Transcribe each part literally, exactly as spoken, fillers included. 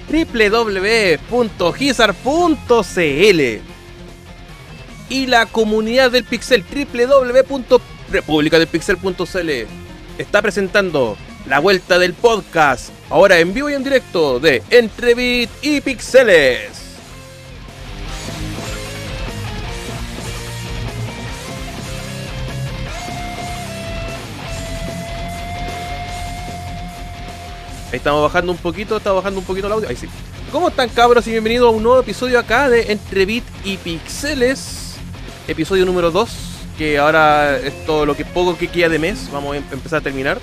doble u doble u doble u punto gizar punto c l y la comunidad del Pixel, doble u doble u doble u punto república del pixel punto c l, está presentando la vuelta del podcast, ahora en vivo y en directo, de Entre Bit y Pixeles. Ahí estamos bajando un poquito, está bajando un poquito el audio. Ahí sí. ¿Cómo están, cabros? Y bienvenidos a un nuevo episodio acá de Entre Bit y Pixeles. Episodio número dos, que ahora es todo lo que poco que queda de mes. Vamos a empezar a terminar.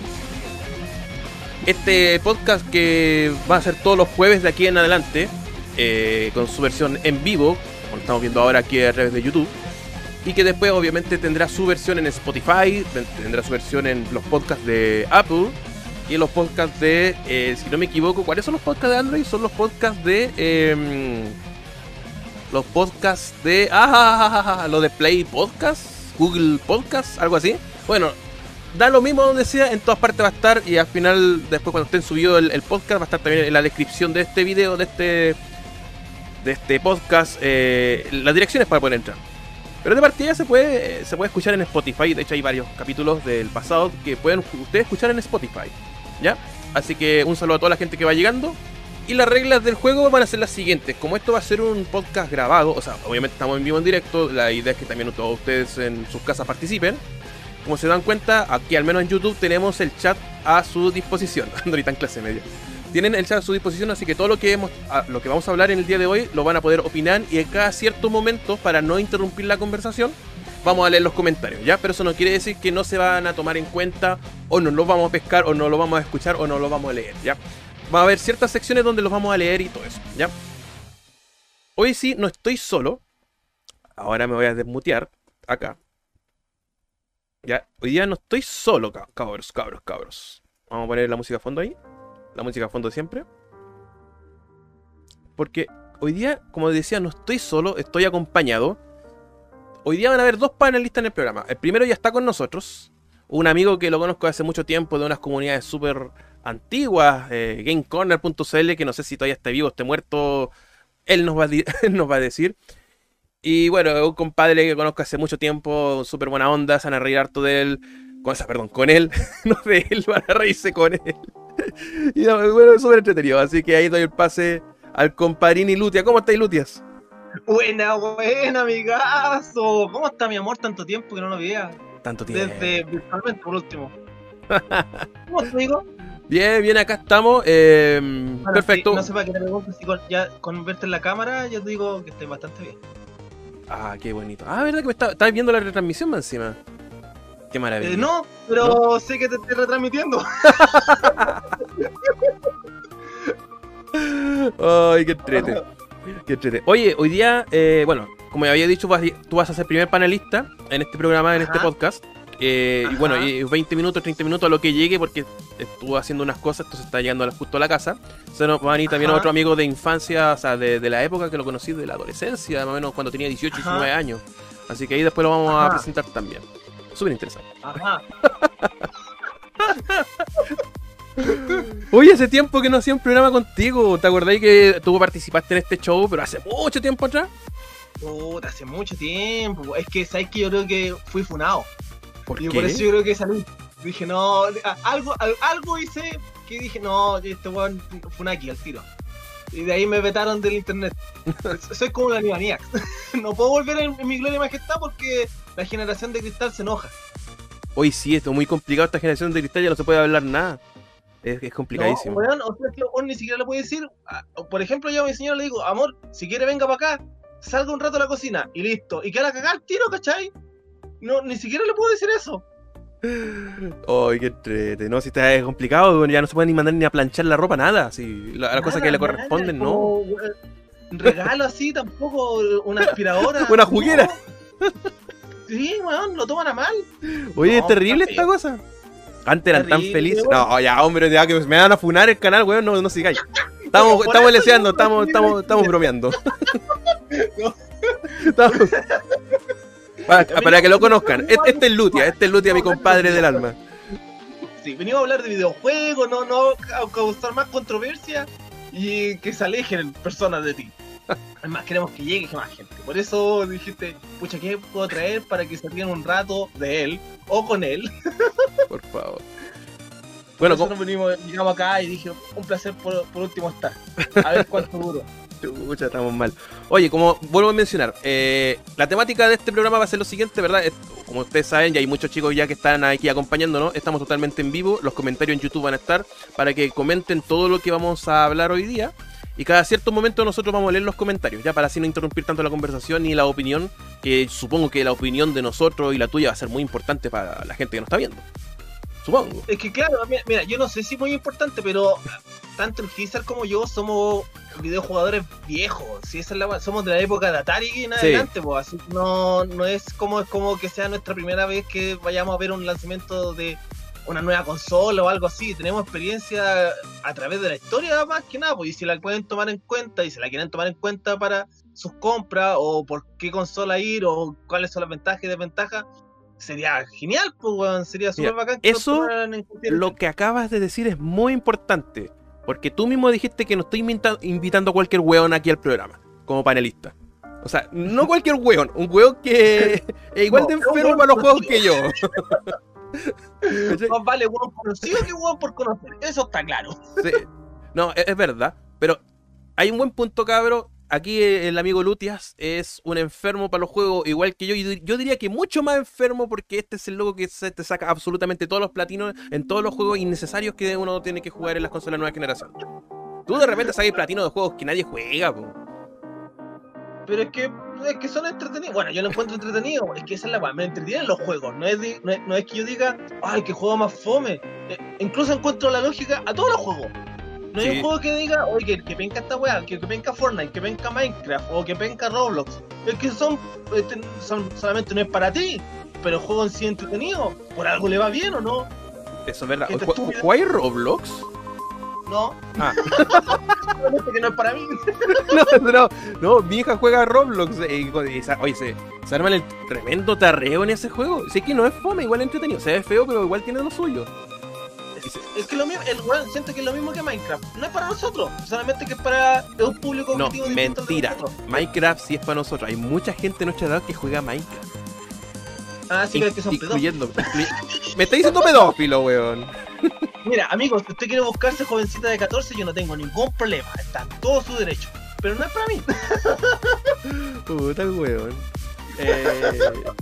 Este podcast que va a ser todos los jueves de aquí en adelante, eh, con su versión en vivo, como lo estamos viendo ahora aquí a través de YouTube. Y que después obviamente tendrá su versión en Spotify, tendrá su versión en los podcasts de Apple. Y en los podcasts de, eh, si no me equivoco, ¿cuáles son los podcasts de Android? Son los podcasts de... Eh, los podcasts de... Ah, lo de Play Podcast, Google Podcast, algo así. Bueno, da lo mismo donde sea, en todas partes va a estar. Y al final, después cuando estén subido el, el podcast, va a estar también en la descripción de este video, de este de este podcast, eh, las direcciones para poder entrar. Pero de partida se puede, se puede escuchar en Spotify. De hecho hay varios capítulos del pasado que pueden ustedes escuchar en Spotify, ¿ya? Así que un saludo a toda la gente que va llegando. Y las reglas del juego van a ser las siguientes. Como esto va a ser un podcast grabado, o sea, obviamente estamos en vivo en directo, la idea es que también todos ustedes en sus casas participen. Como se dan cuenta, aquí al menos en YouTube tenemos el chat a su disposición. Ando ahorita en clase media. Tienen el chat a su disposición, así que todo lo que hemos, lo que vamos a hablar en el día de hoy lo van a poder opinar, y en cada cierto momento, para no interrumpir la conversación, vamos a leer los comentarios, ¿ya? Pero eso no quiere decir que no se van a tomar en cuenta, o no los vamos a pescar, o no lo vamos a escuchar, o no lo vamos a leer, ¿ya? Va a haber ciertas secciones donde los vamos a leer y todo eso, ¿ya? Hoy sí no estoy solo. Ahora me voy a desmutear acá. Ya, hoy día no estoy solo, cabros, cabros, cabros. Vamos a poner la música a fondo ahí. La música a fondo siempre. Porque hoy día, como decía, no estoy solo, estoy acompañado. Hoy día van a haber dos panelistas en el programa. El primero ya está con nosotros. Un amigo que lo conozco hace mucho tiempo, de unas comunidades súper antiguas, eh, Game Corner punto c l, que no sé si todavía está vivo, esté muerto. Él nos va a, él nos va a decir. Y bueno, un compadre que conozco hace mucho tiempo, súper buena onda, se van a reír harto de él. Con esa, perdón, con él. No de él, van a reírse con él. Y bueno, es súper entretenido. Así que ahí doy el pase al compadrini Lutia. ¿Cómo estáis, Lutias? Buena, buena, amigazo. ¿Cómo está, mi amor? Tanto tiempo que no lo veía. Tanto tiempo. Desde virtualmente, por último. ¿Cómo estás, amigo? Bien, bien, acá estamos. Eh, bueno, perfecto. Si, no sé para qué te pregunto, si con, ya con verte en la cámara, yo te digo que estoy bastante bien. Ah, qué bonito. Ah, ¿verdad que me está, estás viendo la retransmisión más encima? Qué maravilla. Eh, no, pero ¿no? Sé que te estoy retransmitiendo. Ay, qué entrete. Qué entrete. Oye, hoy día, eh, bueno, como había dicho, vas, tú vas a ser primer panelista en este programa, en Ajá. este podcast. Eh, y bueno, y veinte minutos, treinta minutos a lo que llegue, porque estuvo haciendo unas cosas, entonces está llegando justo a la casa. Entonces nos va a venir también Ajá. otro amigo de infancia, o sea, de, de la época que lo conocí, de la adolescencia, más o menos cuando tenía dieciocho, diecinueve años. Así que ahí después lo vamos Ajá. a presentar también. Súper interesante. Ajá. Oye, hace tiempo que no hacía un programa contigo. ¿Te acordáis que tú participaste en este show, pero hace mucho tiempo atrás? Puta, hace mucho tiempo. Es que, ¿sabes qué? Yo creo que fui funado. ¿Por y qué? por eso yo creo que salí. Dije, no, algo, algo hice que dije, no, este weón fue aquí al tiro. Y de ahí me vetaron del internet. Soy como la Animaniacs. No puedo volver en, en mi gloria y majestad porque la generación de cristal se enoja. Hoy sí, esto es muy complicado, esta generación de cristal, ya no se puede hablar nada. Es, es complicadísimo. No, weón, o sea, que uno ni siquiera le puede decir. Por ejemplo, yo a mi señora le digo, amor, si quiere venga para acá, salga un rato a la cocina y listo. Y que la cagar tiro, ¿cachai? No, ni siquiera le puedo decir eso. Ay, qué entrete. No, si está complicado, ya no se puede ni mandar ni a planchar la ropa, nada. Si la, las cosas que le corresponden, nada, no. Un regalo así, tampoco una aspiradora. Una juguera. No. Sí, weón, lo toman a mal. Oye, no, es terrible esta cosa. Antes eran terrible, tan felices. Weón. No, ya, hombre, ya que me van a funar el canal, weón, no, no sigáis. Estamos, no, estamos leseando, estamos, estamos, estamos bromeando. No. Estamos... Para, para que lo conozcan, este, este es Lutia, este es Lutia, mi compadre del alma. sí, venimos a hablar de videojuegos, no, no a causar más controversia y que se alejen personas de ti. Además queremos que llegue más gente. Por eso dijiste, pucha, ¿qué puedo traer para que se rían un rato de él o con él? Por favor. Bueno, nosotros venimos, llegamos acá y dije, un placer por, por último estar. A ver cuánto duro. Pucha, estamos mal. Oye, como vuelvo a mencionar, eh, la temática de este programa va a ser lo siguiente, ¿verdad? Es, como ustedes saben, y hay muchos chicos ya que están aquí acompañándonos, estamos totalmente en vivo, los comentarios en YouTube van a estar para que comenten todo lo que vamos a hablar hoy día. Y cada cierto momento nosotros vamos a leer los comentarios, ya para así no interrumpir tanto la conversación ni la opinión, que supongo que la opinión de nosotros y la tuya va a ser muy importante para la gente que nos está viendo. Supongo. Es que claro, mira, mira, yo no sé si es muy importante, pero tanto el Gizar como yo somos videojugadores viejos. Si esa es la, somos de la época de Atari y en Sí. adelante, pues así no, no es como es como que sea nuestra primera vez que vayamos a ver un lanzamiento de una nueva consola o algo así. Tenemos experiencia a través de la historia más que nada, pues, y si la pueden tomar en cuenta y si la quieren tomar en cuenta para sus compras o por qué consola ir o cuáles son las ventajas y desventajas, sería genial, pues, weón. Sería súper bacán que eso, lo tomaran en consideración. Lo que acabas de decir es muy importante, porque tú mismo dijiste que no estoy invita invitando a cualquier weón aquí al programa, como panelista. O sea, no cualquier weón, un weón que es igual No, de un enfermo weón para los juegos conocido. que yo. Más vale weón conocido que weón por conocer, eso está claro. Sí. No, es, es verdad, pero hay un buen punto, cabro. Aquí el amigo Lutias es un enfermo para los juegos, igual que yo. Y yo diría que mucho más enfermo, porque este es el loco que se te saca absolutamente todos los platinos en todos los juegos innecesarios que uno tiene que jugar en las consolas de nueva generación. Tú de repente sacas platino de juegos que nadie juega, po. Pero es que, es que son entretenidos. Bueno, yo lo encuentro entretenido. Es que esa es la weá. Me entretienen los juegos. No es, de, no, es, no es que yo diga, ay, que juego más fome. Eh, incluso encuentro la lógica a todos los juegos. No hay Sí. un juego que diga, oye, que, que penca esta weá, que, que penca Fortnite, que penca Minecraft o que penca Roblox. Es que son, este, son solamente no es para ti. Pero el juego en sí entretenido. ¿Por algo le va bien o no? Eso es verdad. Gente ¿Ju- estúpida. ¿Jugáis Roblox? No. Ah. Solamente que no es para mí. no, no, no, mi hija juega Roblox. eh, Y, y, oye, se, se arman el tremendo tarreo en ese juego. Sí que no es fome, igual es entretenido. Se ve feo, pero igual tiene lo suyo. Es que lo mismo, el weón siente que es lo mismo que Minecraft. No es para nosotros, solamente que es para es un público No, objetivo distinto al de mentira. nosotros. Minecraft sí es para nosotros. Hay mucha gente de nuestra edad que juega Minecraft. Ah, sí, pero es que son pedófilos. Incluyendo. incluy- Me está diciendo pedófilo, weón. Mira, amigos, si usted quiere buscarse jovencita de catorce, yo no tengo ningún problema. Está en todo su derecho. Pero no es para mí. Puta el weón. Eh...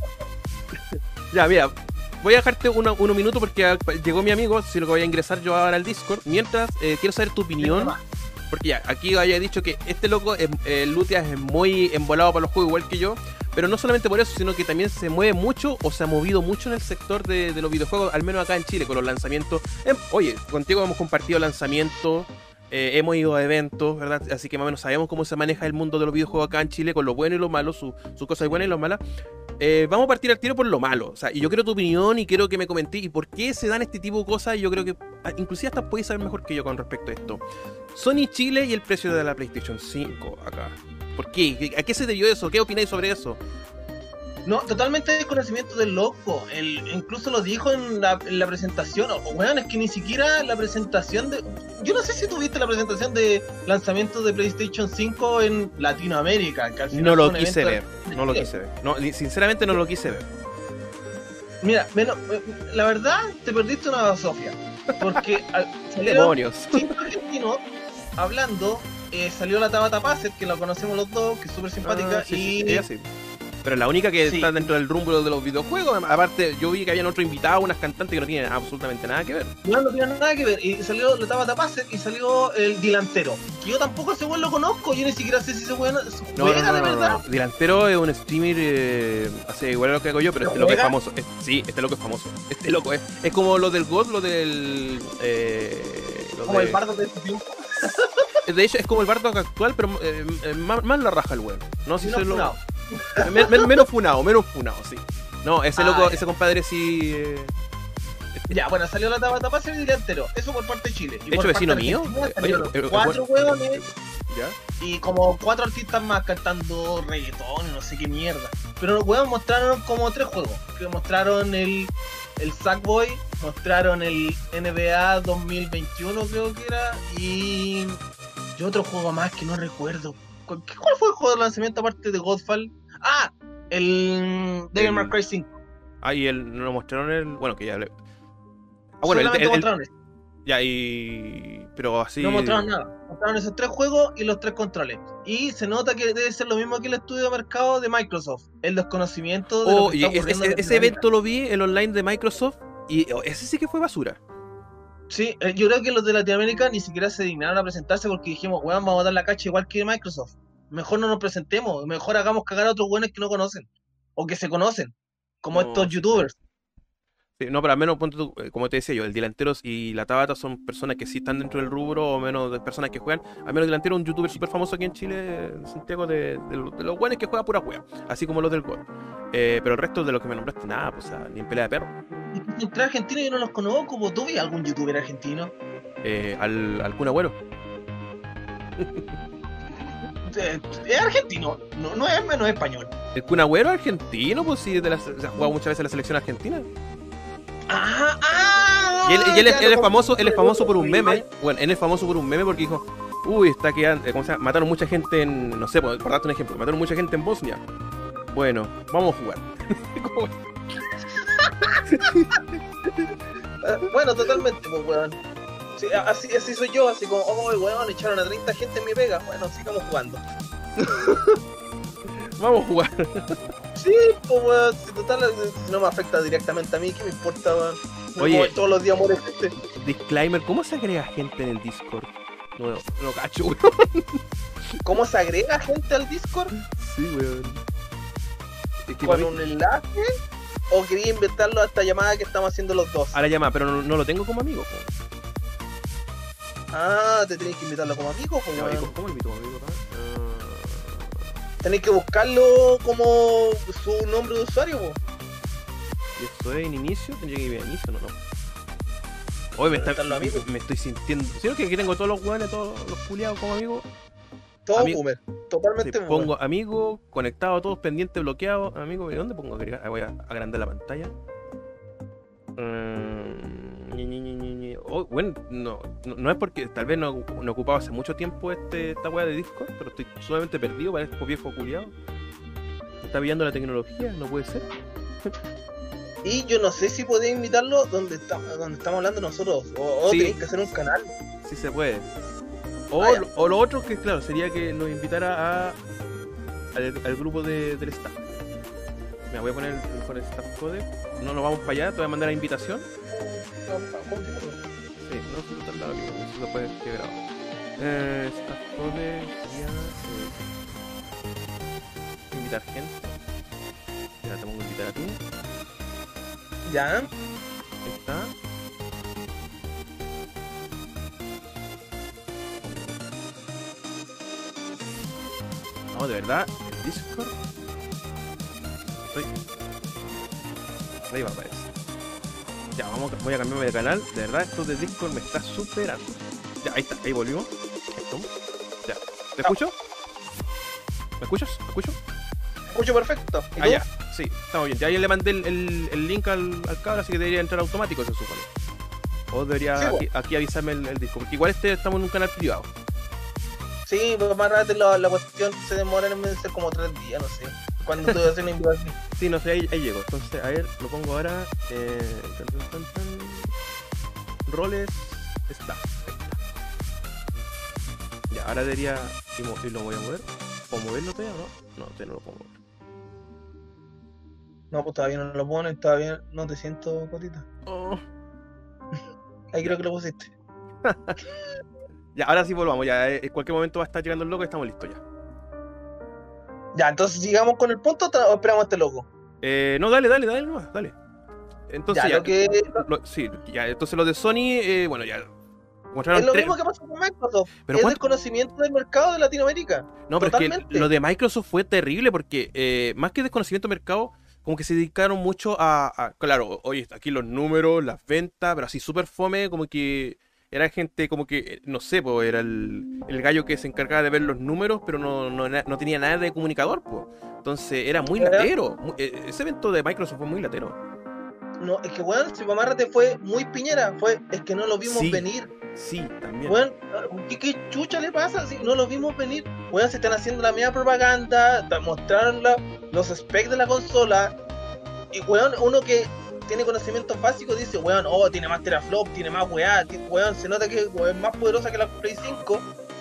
ya, mira. Voy a dejarte uno, unos minutos porque llegó mi amigo, si lo voy a ingresar yo ahora al Discord. Mientras, eh, quiero saber tu opinión. Porque ya, aquí había dicho que este loco, eh, eh, Lutias, es muy embolado para los juegos igual que yo. Pero no solamente por eso, sino que también se mueve mucho o se ha movido mucho en el sector de, de los videojuegos, al menos acá en Chile, con los lanzamientos. Eh, oye, contigo hemos compartido lanzamientos, eh, hemos ido a eventos, ¿verdad? Así que más o menos sabemos cómo se maneja el mundo de los videojuegos acá en Chile, con lo bueno y lo malo, sus su cosas buenas y lo malas. Eh, vamos a partir al tiro por lo malo. O sea, y yo quiero tu opinión y quiero que me comentéis y por qué se dan este tipo de cosas. Y yo creo que inclusive hasta podéis saber mejor que yo con respecto a esto. Sony Chile y el precio de la PlayStation cinco acá. ¿Por qué? ¿A qué se debió eso? ¿Qué opináis sobre eso? No, totalmente desconocimiento del loco. Él incluso lo dijo en la, en la presentación. O, bueno, es que ni siquiera la presentación de... Yo no sé si tuviste la presentación de lanzamiento de PlayStation cinco en Latinoamérica. Que al final No lo fue un quise evento ver. de No lo Chile. quise ver. No, sinceramente no lo quise ver. Mira, menos, la verdad, te perdiste una Sofía. Porque al, salieron Demonios. cinco argentinos hablando. Eh, salió la Tabata Passer, que la conocemos los dos, que es súper simpática. Ah, sí, y sí, ella sí. Pero es la única que Sí. está dentro del rumbo de los videojuegos. Aparte, yo vi que habían otro invitado, unas cantantes que no tienen absolutamente nada que ver. no, no tiene nada que ver. Y salió la Tabata Passer y salió el delantero. Que yo tampoco ese weón lo conozco. Yo ni siquiera sé si ese weón No, juega no, no, de no, no, verdad. no. Delantero es un streamer, eh, hace igual a lo que hago yo, pero este ¿Lo loco es juega? famoso. Es- sí, este loco es famoso. Este loco es. Es como lo del God, lo del. Eh, lo Como de, el bardo de este tiempo. de hecho, es como el Bardock actual, pero eh, eh, más, más la raja el weón. No sé si No, se lo. no. Men- men- menos funado, menos funado, sí. No, ese Ah, loco, ya. ese compadre sí. eh, Ya, bueno, salió la Tabata Passer y el delantero. Eso por parte de Chile. Y De por hecho, parte vecino de mío. Argentina Eh, salieron oye, eh, cuatro huevones ¿Ya? y como cuatro artistas más cantando reggaetón y no sé qué mierda. Pero weón, mostraron como tres juegos. Que mostraron el, el Sackboy, mostraron el N B A dos mil veintiuno creo que era, y, y otro juego más que no recuerdo. ¿Cuál, cuál fue el juego de lanzamiento aparte de Godfall? Ah, el Devil May Cry cinco. Ah, y el, nos mostraron el... Bueno, que ya... Le... Ah, bueno, el, Solamente el, el, mostraron eso. Ya, y... Pero así... No mostraron nada. Mostraron esos tres juegos y los tres controles. Y se nota que debe ser lo mismo que el estudio de mercado de Microsoft. El desconocimiento de Oh, lo que y está es- ocurriendo. ese, en ese Latinoamérica. evento lo vi, el online de Microsoft, y oh, ese sí que fue basura. Sí, eh, yo creo que los de Latinoamérica ni siquiera se dignaron a presentarse porque dijimos, weón, vamos a dar la cacha igual que Microsoft. Mejor no nos presentemos, mejor hagamos cagar a otros weones que no conocen. O que se conocen. Como No, estos sí, youtubers. Sí, no, pero al menos, ponte tú, eh, como te decía yo, el Delanteros y la Tabata son personas que sí están dentro del rubro, o menos de personas que juegan. Al menos Delantero es un youtuber súper famoso aquí en Chile, en Santiago, de, de, lo- de los buenos que juega pura juega, así como los del God. Eh, pero el resto de los que me nombraste, nada, pues, o sea, ni en pelea de perro. Entre argentinos yo no los conozco, pues tú ves algún youtuber argentino. Eh, al, al Kun Agüero. Eh, Es argentino, no, no es menos español. El Kun Agüero argentino, pues sí, de la, se ha jugado muchas veces en la selección argentina. Ah, ah, Y él, y él es, ya él lo es famoso, él es confundí. famoso por un meme. Bueno, él es famoso por un meme porque dijo, uy, está quedando, ¿cómo se llama? Mataron mucha gente en, no sé, por por darte un ejemplo, mataron mucha gente en Bosnia. Bueno, vamos a jugar. Como- Ah, bueno, totalmente, pues, weón. Sí, así, así soy yo, así como, oh, weón, echaron a treinta gente en mi pega. Bueno, sigamos jugando. vamos a jugar. Sí, pues, weón, si total, si no me afecta directamente a mí, ¿qué me importa, weón? Me Oye. muevo todos los días muere gente. Disclaimer, ¿cómo se agrega gente en el Discord? No, no, no cacho, weón. ¿Cómo se agrega gente al Discord? Sí, weón. Es que ¿Con para mí- un enlace? ¿O quería inventarlo a esta llamada que estamos haciendo los dos? a la llamada, pero no, no lo tengo como amigo, po. Ah, te tenéis que invitarlo como amigo, pues, Ya, weón. ¿cómo- ¿Cómo lo invito como amigo acá? Ah, Tenéis que buscarlo como su nombre de usuario, pues. y esto es en inicio, tendría que ir en inicio, no, no. Hoy me, Pero está, están los amigos. me estoy sintiendo. ¿Sí no que aquí tengo todos los weones, todos los culiados como amigos? Todo Amigo- boomer. Sí, Totalmente boomer. pongo amigo, conectado a todos, pendiente, bloqueado. Amigo, ¿y dónde pongo agregar? Ah, voy a agrandar la pantalla. Mm, ñi, ñi, ñi, ñi, ñi. Oh, bueno, no, no, no es porque tal vez no, no ocupaba hace mucho tiempo este, esta weá de Discord, pero estoy sumamente perdido, parezco viejo culiado. Me está pillando la tecnología, no puede ser. Y yo no sé si podéis invitarlo donde, está, donde estamos hablando nosotros. O, o Sí. tenéis que hacer un canal. Sí se puede. O, Ah, ya. lo- o lo otro que, claro, sería que nos invitara a, al, al grupo de, del staff. Me voy a poner el mejor staff code. No nos vamos para allá, te voy a mandar la invitación. Sí, no se total la misma, eso se puede que grabo. Eh, staff code sería eh, invitar gente. Ya te pongo a invitar a ti. Ya. Ahí está. No, de verdad, el Discord. Estoy. Ahí va, parece. Ya, vamos, voy a cambiarme de canal. De verdad, esto de Discord me está superando. Ya, ahí está, ahí volvimos. Ahí estamos. Ya. ¿Te escucho? ¿Me escuchas? ¿Me escucho? Escucho perfecto. ¿Y Ah, tú? ya. Sí, estamos bien. Ya ahí le mandé el, el- el link al, al cabro, así que debería entrar automático, se supone. O debería Sí, aquí, aquí avisarme el, el disco. Porque igual este estamos en un canal privado. Sí, pero más rápido la, la cuestión se demora en vez de ser como tres días, no sé. Cuando tú haces una invitación. Sí, no sé, ahí, ahí llego. Entonces, a ver, lo pongo ahora. Eh, tan, tan, tan, tan. Roles. Está. Ahí está. Ya, ahora debería. Y, mo- y lo voy a mover. ¿Puedo moverlo todavía o no? No, todavía no lo puedo mover. No, pues todavía no lo pones, todavía no te siento, Cotita. Oh. Ahí creo que lo pusiste. Ya, ahora sí volvamos. Ya, eh, en cualquier momento va a estar llegando el loco y estamos listos ya. Ya, entonces sigamos con el punto o esperamos a este loco. Eh, no, dale, dale, dale nomás, dale. Entonces, Ya, ya, lo que lo- sí, ya, entonces lo de Sony, eh, bueno, ya. es Mostraron lo tres- mismo que pasa con Microsoft. Pero es ¿cuánto? desconocimiento del mercado de Latinoamérica. No, pero es que totalmente. lo de Microsoft fue terrible porque eh, más que desconocimiento de mercado, como que se dedicaron mucho a, a- claro, oye, aquí los números, las ventas, pero así súper fome, como que era gente como que, no sé, pues era el, el gallo que se encargaba de ver los números, pero no, no, no tenía nada de comunicador, pues. Entonces era muy latero. Muy, ese evento de Microsoft fue muy latero. No, es que weón, si Mamárrate fue muy piñera, fue, es que no lo vimos Sí, venir. Sí, también. Weón, ¿qué, ¿qué chucha le pasa? Si no lo vimos venir. Weón, se están haciendo la misma propaganda, mostraron la, los specs de la consola. Y weón, uno que tiene conocimientos básicos dice, weón, oh, tiene más teraflop, tiene más weá, tiene, weón, se nota que es más poderosa que la Play cinco.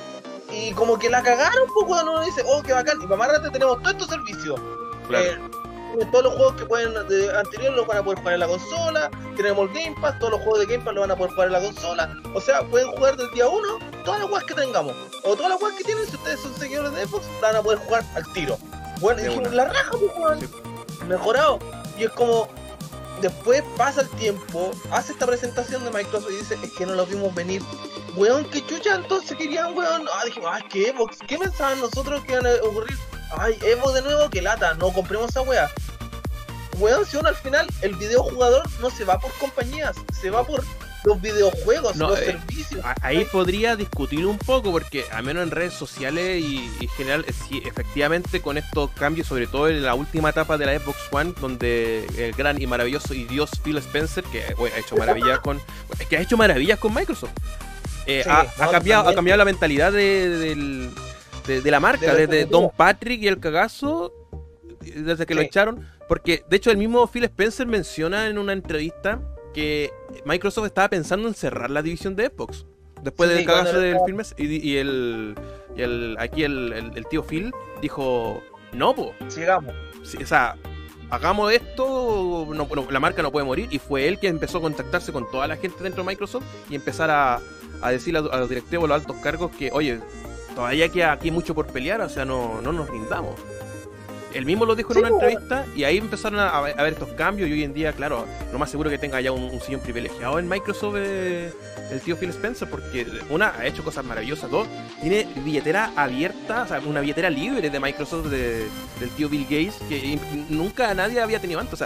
Y como que la cagaron, pues weón, uno dice, oh, qué bacán. Y para más rato tenemos todos estos servicios. Claro. Eh, todos los juegos que pueden de anterior los van a poder jugar en la consola. Tenemos el Game Pass, todos los juegos de Game Pass los van a poder jugar en la consola. O sea, pueden jugar del día uno todas las weas que tengamos. O todas las weas que tienen, si ustedes son seguidores de Xbox, la van a poder jugar al tiro. Bueno, y dijimos, la raja, pues weón. Sí. Mejorado. Y es como, después pasa el tiempo, hace esta presentación de Microsoft y dice, es que no lo vimos venir. Weón, qué chucha, entonces querían, weón. Ah, dijimos, ay, que Xbox, ¿qué pensaban nosotros que iban a ocurrir? Ay, Xbox de nuevo, que lata, no compremos esa wea. Weón, si uno al final, el videojugador no se va por compañías, se va por los videojuegos, no, los eh, servicios. Ahí podría discutir un poco, porque al menos en redes sociales y en general, sí, efectivamente con estos cambios, sobre todo en la última etapa de la Xbox One, donde el gran y maravilloso y Dios Phil Spencer, que bueno, ha hecho maravillas con, es que ha hecho maravillas con Microsoft, eh, sí, ha, no, ha cambiado, ha cambiado la mentalidad de, de, de, de la marca, de desde Don Patrick y el cagazo, desde que sí. lo echaron, porque de hecho el mismo Phil Spencer menciona en una entrevista que Microsoft estaba pensando en cerrar la división de Xbox después sí, del cagazo del filme y, y el y el aquí el, el, el tío Phil dijo no, po, sigamos, sí, o sea, hagamos esto, no, no, la marca no puede morir, y fue él que empezó a contactarse con toda la gente dentro de Microsoft y empezar a, a decirle a, a los directivos, a los altos cargos que oye, todavía queda aquí mucho por pelear, o sea, no, no nos rindamos. Él mismo lo dijo en sí, una entrevista y ahí empezaron a, a ver estos cambios y hoy en día, claro, lo más seguro que tenga ya un, un sillón privilegiado en Microsoft eh, el tío Phil Spencer, porque una, ha hecho cosas maravillosas, dos, tiene billetera abierta, o sea, una billetera libre de Microsoft de, del tío Bill Gates que nunca nadie había tenido antes, o sea,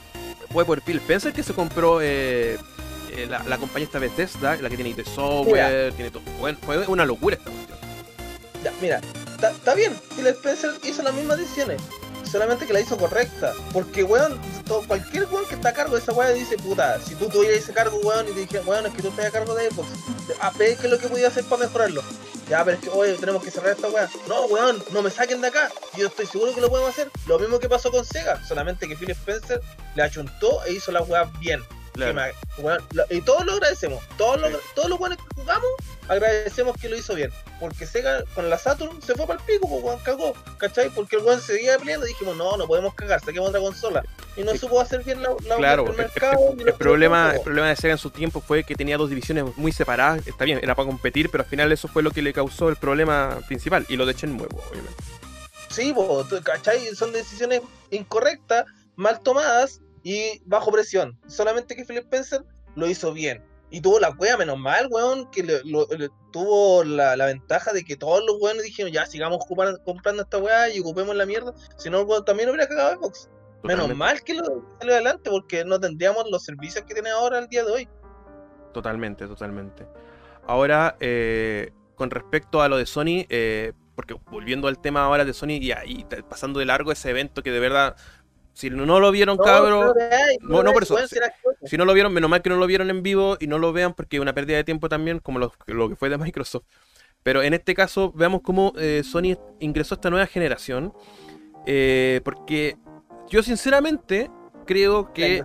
fue por Phil Spencer que se compró eh, eh, la, la compañía esta Bethesda, la que tiene I T Software, mira, tiene todo, bueno, fue una locura esta cuestión. Ya, mira, está bien, Phil Spencer hizo las mismas decisiones, solamente que la hizo correcta, porque weón, todo, cualquier weón que está a cargo de esa weón dice, puta, si tú tuvieras ese cargo, weón, y te dijeran, weón, es que tú estás a cargo de Xbox, a ver qué es lo que podía hacer para mejorarlo, ya, pero es que, oye, tenemos que cerrar esta weón, no, weón, no me saquen de acá, yo estoy seguro que lo podemos hacer, lo mismo que pasó con Sega, solamente que Phil Spencer le achuntó e hizo la weón bien. Claro. Me, bueno, lo, y todos lo agradecemos, todos los, sí. todos los buenos que jugamos agradecemos que lo hizo bien, porque Sega con la Saturn se fue para el pico, pues weón, cagó, ¿cachai? Porque el weón seguía peleando y dijimos, no, no podemos cagar, saquemos otra consola, y no sí. supo hacer bien la, la claro, el, el mercado. El, el, el problema, el problema de Sega en su tiempo fue que tenía dos divisiones muy separadas, está bien, era para competir, pero al final eso fue lo que le causó el problema principal, y lo de Shenmue, obviamente. Sí, pues, ¿cachai? Son decisiones incorrectas, mal tomadas, y bajo presión, solamente que Phil Spencer lo hizo bien y tuvo la cueva, menos mal, weón, que le, lo, le, tuvo la, la ventaja de que todos los weones dijeron ya sigamos ocupar, comprando esta weá y ocupemos la mierda, si no el weón también hubiera cagado Xbox. Menos mal que lo salió adelante, porque no tendríamos los servicios que tiene ahora al día de hoy. Totalmente, totalmente. Ahora, eh, con respecto a lo de Sony, eh, porque volviendo al tema ahora de Sony y, y pasando de largo ese evento que de verdad, si no lo vieron, no, cabros, no, no, no por eso, si, si no lo vieron, menos mal que no lo vieron en vivo y no lo vean porque es una pérdida de tiempo también, como lo, lo que fue de Microsoft. Pero en este caso, veamos cómo eh, Sony ingresó a esta nueva generación, eh, porque yo sinceramente creo que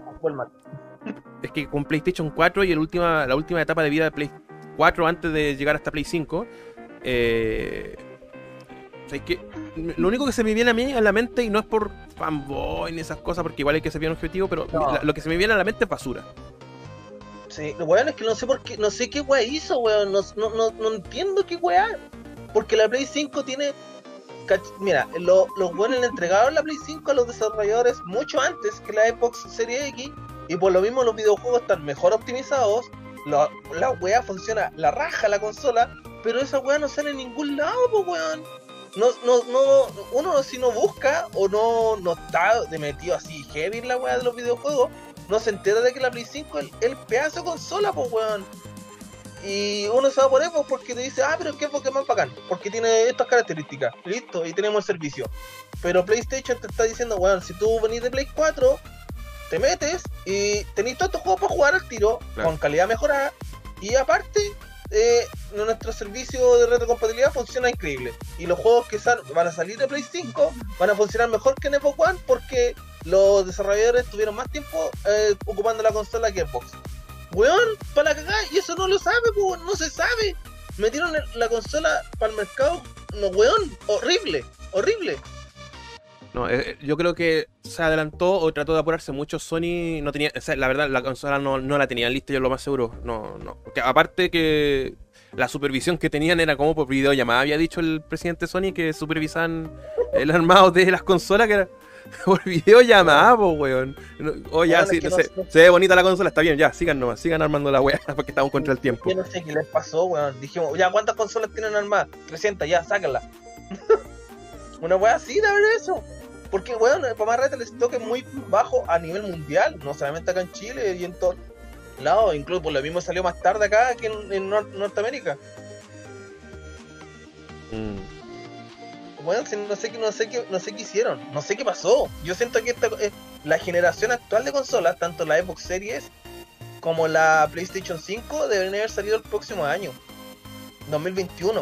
es que con PlayStation cuatro y el última, la última etapa de vida de Play cuatro antes de llegar hasta Play cinco, eh... O sea, es que lo único que se me viene a mí a la mente, y no es por fanboy ni esas cosas, porque igual hay que ser bien objetivo, pero no. la, lo que se me viene a la mente es basura. Sí, lo weón es que no sé por qué, no sé qué weá hizo, weón, no, no, no, no entiendo qué weá. Porque la Play cinco tiene... Mira, lo, los weones le entregaron la Play cinco a los desarrolladores mucho antes que la Xbox Series X, y por lo mismo los videojuegos están mejor optimizados, la, la weá funciona la raja la consola, pero esa weá no sale en ningún lado, pues weón. No, no, no, uno si no busca o no, no está de metido así heavy en la weá de los videojuegos, no se entera de que la Play cinco es el, el pedazo de consola, pues weón. Y uno se va por Xbox porque te dice, ah, pero ¿qué Xbox es más bacán? Porque tiene estas características. Listo, y tenemos el servicio. Pero PlayStation te está diciendo, bueno, si tú venís de Play cuatro, te metes y tenés todos estos juegos para jugar al tiro, claro, con calidad mejorada. Y aparte, eh, nuestro servicio de retrocompatibilidad funciona increíble. Y los juegos que sal van a salir de Play cinco van a funcionar mejor que en Xbox One porque los desarrolladores tuvieron más tiempo eh, ocupando la consola que Xbox. Weón, para la cagada, y eso no lo sabe, po, no se sabe. Metieron la consola para el mercado, no, weón, horrible, horrible. No, eh, yo creo que se adelantó o trató de apurarse mucho. Sony no tenía, o sea, la verdad, la consola no, no la tenían lista, yo lo más seguro. No, no. Porque aparte que la supervisión que tenían era como por videollamada. Había dicho el presidente Sony que supervisaban el armado de las consolas, que era por videollamada, po, weón. O oh, ya, bueno, sí, no, se, no, se ve bonita la consola, está bien, ya, sigan nomás, sigan armando la weá, porque estamos contra el tiempo. Yo no sé qué les pasó, weón. Dijimos, ya, ¿cuántas consolas tienen armadas? trescientas, ya, sáquenla. Una weá así, de ver eso. Porque, weón, el para más reta el stock es muy bajo a nivel mundial, no solamente acá en Chile y en todos lados, incluso por lo mismo salió más tarde acá que en, en Nor Norteamérica. Mm. Bueno, no sé qué, no sé qué, no sé qué hicieron, no sé qué pasó. Yo siento que esta, eh, la generación actual de consolas, tanto la Xbox Series como la PlayStation cinco, deberían haber salido el próximo año, dos mil veintiuno.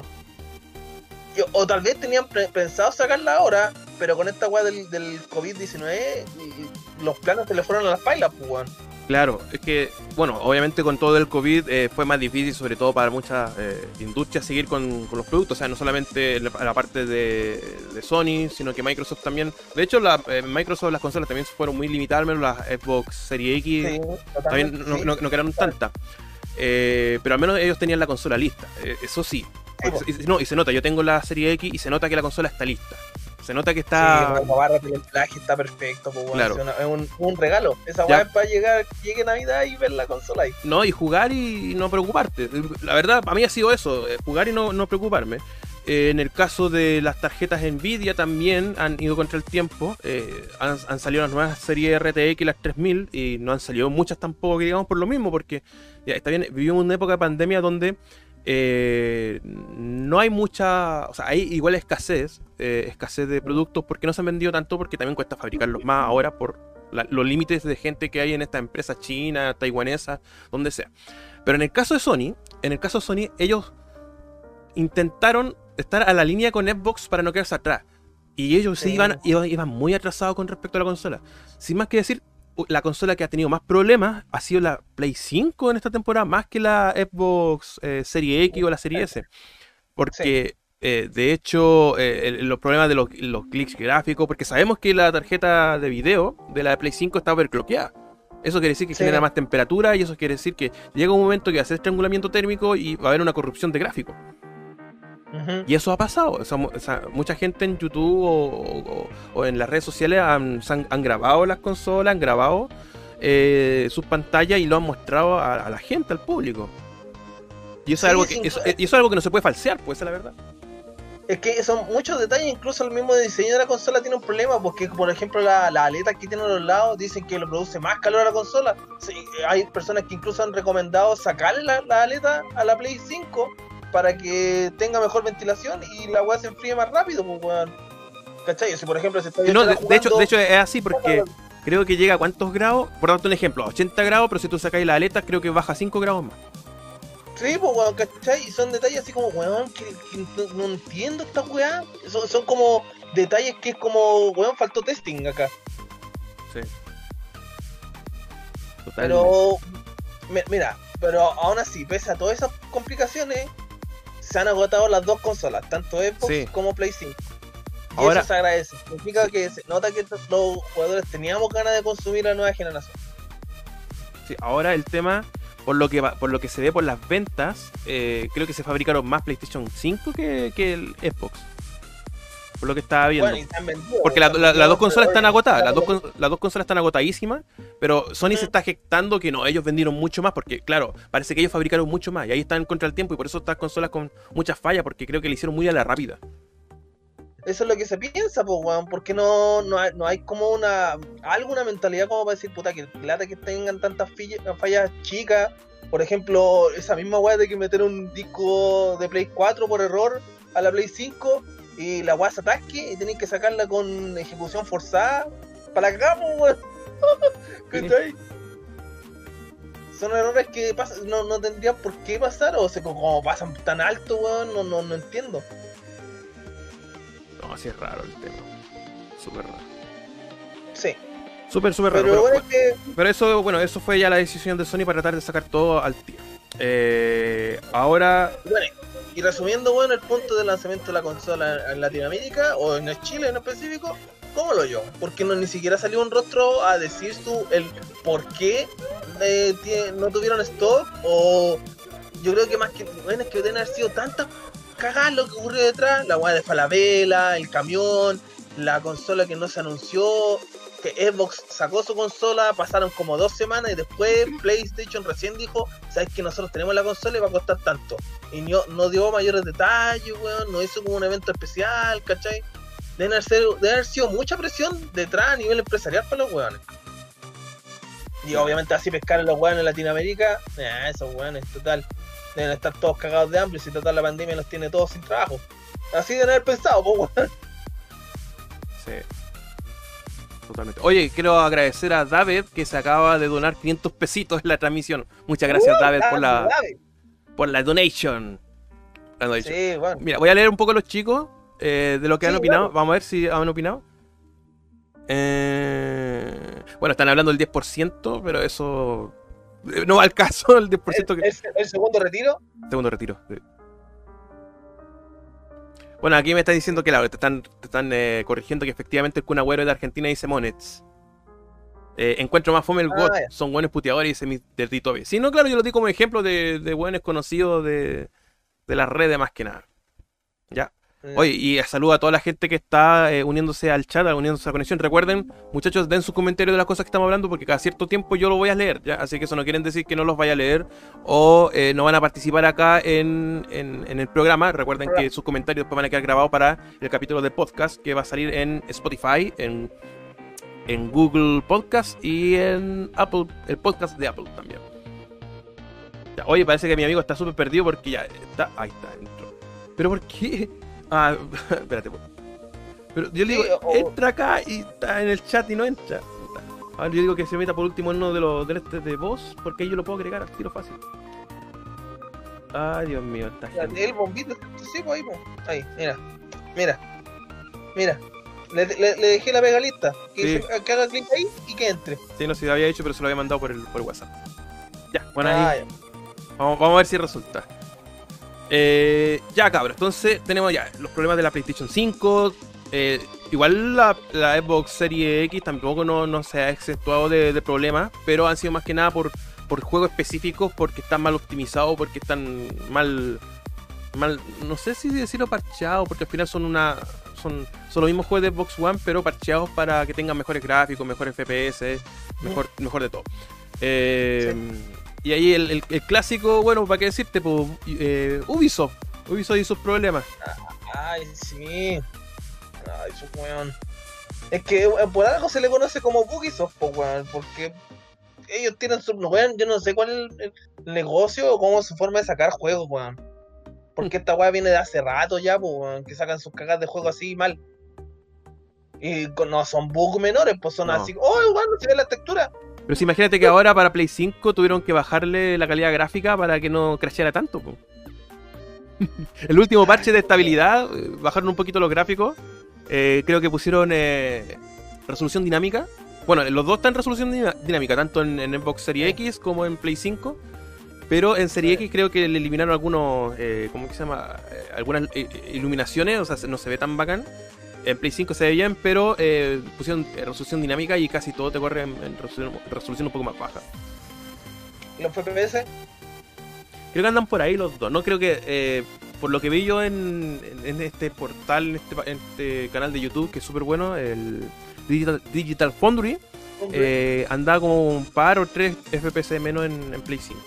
Y, o tal vez tenían pensado sacarla ahora, pero con esta weá del, del COVID diecinueve, los planes se le fueron a las pailas, pues, weón. Claro, es que, bueno, obviamente con todo el COVID eh, fue más difícil, sobre todo para muchas eh, industrias, seguir con, con los productos. O sea, no solamente la, la parte de, de Sony, sino que Microsoft también. De hecho, la, eh, Microsoft, las consolas también fueron muy limitadas, al menos las Xbox Series X, sí, también no, sí, no, no quedaron tantas. Eh, pero al menos ellos tenían la consola lista, eh, eso sí. Sí, y, no, y se nota, yo tengo la Serie X y se nota que la consola está lista. Se nota que está... Sí, la barra de ventilaje está perfecto, pues, bueno, claro. Es un, un regalo. Esa weá es para llegar, llegue Navidad y ver la consola ahí. No, y jugar y no preocuparte. La verdad, para mí ha sido eso, jugar y no, no preocuparme. Eh, en el caso de las tarjetas Nvidia también han ido contra el tiempo. Eh, han, han salido las nuevas series R T X, las tres mil, y no han salido muchas tampoco, que digamos, por lo mismo, porque ya está bien, vivimos una época de pandemia donde Eh, no hay mucha, o sea, hay igual escasez, eh, escasez de productos porque no se han vendido tanto, porque también cuesta fabricarlos más ahora por la, los límites de gente que hay en esta empresa china, taiwanesa, donde sea. Pero en el caso de Sony, en el caso de Sony, ellos intentaron estar a la línea con Xbox para no quedarse atrás. Y ellos sí iban, iban, iban muy atrasados con respecto a la consola. Sin más que decir, la consola que ha tenido más problemas ha sido la Play cinco en esta temporada, más que la Xbox eh, Serie X o la Serie S. Porque, sí. eh, de hecho, eh, el, los problemas de los, los glitches gráficos, porque sabemos que la tarjeta de video de la Play cinco está overclockeada. Eso quiere decir que sí. genera más temperatura, y eso quiere decir que llega un momento que hace estrangulamiento térmico y va a haber una corrupción de gráficos. Uh-huh. Y eso ha pasado. O sea, o sea, mucha gente en YouTube o, o, o en las redes sociales han, han, han grabado las consolas, han grabado eh, sus pantallas y lo han mostrado a, a la gente, al público. Y eso, sí, es algo que, eso, eso es algo que no se puede falsear, pues, esa es la verdad. Es que son muchos detalles, incluso el mismo diseño de la consola tiene un problema, porque por ejemplo la, la aleta que tiene a los lados dicen que le produce más calor a la consola. Sí, hay personas que incluso han recomendado sacarle la, la aleta a la Play cinco para que tenga mejor ventilación y la weá se enfríe más rápido, pues, weón. ¿Cachai? Si por ejemplo se está no, de, jugando... de, hecho, de hecho es así, porque creo que llega a cuántos grados, por darte un ejemplo, a ochenta grados, pero si tú sacáis la aleta creo que baja cinco grados más. Sí, pues, weón, ¿cachai? Y son detalles así como, weón, que, que no, no entiendo esta weá. Son, son como detalles que es como, weón, faltó testing acá. Sí. Totalmente. Pero, me, mira, pero aún así, pese a todas esas complicaciones, se han agotado las dos consolas, tanto Xbox sí. como Play cinco. Y ahora, eso se agradece. Significa sí. que se nota que los jugadores teníamos ganas de consumir la nueva generación. Sí, ahora el tema, por lo que va, por lo que se ve por las ventas, eh, creo que se fabricaron más PlayStation cinco que, que el Xbox. Por lo que estaba viendo. Bueno, vendido, porque las la, la dos consolas están agotadas, las dos, las dos consolas están agotadísimas, pero Sony ¿Mm? se está jactando que no, ellos vendieron mucho más, porque claro, parece que ellos fabricaron mucho más, y ahí están contra el tiempo, y por eso estas consolas con muchas fallas, porque creo que le hicieron muy a la rápida. Eso es lo que se piensa, pues, weón, porque no, no, hay, no hay como una alguna mentalidad como para decir, puta, que lata que tengan tantas fallas chicas, por ejemplo, esa misma weá de que meter un disco de Play cuatro por error a la Play cinco y la weá se atasque y tenéis que sacarla con ejecución forzada para la cagamos, weón. ¿Cachai? Son errores que pasan, no, no tendrían por qué pasar, o sea, como pasan tan alto, weón, no, no, no entiendo. No, así es raro el tema. Súper raro. Sí. Súper, súper raro. Pero, Pero, bueno, pero, que... pero eso, bueno, eso fue ya la decisión de Sony para tratar de sacar todo al tiro. Eh, ahora... Bueno, y resumiendo, bueno, el punto de lanzamiento de la consola en Latinoamérica, o en Chile en específico, ¿cómo lo yo? Porque no ni siquiera salió un rostro a decir tú el por qué eh, tiene, no tuvieron stock, o yo creo que más que, bueno, es que deben haber sido tantas cagadas lo que ocurrió detrás, la weá de Falabella, el camión, la consola que no se anunció, que Xbox sacó su consola, pasaron como dos semanas y después PlayStation recién dijo, sabes que nosotros tenemos la consola y va a costar tanto, y no, no dio mayores detalles, weón, no hizo como un evento especial, ¿cachai? Deben haber, sido, debe haber sido mucha presión detrás a nivel empresarial para los weones. Y obviamente así pescar a los weones en Latinoamérica, eh, esos weones, total, deben estar todos cagados de hambre, si total la pandemia los tiene todos sin trabajo. Así deben haber pensado, pues weón. Sí. Totalmente. Oye, quiero agradecer a David que se acaba de donar quinientos pesitos en la transmisión. Muchas gracias, uh, David, por la, por la donation. La donation. Sí, bueno. Mira, voy a leer un poco a los chicos eh, de lo que sí, han opinado. Bueno. Vamos a ver si han opinado. Eh, bueno, están hablando del diez por ciento, pero eso no va al caso, el diez por ciento. ¿El, que... el, el segundo retiro? Segundo retiro, sí. Bueno, aquí me está diciendo que claro, te están, te están eh, corrigiendo que efectivamente el Kun Agüero es de Argentina y dice Monets. Eh, encuentro más fome el ah, God, yeah. Son buenos puteadores y semi-dertitobe. Sí, no, claro, yo lo digo como ejemplo de, de buenos conocidos de, de las redes más que nada. Ya. Oye, y saludo a toda la gente que está eh, uniéndose al chat, uniéndose a la conexión. Recuerden, muchachos, den sus comentarios de las cosas que estamos hablando porque cada cierto tiempo yo lo voy a leer, ¿ya? Así que eso no quieren decir que no los vaya a leer o eh, no van a participar acá en, en, en el programa. Recuerden que sus comentarios después van a quedar grabados para el capítulo del podcast que va a salir en Spotify, en, en Google Podcast y en Apple, el podcast de Apple también. Ya, oye, parece que mi amigo está súper perdido porque ya está, ahí está, entró. ¿Pero por qué? Ah, espérate. Pero yo le digo, sí, o... entra acá y está en el chat y no entra. Ahora yo digo que se meta por último en uno de los de, este de voz, porque ahí yo lo puedo agregar al tiro fácil. Ay, Dios mío, está genial. El bombito, sí, pues ahí, pues. Ahí, mira. Mira. Mira. Le, le, le dejé la pegalista. Que, sí. que haga clic ahí y que entre. Sí, no sé si lo había hecho, pero se lo había mandado por el por WhatsApp. Ya, bueno, ah, ahí. Ya. Vamos, vamos a ver si resulta. Eh, ya cabros, entonces tenemos ya los problemas de la PlayStation cinco. eh, Igual la, la Xbox Series X tampoco no, no se ha exceptuado de, de problemas, pero han sido más que nada por, por juegos específicos, porque están mal optimizados, porque están mal, mal, no sé si decirlo parcheados, porque al final son una son, son los mismos juegos de Xbox One, pero parcheados para que tengan mejores gráficos, mejores F P S, mejor, mm. mejor de todo. Eh, sí. Y ahí el, el, el clásico, bueno, ¿para qué decirte? Pues, eh, Ubisoft. Ubisoft y sus problemas. Ay, sí. Ay, su weón. Es que por algo se le conoce como Ubisoft, pues, weón. Porque ellos tienen su. Weón, yo no sé cuál es el, el negocio o cómo es su forma de sacar juegos, weón. Porque esta weá viene de hace rato ya, pues, weón. Que sacan sus cagas de juego así mal. Y no son bugs menores, pues son no. así. Oh, weón, no se ve la textura. Pero si imagínate que ahora para Play cinco tuvieron que bajarle la calidad gráfica para que no crasheara tanto, po. El último parche de estabilidad, bajaron un poquito los gráficos. Eh, creo que pusieron eh, resolución dinámica. Bueno, los dos están en resolución dinámica, tanto en, en Xbox Series X como en Play cinco. Pero en Series X creo que le eliminaron algunos, eh, ¿cómo que se llama? Eh, algunas eh, iluminaciones, o sea, no se ve tan bacán. En Play cinco se ve bien, pero eh, pusieron resolución dinámica y casi todo te corre en, en resolución, resolución un poco más baja. ¿Y los F P S? Creo que andan por ahí los dos. No creo que, eh, por lo que vi yo en, en este portal, en este, en este canal de YouTube, que es súper bueno, el Digital, Digital Foundry, eh, andaba como un par o tres F P S menos en, en Play cinco.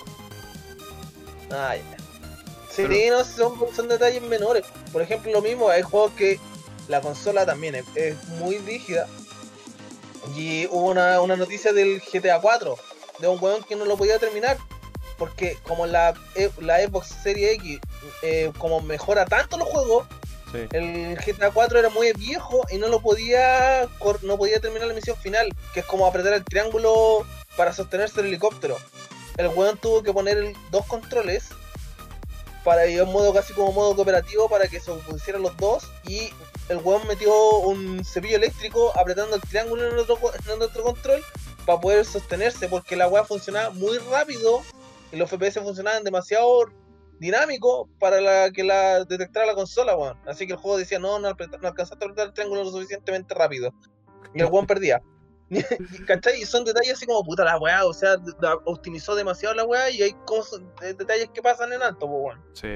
Ah, ya. Sí, pero... no, son, son detalles menores. Por ejemplo, lo mismo, hay juegos que la consola también es, es muy rígida. Y hubo una, una noticia del G T A cuatro, de un weón que no lo podía terminar. porque como la, eh, la Xbox Series X eh, como mejora tanto los juegos, sí. El G T A cuatro era muy viejo y no lo podía no podía terminar la misión final, que es como apretar el triángulo para sostenerse el helicóptero. El weón tuvo que poner el, dos controles para ir en modo casi como modo cooperativo para que se pusieran los dos, y el weón metió un cepillo eléctrico apretando el triángulo en el otro, en el otro control para poder sostenerse, porque la weá funcionaba muy rápido y los F P S funcionaban demasiado dinámico para la que la detectara la consola, weón. Así que el juego decía, no, no, apreta, no alcanzaste a apretar el triángulo lo suficientemente rápido. Y el weón perdía. ¿Cachai? Y son detalles así como, puta la weá, o sea, optimizó demasiado la weá y hay cosas, detalles que pasan en alto, pues weón. Sí.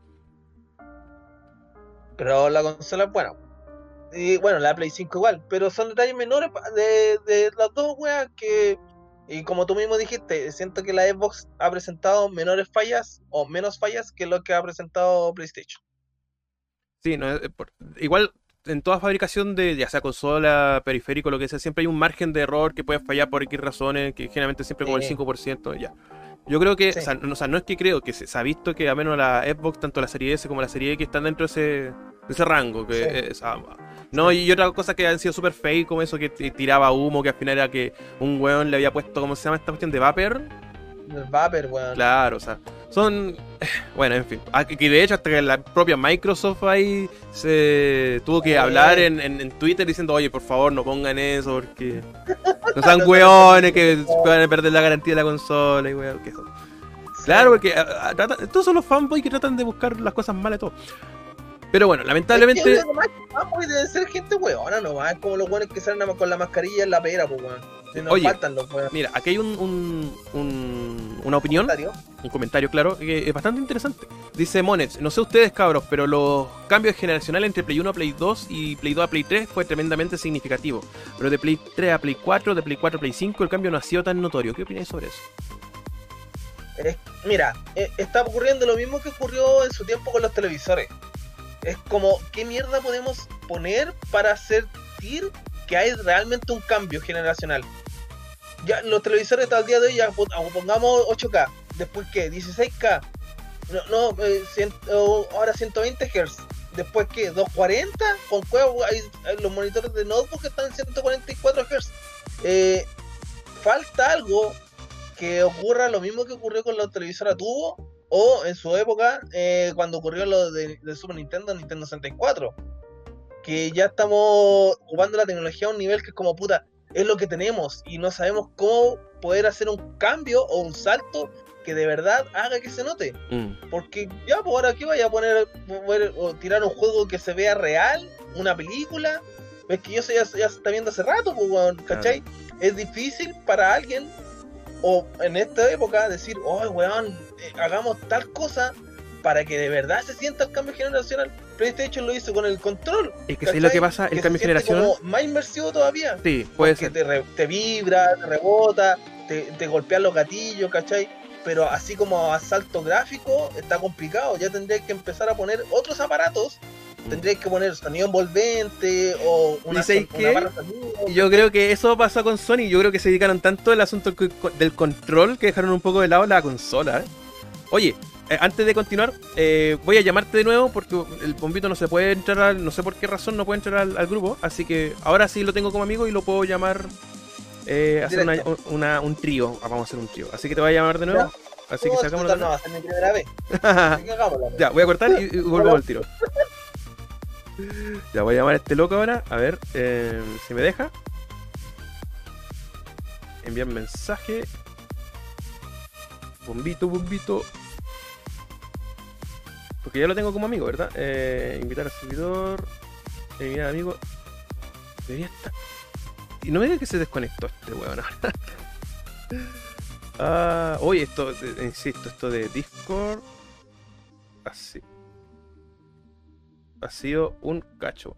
Pero la consola es buena. Y bueno, la Play cinco igual, pero son detalles menores de, de las dos weas que... Y como tú mismo dijiste, siento que la Xbox ha presentado menores fallas o menos fallas que lo que ha presentado PlayStation. Sí, no, igual en toda fabricación de ya sea consola, periférico, lo que sea, siempre hay un margen de error que puede fallar por X razones, que generalmente siempre como sí. el cinco por ciento, ya. Yo creo que, sí. o, sea, no, o sea, no es que creo que se, se ha visto que a menos la Xbox, tanto la Serie S como la Serie X están dentro de ese, de ese rango, que sí. es, ah, no, y otra cosa que han sido super fake, como eso que tiraba humo, que al final era que un weón le había puesto, ¿cómo se llama esta cuestión? De vapor. El vapor, weón. Claro, o sea, son... Bueno, en fin. Que de hecho hasta que la propia Microsoft ahí se tuvo que eh. hablar en, en, en Twitter diciendo, oye, por favor, no pongan eso, porque no sean weones que van a perder la garantía de la consola y weón, que eso. Claro, porque a, a, trata, todos son los fanboys que tratan de buscar las cosas malas y todo. Pero bueno, lamentablemente... Es que fanboys deben ser gente weona nomás, como los weones que salen con la mascarilla en la pera, pues weón. Si nos Oye, faltan los weones. Mira, aquí hay un, un, un, una opinión, ¿Un comentario? un comentario, claro, que es bastante interesante. Dice Monets, no sé ustedes cabros, pero los cambios generacionales entre Play uno a Play dos y Play dos a Play tres fue tremendamente significativo. Pero de Play tres a Play cuatro, de Play cuatro a Play cinco, el cambio no ha sido tan notorio. ¿Qué opináis sobre eso? Eh, mira, eh, está ocurriendo lo mismo que ocurrió en su tiempo con los televisores. Es como, ¿qué mierda podemos poner para sentir que hay realmente un cambio generacional? Ya los televisores hasta el día de hoy ya pongamos ocho K, después ¿qué? dieciséis K, no, no eh, cien, oh, ahora ciento veinte hertz, después ¿qué? doscientos cuarenta, con juegos, hay, hay los monitores de notebook que están en ciento cuarenta y cuatro hertz. Eh, falta algo que ocurra lo mismo que ocurrió con los televisores a tubo, o en su época, eh, cuando ocurrió lo de, de Super Nintendo, Nintendo sesenta y cuatro, que ya estamos ocupando la tecnología a un nivel que es como puta, es lo que tenemos y no sabemos cómo poder hacer un cambio o un salto que de verdad haga que se note. Mm. Porque ya, pues ahora ¿qué vaya a poner, poner o tirar un juego que se vea real, una película? Es que yo sé, ya, ya se está viendo hace rato, pues, ¿cachai? Claro. Es difícil para alguien, o en esta época, decir, oh, weón, eh, hagamos tal cosa para que de verdad se sienta el cambio generacional. PlayStation lo hizo con el control. Es que es lo que pasa, el que cambio generacional como más inmersivo todavía. Sí, puede ser. Te, re, te vibra, te rebota, te, te golpea los gatillos, ¿cachai? Pero así como a salto gráfico está complicado. Ya tendrías que empezar a poner otros aparatos. Mm. Tendrías que poner sonido envolvente o una, son, una barra de sonido. Yo creo que eso pasó con Sony. Yo creo que se dedicaron tanto al asunto del control que dejaron un poco de lado la consola, ¿eh? Oye, Eh, antes de continuar, eh, voy a llamarte de nuevo porque el bombito no se puede entrar al, no sé por qué razón no puede entrar al, al grupo, así que ahora sí lo tengo como amigo y lo puedo llamar, eh, hacer una, una, un trío, vamos a hacer un trío, así que te voy a llamar de nuevo, ¿no? Así no, que sacamos la... No, va a ser mi primera vez. Ya, voy a cortar y, y vuelvo al tiro. Ya, voy a llamar a este loco ahora, a ver eh, si me deja. Enviar mensaje. Bombito, bombito. Porque ya lo tengo como amigo, ¿verdad? Eh, invitar al servidor. Eliminar amigo. Debería estar. Y no me digas que se desconectó este weón ahora. Ah, oye, esto, eh, insisto, esto de Discord. Así. Ha sido un cacho.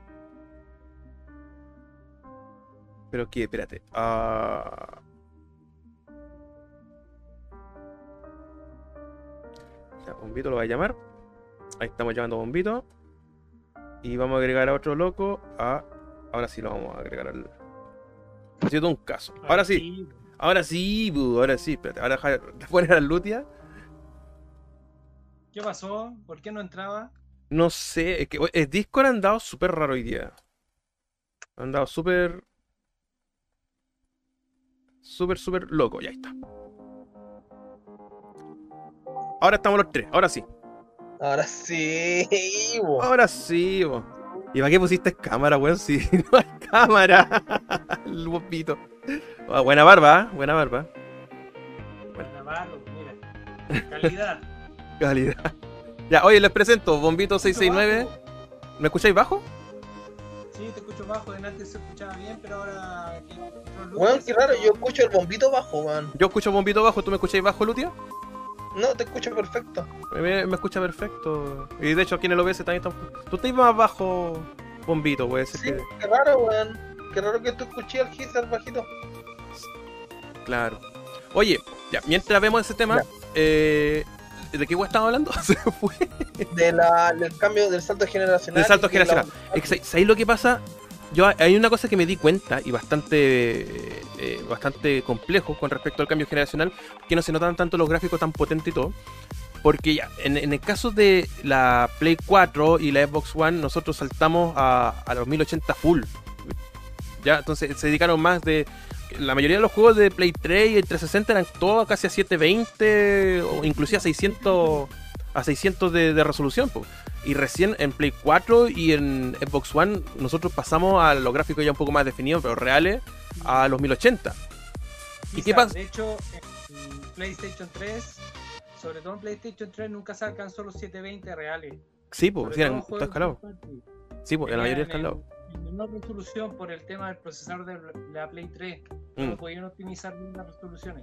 Pero qué, espérate. Ah. Ya, Bombito lo va a llamar. Ahí estamos llamando a Bombito. Y vamos a agregar a otro loco. A... Ahora sí lo vamos a agregar al... Ha sido un caso. Ahora sí. Ahora sí, bu, ahora sí. Espérate, ahora deja de poner a Lutia. ¿Qué pasó? ¿Por qué no entraba? No sé, es que oye, el Discord ha andado súper raro hoy día. Ha andado súper, súper, súper loco. Ya está. Ahora estamos los tres, ahora sí. Ahora sí, bo. Ahora sí, bo. ¿Y para qué pusiste cámara, weón? Si no hay cámara. El bombito. Ah, buena barba, ¿eh? Buena barba. Buena barba, mira. Calidad. Calidad. Ya, oye, les presento, Bombito seiscientos sesenta y nueve. ¿Me escucháis bajo? Sí, te escucho bajo, de antes se escuchaba bien, pero ahora... Weón, qué raro, yo escucho el bombito bajo, weón. Yo escucho Bombito bajo, ¿tú me escucháis bajo, Lutia? No, te escucho perfecto. Me, me escucha perfecto. Y de hecho aquí en el O B S también está... Tú estás más bajo, Bombito, puede ser Sí, que... qué raro, weón. Qué raro que tú escuché al Gizar bajito. Claro. Oye, ya, mientras vemos ese tema, Ya. eh, ¿de qué weón estamos hablando? Se fue. De la, del cambio, del salto generacional. Del salto y de la- generacional. Es que, ¿sabéis lo que pasa? Yo hay una cosa que me di cuenta y bastante eh, bastante complejo con respecto al cambio generacional, que no se notan tanto los gráficos tan potentes y todo. Porque ya, en, en el caso de la Play cuatro y la Xbox One, nosotros saltamos a, a los mil ochenta full. Ya, entonces se dedicaron más de... La mayoría de los juegos de Play tres y el trescientos sesenta eran todos casi a setecientos veinte o inclusive a seiscientos, a seiscientos de, de resolución, po. Y recién en Play cuatro y en Xbox One nosotros pasamos a los gráficos ya un poco más definidos, pero reales, a los mil ochenta. ¿Y qué pasa? De hecho, en PlayStation tres, sobre todo en PlayStation tres, nunca se alcanzó los setecientos veinte reales. Sí, pues, Sobre sí, eran todo está juegos escalado. portátiles. Sí, pues, la mayoría Tenían escalado. en- en menor resolución por el tema del procesador de la Play tres. Mm. No podían optimizar bien las resoluciones.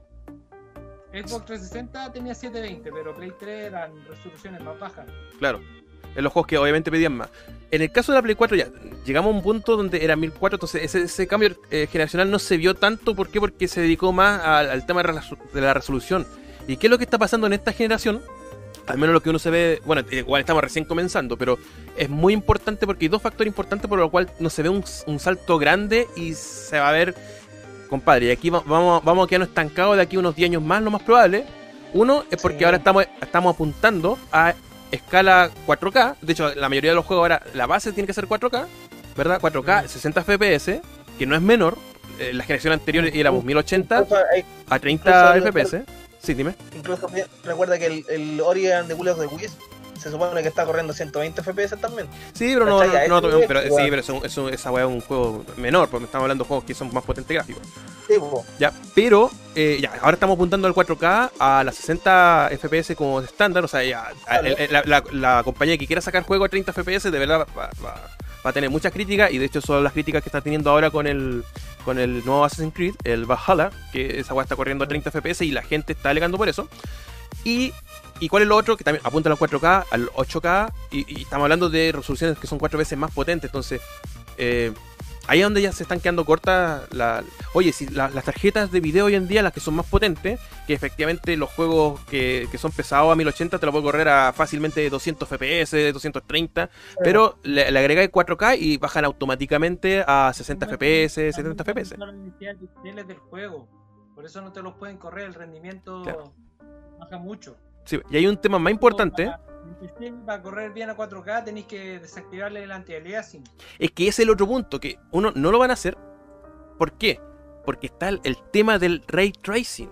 Xbox trescientos sesenta tenía setecientos veinte, pero Play tres eran resoluciones más bajas. Claro. En los juegos que obviamente pedían más. En el caso de la Play cuatro ya llegamos a un punto donde era mil cuatro, entonces ese, ese cambio eh, generacional no se vio tanto. ¿Por qué? Porque se dedicó más al, al tema de la, de la resolución. ¿Y qué es lo que está pasando en esta generación? Al menos lo que uno se ve, bueno, igual estamos recién comenzando, pero es muy importante porque hay dos factores importantes por los cuales no se ve un, un salto grande y se va a ver, compadre, y aquí va- vamos, vamos a quedarnos estancados de aquí a unos diez años más, lo más probable. Uno es porque Sí. ahora estamos, estamos apuntando a escala cuatro K. De hecho, la mayoría de los juegos ahora, la base tiene que ser cuatro K, ¿verdad? cuatro K, sesenta F P S, que no es menor. Eh, la generación anterior éramos mil ochenta Incluso, hay- a treinta incluso- F P S. Sí, dime. incluso recuerda que el, el Ori and the Will of the Wisp se supone que está corriendo ciento veinte F P S también. Sí, pero no, ¿Cachai? A no, ese no, nivel, pero, sí, igual. pero eso, eso- esa weá es un juego menor, porque estamos hablando de juegos que son más potentes gráficos. Sí, po. Ya, pero eh, ya, ahora estamos apuntando al cuatro K a las sesenta F P S como estándar, o sea, ya, a- Claro. el- el- la, la- la compañía que quiera sacar juego a treinta F P S de verdad va, va- va a tener muchas críticas, y de hecho son las críticas que está teniendo ahora con el con el nuevo Assassin's Creed, el Valhalla, que esa weá está corriendo a treinta F P S y la gente está alegando por eso. Y, ¿y cuál es lo otro? Que también apunta al cuatro K, al ocho K, y, y estamos hablando de resoluciones que son cuatro veces más potentes. Entonces, eh, ahí es donde ya se están quedando cortas. La, oye, si la- las tarjetas de video hoy en día, las que son más potentes, que efectivamente los juegos que, que son pesados a mil ochenta te lo puede correr a fácilmente doscientos F P S, doscientos treinta, pero le, le agregáis cuatro K y bajan automáticamente a sesenta F P S, setenta F P S. Son las necesidades especiales del juego. Por eso no te los pueden correr, el rendimiento Claro. baja mucho. Sí, y hay un tema más importante. Para, en P C, para correr bien a cuatro K tenéis que desactivarle el anti-aliasing. Es que ese es el otro punto, que uno no lo van a hacer. ¿Por qué? Porque está el, el tema del ray tracing.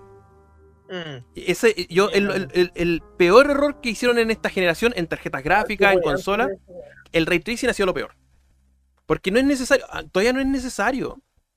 Mm. Ese, yo, el, el- el- el peor error que hicieron en esta generación, en tarjetas gráficas, en consolas, el ray tracing ha sido lo peor. Porque no es necesario, ah, todavía no es necesario.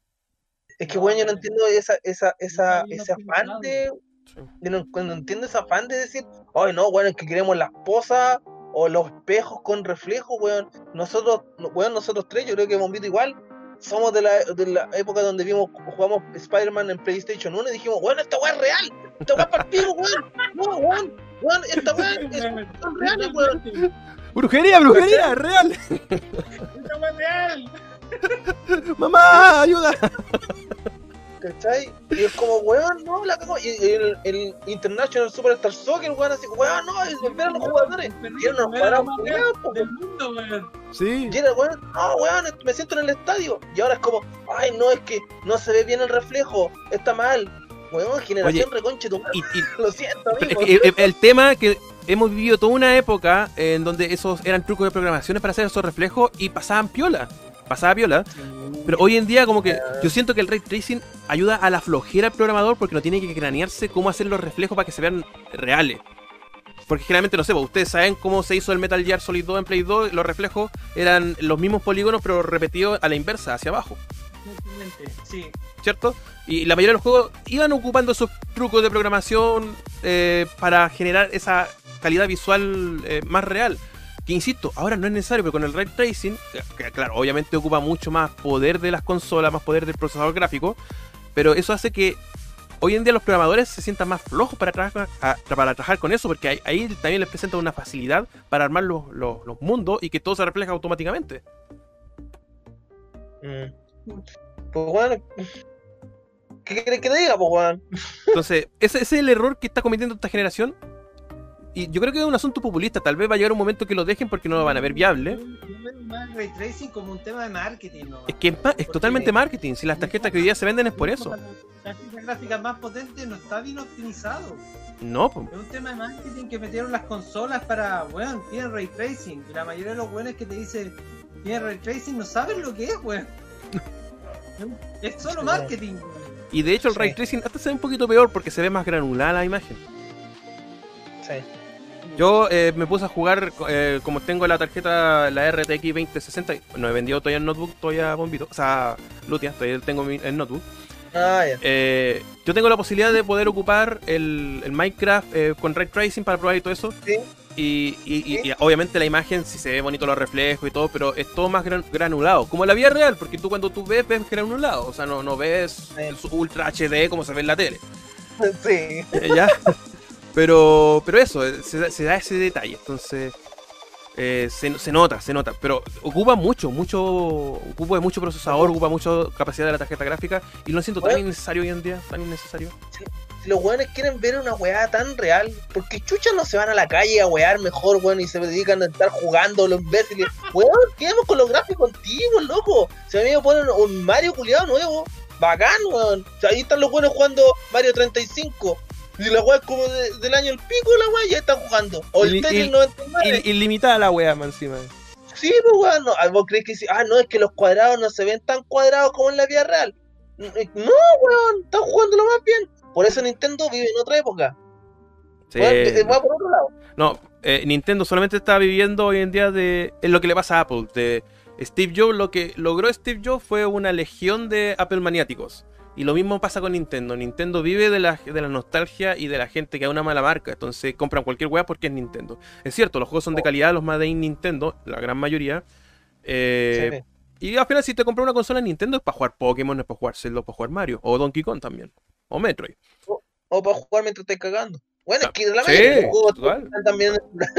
Es que, weón, yo no entiendo esa, esa, esa, No, no ese tiene afán nada. de. Yo no, no entiendo ese afán de decir, ay, no, weón, es que queremos las posas o los espejos con reflejo, weón. Nosotros, no- weón, nosotros tres, yo creo que Bombito igual, somos de la, de la época donde vimos, jugamos Spider-Man en PlayStation uno y dijimos, weón, esta weá es real, esta weá es partido, weón. No, weón, weón, esta weá es, son reales, weón. ¡Brujería, brujería! ¡Es real! ¡Esta weá es real! ¡Mamá, ayuda! ¿Cachai? Y es como, weón, no, la cagó. Y el, el International Superstar Soccer, weón, así, weón, no, es ver a los jugadores. Y era una Era jugada lo más real del mundo, weón. Sí. Y era, weón, no, weón, me siento en el estadio. Y ahora es como, ay, no, es que no se ve bien el reflejo, está mal. Weón, generación reconche tu Y, y- Lo siento, pero amigo. es que el, el tema es que hemos vivido toda una época en donde esos eran trucos de programaciones para hacer esos reflejos y pasaban piola. Pasaba piola. Pero hoy en día como que yo siento que el ray tracing ayuda a la flojera del programador porque no tiene que cranearse cómo hacer los reflejos para que se vean reales. Porque generalmente, no sé, pues, ustedes saben cómo se hizo el Metal Gear Solid dos en Play dos, los reflejos eran los mismos polígonos pero repetidos a la inversa, hacia abajo, Exactamente, sí. ¿cierto? Y la mayoría de los juegos iban ocupando esos trucos de programación eh, para generar esa calidad visual eh, más real. Que insisto, ahora no es necesario, pero con el ray tracing, que, que, claro, obviamente ocupa mucho más poder de las consolas, más poder del procesador gráfico, pero eso hace que hoy en día los programadores se sientan más flojos para trabajar, a- para trabajar con eso, porque ahí, ahí también les presenta una facilidad para armar los, los- los mundos y que todo se refleja automáticamente. Mm. Pues bueno, ¿qué querés que te diga, pues weón? Entonces, ese, ese es el error que está cometiendo esta generación. Y yo creo que es un asunto populista. Tal vez va a llegar un momento que lo dejen porque no lo van a ver viable. Yo veo más ray tracing como un tema de marketing, ¿no? Es que es, ma- es totalmente marketing. Si las tarjetas que hoy día se venden es por eso. La tarjeta gráfica más potente no está bien optimizado. No, pues. Es un tema de marketing que metieron las consolas para, weón, tienen ray tracing. Y la mayoría de los weones que te dicen tienen ray tracing no saben lo que es, weón. Es solo Sí. marketing, weón. Y de hecho el Sí. ray tracing hasta se ve un poquito peor porque se ve más granulada la imagen. Sí. Yo eh, me puse a jugar, eh, como tengo la tarjeta, la R T X veinte sesenta, no he vendido todavía el notebook, todavía bombito, o sea, Lutia, todavía tengo mi- el notebook. Ah, ya. Eh, yo tengo la posibilidad de poder ocupar el, el Minecraft eh, con ray tracing para probar y todo eso. Sí. Y, y- y- y obviamente la imagen, si se ve bonito los reflejos y todo, pero es todo más gran- granulado, como en la vida real, porque tú cuando tú ves, ves granulado, o sea, no, no ves el su- Ultra H D como se ve en la tele. Sí. Eh, ¿Ya? Pero, pero eso, eh, se, da- se da ese detalle, entonces eh, se, se nota, se nota, pero ocupa mucho, mucho, ocupa mucho procesador, ocupa mucho capacidad de la tarjeta gráfica y lo siento tan Bueno. innecesario hoy en día, tan innecesario. Si los weones quieren ver una weá tan real, porque chuchas no se van a la calle a wear mejor, weón, y se dedican a estar jugando los imbéciles. Weón, quedemos con los gráficos antiguos, loco. Si a mí me ponen un Mario culiado nuevo, bacán, weón. O sea, ahí están los buenos jugando Mario treinta y cinco. Y la weá es como de- del año el pico, la weá, ya están jugando. O el Y- Tetris y- noventa y nueve. Il- ilimitada la wea más encima. Sí, pues weón, no. Ah, ¿vos crees que sí? Ah, no, es que los cuadrados no se ven tan cuadrados como en la vida real. No, weón, están jugando lo más bien. Por eso Nintendo vive en otra época. Sí. Weón, eh, va por otro lado. No, eh, Nintendo solamente está viviendo hoy en día de es lo que le pasa a Apple. De Steve Jobs, lo que logró Steve Jobs fue una legión de Apple maniáticos. Y lo mismo pasa con Nintendo. Nintendo vive de la, de la nostalgia y de la gente que es una mala marca. Entonces compran cualquier weá porque es Nintendo. Es cierto, los juegos son de calidad, los Made in Nintendo, la gran mayoría. Eh, Sí. Y al final, si te compras una consola Nintendo es para jugar Pokémon, es para jugar Zelda, es para jugar Mario. O Donkey Kong también. O Metroid. O para jugar mientras estés cagando. Bueno, Ah, es que la sí, mayoría de los juegos total. están también.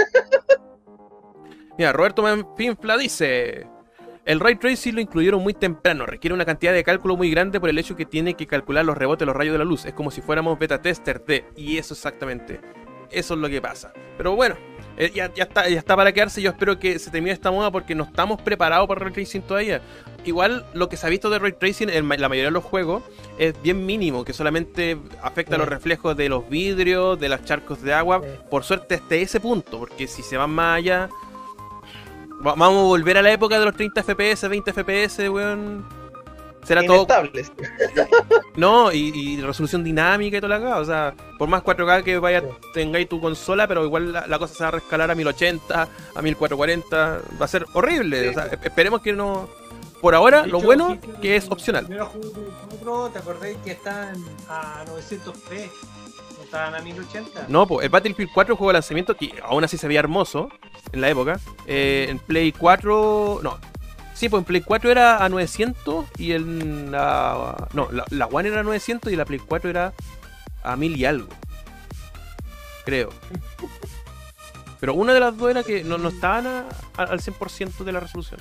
Mira, Roberto Manfinfla dice: el ray tracing lo incluyeron muy temprano, requiere una cantidad de cálculo muy grande por el hecho que tiene que calcular los rebotes de los rayos de la luz. Es como si fuéramos beta tester de, y eso exactamente, eso es lo que pasa. Pero bueno, eh, ya, ya, está, ya está para quedarse. Yo espero que se termine esta moda porque no estamos preparados para ray tracing todavía. Igual lo que se ha visto de ray tracing en la mayoría de los juegos es bien mínimo, que solamente afecta Sí. los reflejos de los vidrios, de los charcos de agua. Sí. Por suerte hasta ese punto, porque si se van más allá, va- vamos a volver a la época de los treinta F P S, veinte F P S, weón. Será todo. Inestables. No, y, y resolución dinámica y toda la cosa. O sea, por más cuatro K que vaya, Sí. tengáis tu consola, pero igual la, la cosa se va a rescalar a mil ochenta, a mil cuatrocientos cuarenta. Va a ser horrible. Sí. O sea, e- esperemos que no. Por ahora, De lo hecho, bueno sí, que es opcional. Primero juegos de cuatro, ¿te acordáis que están a novecientos p? No estaban a mil ochenta. No, pues el Battlefield cuatro, juego de lanzamiento, que aún así se veía hermoso en la época. Eh, en Play cuatro. No. Sí, pues en Play cuatro era a novecientos y en la. No, la, la One era a novecientos y la Play cuatro era a mil y algo. Creo. Pero una de las dos era que no, no estaban a- a- al cien por ciento de la resolución.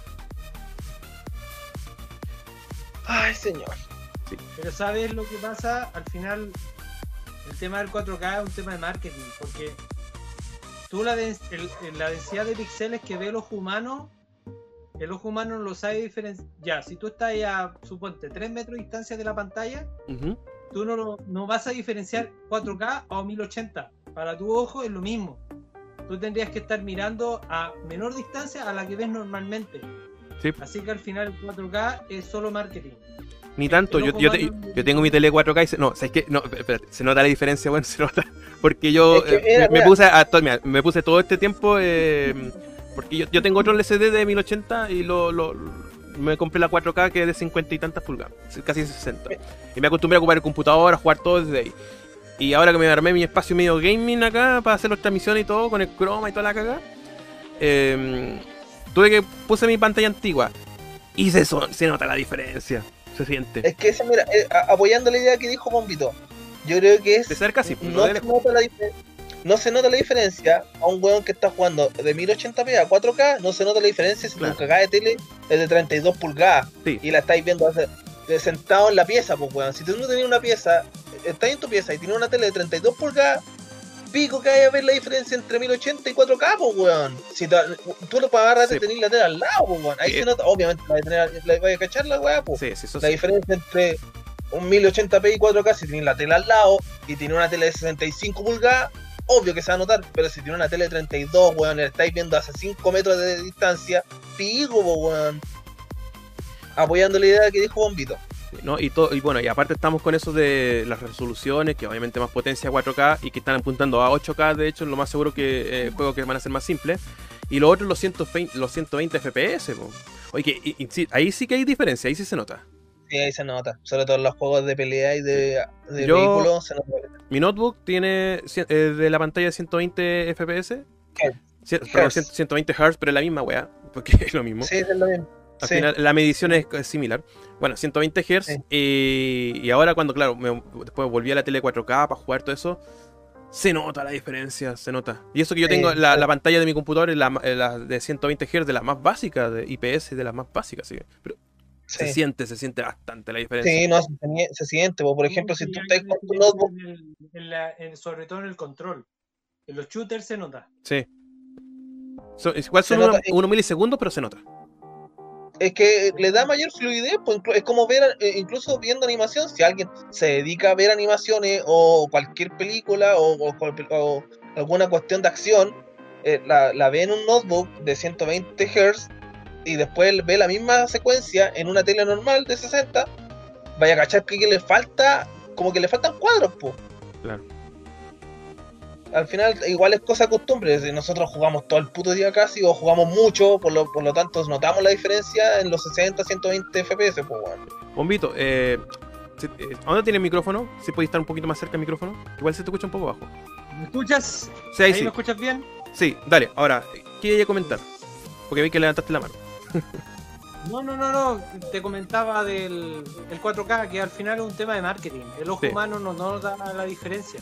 Ay, señor. Pero ¿sabes lo que pasa? Al final, el tema del cuatro K es un tema de marketing, porque tú la, dens- el- el- la densidad de píxeles que ve el ojo humano, el ojo humano no lo sabe diferenciar. Ya, si tú estás a, suponte, tres metros de distancia de la pantalla, Ujú. tú no, lo- no vas a diferenciar cuatro K o mil ochenta. Para tu ojo es lo mismo. Tú tendrías que estar mirando a menor distancia a la que ves normalmente. Sí. Así que al final el cuatro K es solo marketing. Ni tanto, El yo, ojo yo, te- humano- yo tengo mi tele cuatro K y se, no, ¿sabes qué? No, espérate, se nota la diferencia, bueno, se nota. Porque yo Es que, eh, mira, me, me mira. puse a, to- mira, me puse todo este tiempo, eh, porque yo, yo tengo otro L C D de mil ochenta y lo, lo- me compré la cuatro K que es de cincuenta y tantas pulgadas, casi sesenta. Y me acostumbré a ocupar el computador, a jugar todo desde ahí. Y ahora que me armé mi espacio medio gaming acá para hacer las transmisiones y todo, con el croma y toda la cagada, eh, tuve que puse mi pantalla antigua y se, son- se nota la diferencia, se siente. Es que ese, mira, eh, a- apoyando la idea que dijo Bombito, yo creo que es. De cerca sí, pero no, de se lejos. nota la dife- no se nota la diferencia a un weón que está jugando de mil ochenta p a cuatro K, no se nota la diferencia si Claro. tu cagada de tele es de treinta y dos pulgadas Sí. y la estáis viendo hace- de sentado en la pieza, pues weón. Si tú no tenías una pieza, estás en tu pieza y tienes una tele de treinta y dos pulgadas, pico que hay a ver la diferencia entre mil ochenta y cuatro K, pues weón. Si te- tú lo puedes agarrar Sí. de tener la tele al lado, pues weón. Ahí Sí. se nota, obviamente, la, de tener, la vaya a cachar la weá, pues. Sí, sí, eso La sí. diferencia entre un mil ochenta p y cuatro K, si tienes la tele al lado y tiene una tele de sesenta y cinco pulgadas, obvio que se va a notar, pero si tiene una tele de treinta y dos, weón, y la estáis viendo hace cinco metros de distancia, pico, po, weón. Apoyando la idea que dijo Bombito. ¿No? Y, todo, y bueno, y aparte estamos con eso de las resoluciones, que obviamente más potencia cuatro K y que están apuntando a ocho K, de hecho, lo más seguro que eh, juegos que van a ser más simples. Y lo otro, los ciento veinte, los ciento veinte F P S. Po. Oye, que, y- y sí, ahí sí que hay diferencia, ahí sí se nota. Sí, ahí se nota. Sobre todo en los juegos de pelea y de, de Yo- vehículos, se nota. Mi notebook tiene cien- eh, de la pantalla de ciento veinte F P S. Hertz. Cien- perdón, Hertz. cien- ciento veinte Hz, pero es la misma weá, porque es lo mismo. Sí, es lo mismo. Al Sí. final la medición es, es similar. Bueno, ciento veinte Hz. Sí. Y, y ahora cuando, claro, me- después volví a la tele cuatro K para jugar todo eso, se nota la diferencia, se nota. Y eso que yo Sí, tengo, la, sí. la pantalla de mi computador es la, la de ciento veinte Hz, de las más básicas, de I P S, de las más básicas. Sí. Pero se Sí. siente, se siente bastante la diferencia. Sí, no, se, se- se siente. po. Por ejemplo, si tú estás con tu notebook, En el- en la- en- sobre todo en el control. En los shooters se nota. Sí. So- es- igual Se son nota- unos, unos milisegundos, pero se nota. es que le da mayor fluidez, pues inclu- es como ver, eh, incluso viendo animación, si alguien se dedica a ver animaciones o cualquier película o, o cual- o alguna cuestión de acción, eh, la, la ve en un notebook de ciento veinte Hz y después ve la misma secuencia en una tele normal de sesenta, vaya a cachar que, que le falta, como que le faltan cuadros, pues. Claro. Al final, igual es cosa de costumbre. Si nosotros jugamos todo el puto día casi, o jugamos mucho, por lo, por lo tanto, notamos la diferencia en los sesenta, ciento veinte F P S, pues, weón. Bombito, eh, si- eh, ¿a dónde tiene el micrófono? Si podéis estar un poquito más cerca del micrófono. Igual se te escucha un poco bajo. ¿Me escuchas? Sí, ahí ¿Ahí sí. me escuchas bien? Sí, dale. Ahora, ¿qué iba a comentar? Porque vi que levantaste la mano. No, no, no, no. Te comentaba del el cuatro K, que al final es un tema de marketing. El ojo Sí. humano no, no da la diferencia.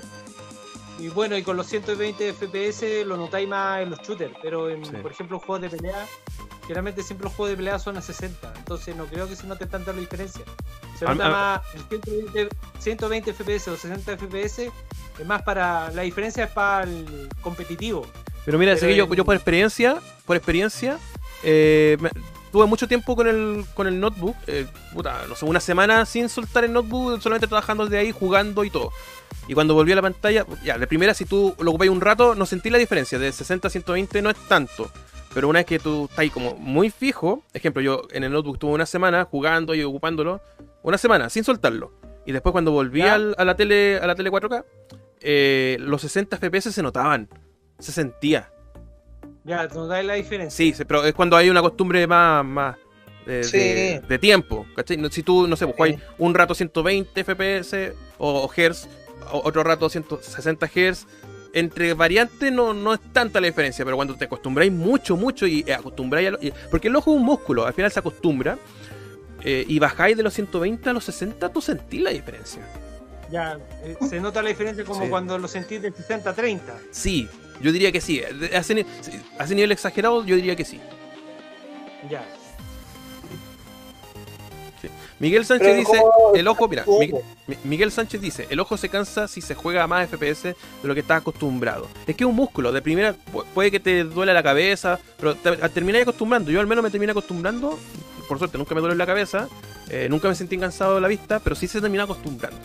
Y bueno, y con los ciento veinte F P S lo notáis más en los shooters, pero en, Sí. por ejemplo, juegos de pelea, generalmente siempre los juegos de pelea son a sesenta, entonces no creo que se note tanta la diferencia. Se Al- nota al- más el ciento veinte, ciento veinte F P S o sesenta F P S, es más para, la diferencia es para el competitivo. Pero mira, Pero sé que yo, en- yo por experiencia, por experiencia, eh, me- tuve mucho tiempo con el, con el notebook, eh, puta, no sé, una semana sin soltar el notebook, solamente trabajando desde ahí, jugando y todo. Y cuando volví a la pantalla, ya, de primera si tú lo ocupáis un rato, no sentí la diferencia, de sesenta a ciento veinte no es tanto. Pero una vez que tú estás ahí como muy fijo, ejemplo, yo en el notebook tuve una semana jugando y ocupándolo, una semana, sin soltarlo. Y después cuando volví ¿Ya? al- a la tele a la tele cuatro K, eh, los sesenta F P S se notaban, se sentía. Ya, notáis la diferencia. Sí, sí, pero es cuando hay una costumbre más, más de, Sí. de- de tiempo, ¿cachai? No- Si tú, no sé, pues, jugáis Sí. un rato ciento veinte F P S o, o Hz, o otro rato ciento sesenta Hz, entre variantes no, no es tanta la diferencia, pero cuando te acostumbráis mucho, mucho y eh, acostumbráis a lo- y- porque el ojo es un músculo, al final se acostumbra, eh, y bajáis de los ciento veinte a los sesenta, tú sentís la diferencia. Ya, eh, se nota la diferencia como Sí. cuando lo sentís de sesenta a treinta. Sí, yo diría que sí. De- A ese, ni- sí, a ese nivel exagerado, yo diría que sí. Ya. Miguel Sánchez Pero dice, ¿cómo- el ojo, mira, cómo? Mi- Mi- Miguel Sánchez dice, el ojo se cansa si se juega a más F P S de lo que estás acostumbrado. Es que es un músculo, de primera pu- puede que te duele la cabeza, pero te termináis acostumbrando. Yo al menos me terminé acostumbrando, por suerte nunca me duele la cabeza, eh, nunca me sentí cansado de la vista, pero sí se termina acostumbrando.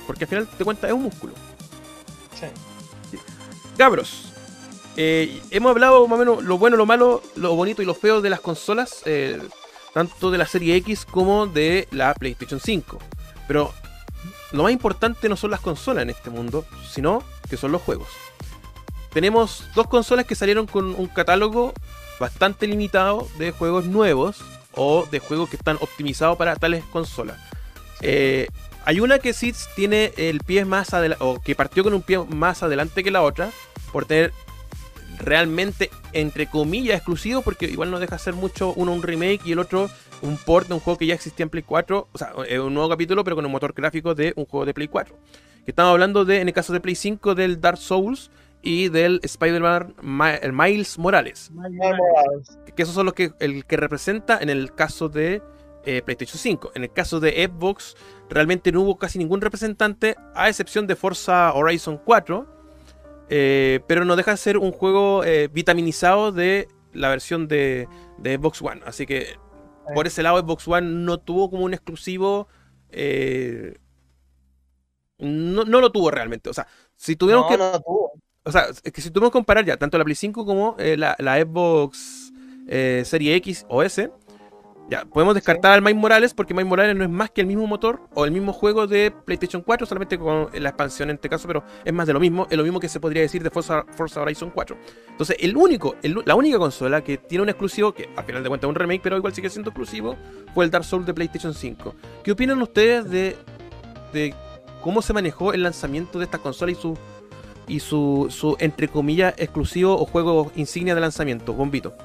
porque al final te cuenta es un músculo. Sí. Cabros, eh, hemos hablado más o menos lo bueno, lo malo, lo bonito y lo feo de las consolas, eh, tanto de la serie X como de la PlayStation cinco. Pero lo más importante no son las consolas en este mundo, sino que son los juegos. Tenemos dos consolas que salieron con un catálogo bastante limitado de juegos nuevos o de juegos que están optimizados para tales consolas. Eh, hay una que sí tiene el pie más adelante, o que partió con un pie más adelante que la otra, por tener realmente, entre comillas, exclusivo, porque igual no deja ser mucho uno un remake y el otro un port de un juego que ya existía en Play cuatro, o sea, un nuevo capítulo pero con un motor gráfico de un juego de Play cuatro. Que estamos hablando de, en el caso de Play cinco, del Dark Souls y del Spider-Man el Miles Morales. Que esos son los que el que representa en el caso de eh, PlayStation cinco. En el caso de Xbox realmente no hubo casi ningún representante, a excepción de Forza Horizon cuatro, eh, pero no deja de ser un juego eh, vitaminizado de la versión de, de Xbox One. Así que por ese lado Xbox One no tuvo como un exclusivo, eh, no, no lo tuvo realmente. O sea, si tuviéramos No, que... no tuvo. O sea, es que si tuviéramos que comparar ya tanto la Play cinco como eh, la, la Xbox eh, Serie X o S, ya podemos descartar al Miles Morales, porque Miles Morales no es más que el mismo motor o el mismo juego de PlayStation cuatro, solamente con la expansión en este caso, pero es más de lo mismo, es lo mismo que se podría decir de Forza, Forza Horizon cuatro. Entonces, el único, el, la única consola que tiene un exclusivo, que al final de cuentas es un remake, pero igual sigue siendo exclusivo, fue el Dark Souls de PlayStation cinco. ¿Qué opinan ustedes de, de cómo se manejó el lanzamiento de esta consola y su y su, su entre comillas exclusivo o juego insignia de lanzamiento? Bombito.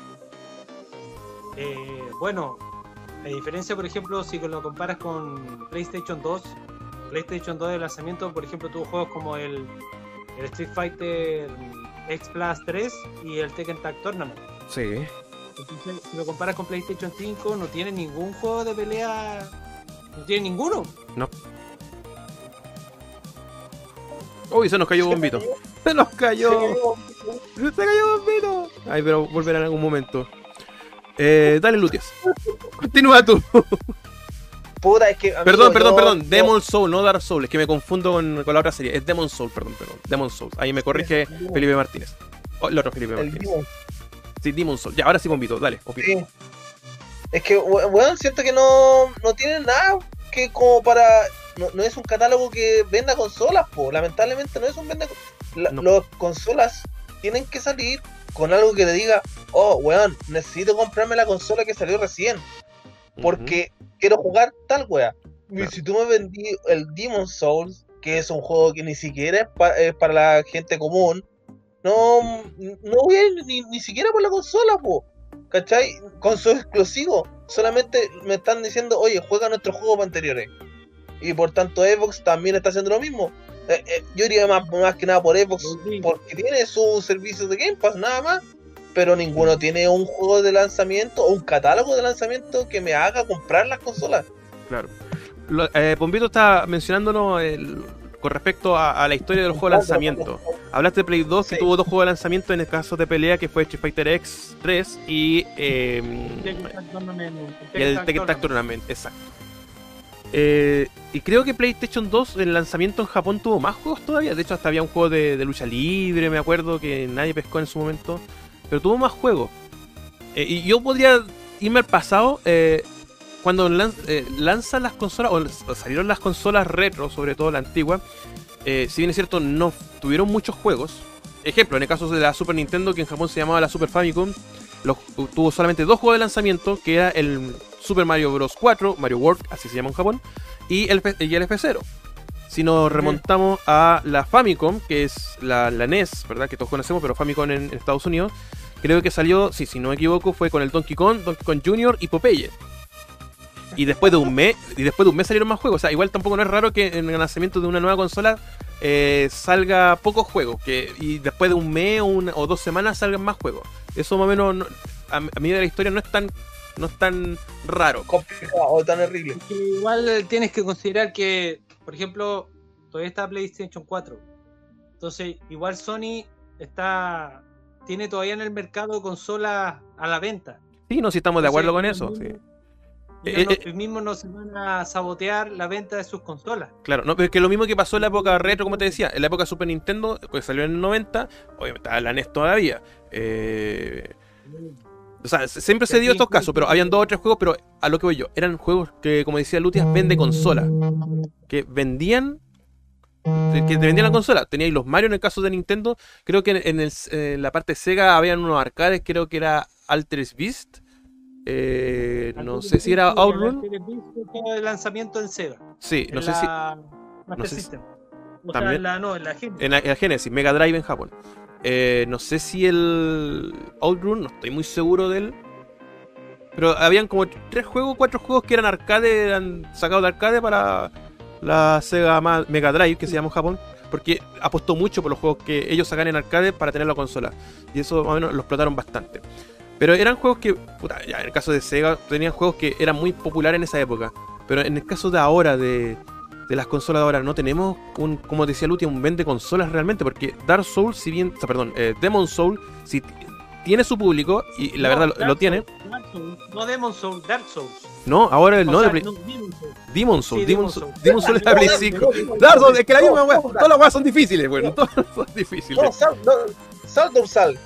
Eh, bueno, a diferencia, por ejemplo, si lo comparas con PlayStation dos, PlayStation dos de lanzamiento, por ejemplo, tuvo juegos como el, el Street Fighter X Plus tres y el Tekken Tag Tournament. Sí. Entonces, si lo comparas con PlayStation cinco, no tiene ningún juego de pelea, no tiene ninguno. No. Uy, se nos cayó Bombito. Se nos cayó. Se cayó Bombito. Ay, pero volverá en algún momento. Eh, dale, Lutias. Continúa tú. Puta, es que, amigo, Perdón, perdón, yo- perdón. yo- Demon Soul, no Dark Soul. Es que me confundo con, con la otra serie. Es Demon Soul, perdón, perdón. Demon Soul. Ahí me corrige Felipe Martínez. Oh, el otro Felipe El Martínez. Demon. Sí, Demon Soul. Ya, ahora sí, Bombito. Dale, opina. Sí. Es que, we- weón, siento que no, no tiene nada que como para... No, no es un catálogo que venda consolas, po. Lamentablemente no es un venda... La, No. Las consolas tienen que salir con algo que te diga, oh, weón, necesito comprarme la consola que salió recién, porque quiero jugar tal wea. Y Claro. si tú me vendí el Demon Souls, que es un juego que ni siquiera es, pa- es para la gente común, no, no voy a ir ni, ni siquiera por la consola, po. ¿Cachai? Con su exclusivo. Solamente me están diciendo, oye, juega nuestros juegos anteriores. Y por tanto Xbox también está haciendo lo mismo. Eh, eh, yo iría más, más que nada por Xbox, Sí. porque tiene su servicio de Game Pass, nada más. Pero ninguno tiene un juego de lanzamiento o un catálogo de lanzamiento que me haga comprar las consolas. Claro. Lo- eh, Bombito está mencionándonos el- con respecto a, a la historia de los juegos de lanzamiento. Hablaste de Play dos, que Sí. tuvo dos juegos de lanzamiento en el caso de pelea, que fue Street Fighter X tres y, eh, Tekken Tag Tournament, y el Tekken Tag Tournament. Exacto. Eh, y creo que PlayStation dos, el lanzamiento en Japón, tuvo más juegos todavía. De hecho, hasta había un juego de, de lucha libre, me acuerdo, que nadie pescó en su momento. Pero tuvo más juegos. Eh, y yo podría irme al pasado. Eh, cuando lan- eh, lanzan las consolas, o, o salieron las consolas retro, sobre todo la antigua, eh, si bien es cierto, no tuvieron muchos juegos. Ejemplo, en el caso de la Super Nintendo, que en Japón se llamaba la Super Famicom, los- tuvo solamente dos juegos de lanzamiento, que era el Super Mario Bros. cuatro, Mario World, así se llama en Japón, y el, F- y el F cero. Si nos remontamos a la Famicom, que es la, la N E S, ¿verdad? Que todos conocemos, pero Famicom en, en Estados Unidos, creo que salió, sí, si no me equivoco, fue con el Donkey Kong, Donkey Kong junior y Popeye. Y después de un mes, y después de un mes salieron más juegos. O sea, igual tampoco no es raro que en el lanzamiento de una nueva consola eh, salga pocos juegos, que y después de un mes o, una, o dos semanas salgan más juegos. Eso más o menos no- a, a mí de la historia no es tan no es tan raro. Complicado o tan horrible. Que igual eh, tienes que considerar que, por ejemplo, todavía está PlayStation cuatro. Entonces, igual Sony está tiene todavía en el mercado consolas a la venta. Sí, no, si estamos de acuerdo con eso. Entonces, Sí. Eh, no- eh, ellos mismos no se van a sabotear la venta de sus consolas. Claro, no, pero es que lo mismo que pasó en la época retro, como te decía, en la época Super Nintendo, pues salió en el noventa, obviamente estaba la N E S todavía. Eh, o sea, se- siempre se dio estos casos, pero habían dos o tres juegos, pero a lo que voy yo, eran juegos que, como decía Lutias, vende consola. Que vendían. Que te vendían la consola. Teníais los Mario en el caso de Nintendo. Creo que en, en el- en la parte Sega habían unos arcades, creo que era Altered Beast. Eh, no sé si era Outrun. El lanzamiento en Sega. Sí, no en sé si. la Master no sé si- System. O sea, también- en la, no, en la Genesis. En la, en la Genesis, Mega Drive en Japón. Eh, no sé si el Outrun, no estoy muy seguro de él. Pero habían como tres juegos, cuatro juegos que eran arcade, eran sacados de arcade para la Sega Ma- Mega Drive, que se llama en Japón. Porque apostó mucho por los juegos que ellos sacan en arcade para tener la consola. Y eso más o menos lo explotaron bastante. Pero eran juegos que, puta, ya en el caso de Sega, tenían juegos que eran muy populares en esa época. Pero en el caso de ahora, de, de las consolas de ahora, no tenemos, un, como decía Lutia, un vende consolas realmente. Porque Dark Souls, si bien, o sea, perdón, eh, Demon Souls, si t- tiene su público, y la No, verdad lo, Dark lo tiene. Souls, Dark Souls, no Demon Souls, Dark Souls. No, ahora el O no de sea, Play- no, Demon Souls. Demon Souls, Sí, Demon Demon Souls, Souls. Demon Souls es la Play No, cinco. no, no, Dark Souls, es que la misma no, weá, no, todas las weas son difíciles, bueno, todas son difíciles. No, sal, no, sal dorsal.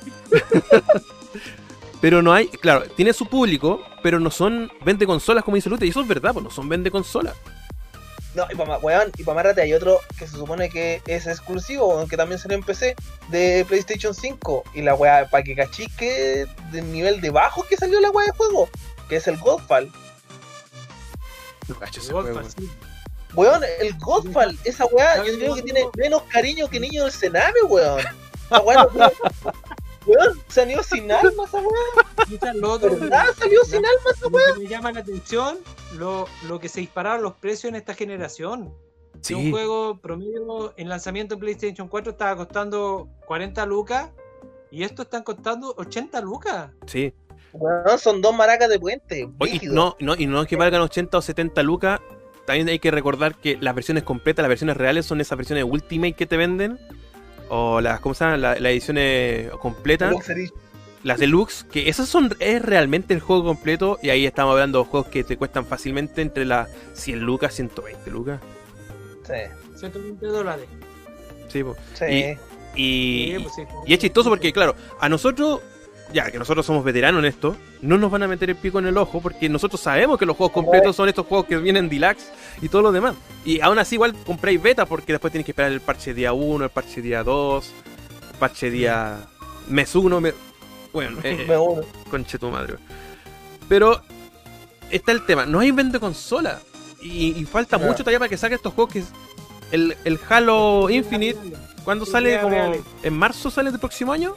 Pero no hay, claro, tiene su público, pero no son vende consolas como dice Lute, y eso es verdad, pues no son vende consolas. No, y para más, weón, y para más rate hay otro que se supone que es exclusivo, aunque también salió en P C, de PlayStation cinco. Y la weá, para que cachique del nivel de bajo que salió la weá de juego, que es el Godfall. No cacho ese Golf, juego. así. Weón, el Godfall, esa weá, yo creo que tiene menos cariño que Niño del Cename, weón. Esa weá, no tiene- weón, salió sin alma esa weá. Quizás lo otro, ¿Verdad? Salió sin alma esa lo weá. que me llama la atención, lo, lo que se dispararon los precios en esta generación. Que Un Sí, juego promedio en lanzamiento en PlayStation cuatro estaba costando cuarenta lucas y estos están costando ochenta lucas. sí. Weón, son dos maracas de puente. Oye, y brígido. no, no, y no es que valgan ochenta o setenta lucas, también hay que recordar que las versiones completas, las versiones reales son esas versiones Ultimate que te venden, o las, ¿cómo se llama? La- las ediciones completas. Deluxe Edition. Las deluxe, que esas son es realmente el juego completo, y ahí estamos hablando de juegos que te cuestan fácilmente entre las cien lucas, ciento veinte lucas. Sí, ciento veinte dólares. Sí, po. sí. Y- y, Sí, pues sí. y es chistoso porque, claro, a nosotros, ya que nosotros somos veteranos en esto, no nos van a meter el pico en el ojo porque nosotros sabemos que los juegos completos son estos juegos que vienen deluxe y todo lo demás. Y aún así igual compráis beta porque después tienes que esperar el parche día uno, el parche día dos, el parche día mes uno, me- bueno, eh, Me uno. conche tu madre. Pero está el tema, no hay vende consola. Y, y falta Ya. mucho todavía para que saquen estos juegos que es el, el Halo Infinite. ¿Cuándo Sí, sale? real, Como real. ¿en marzo sale del próximo año?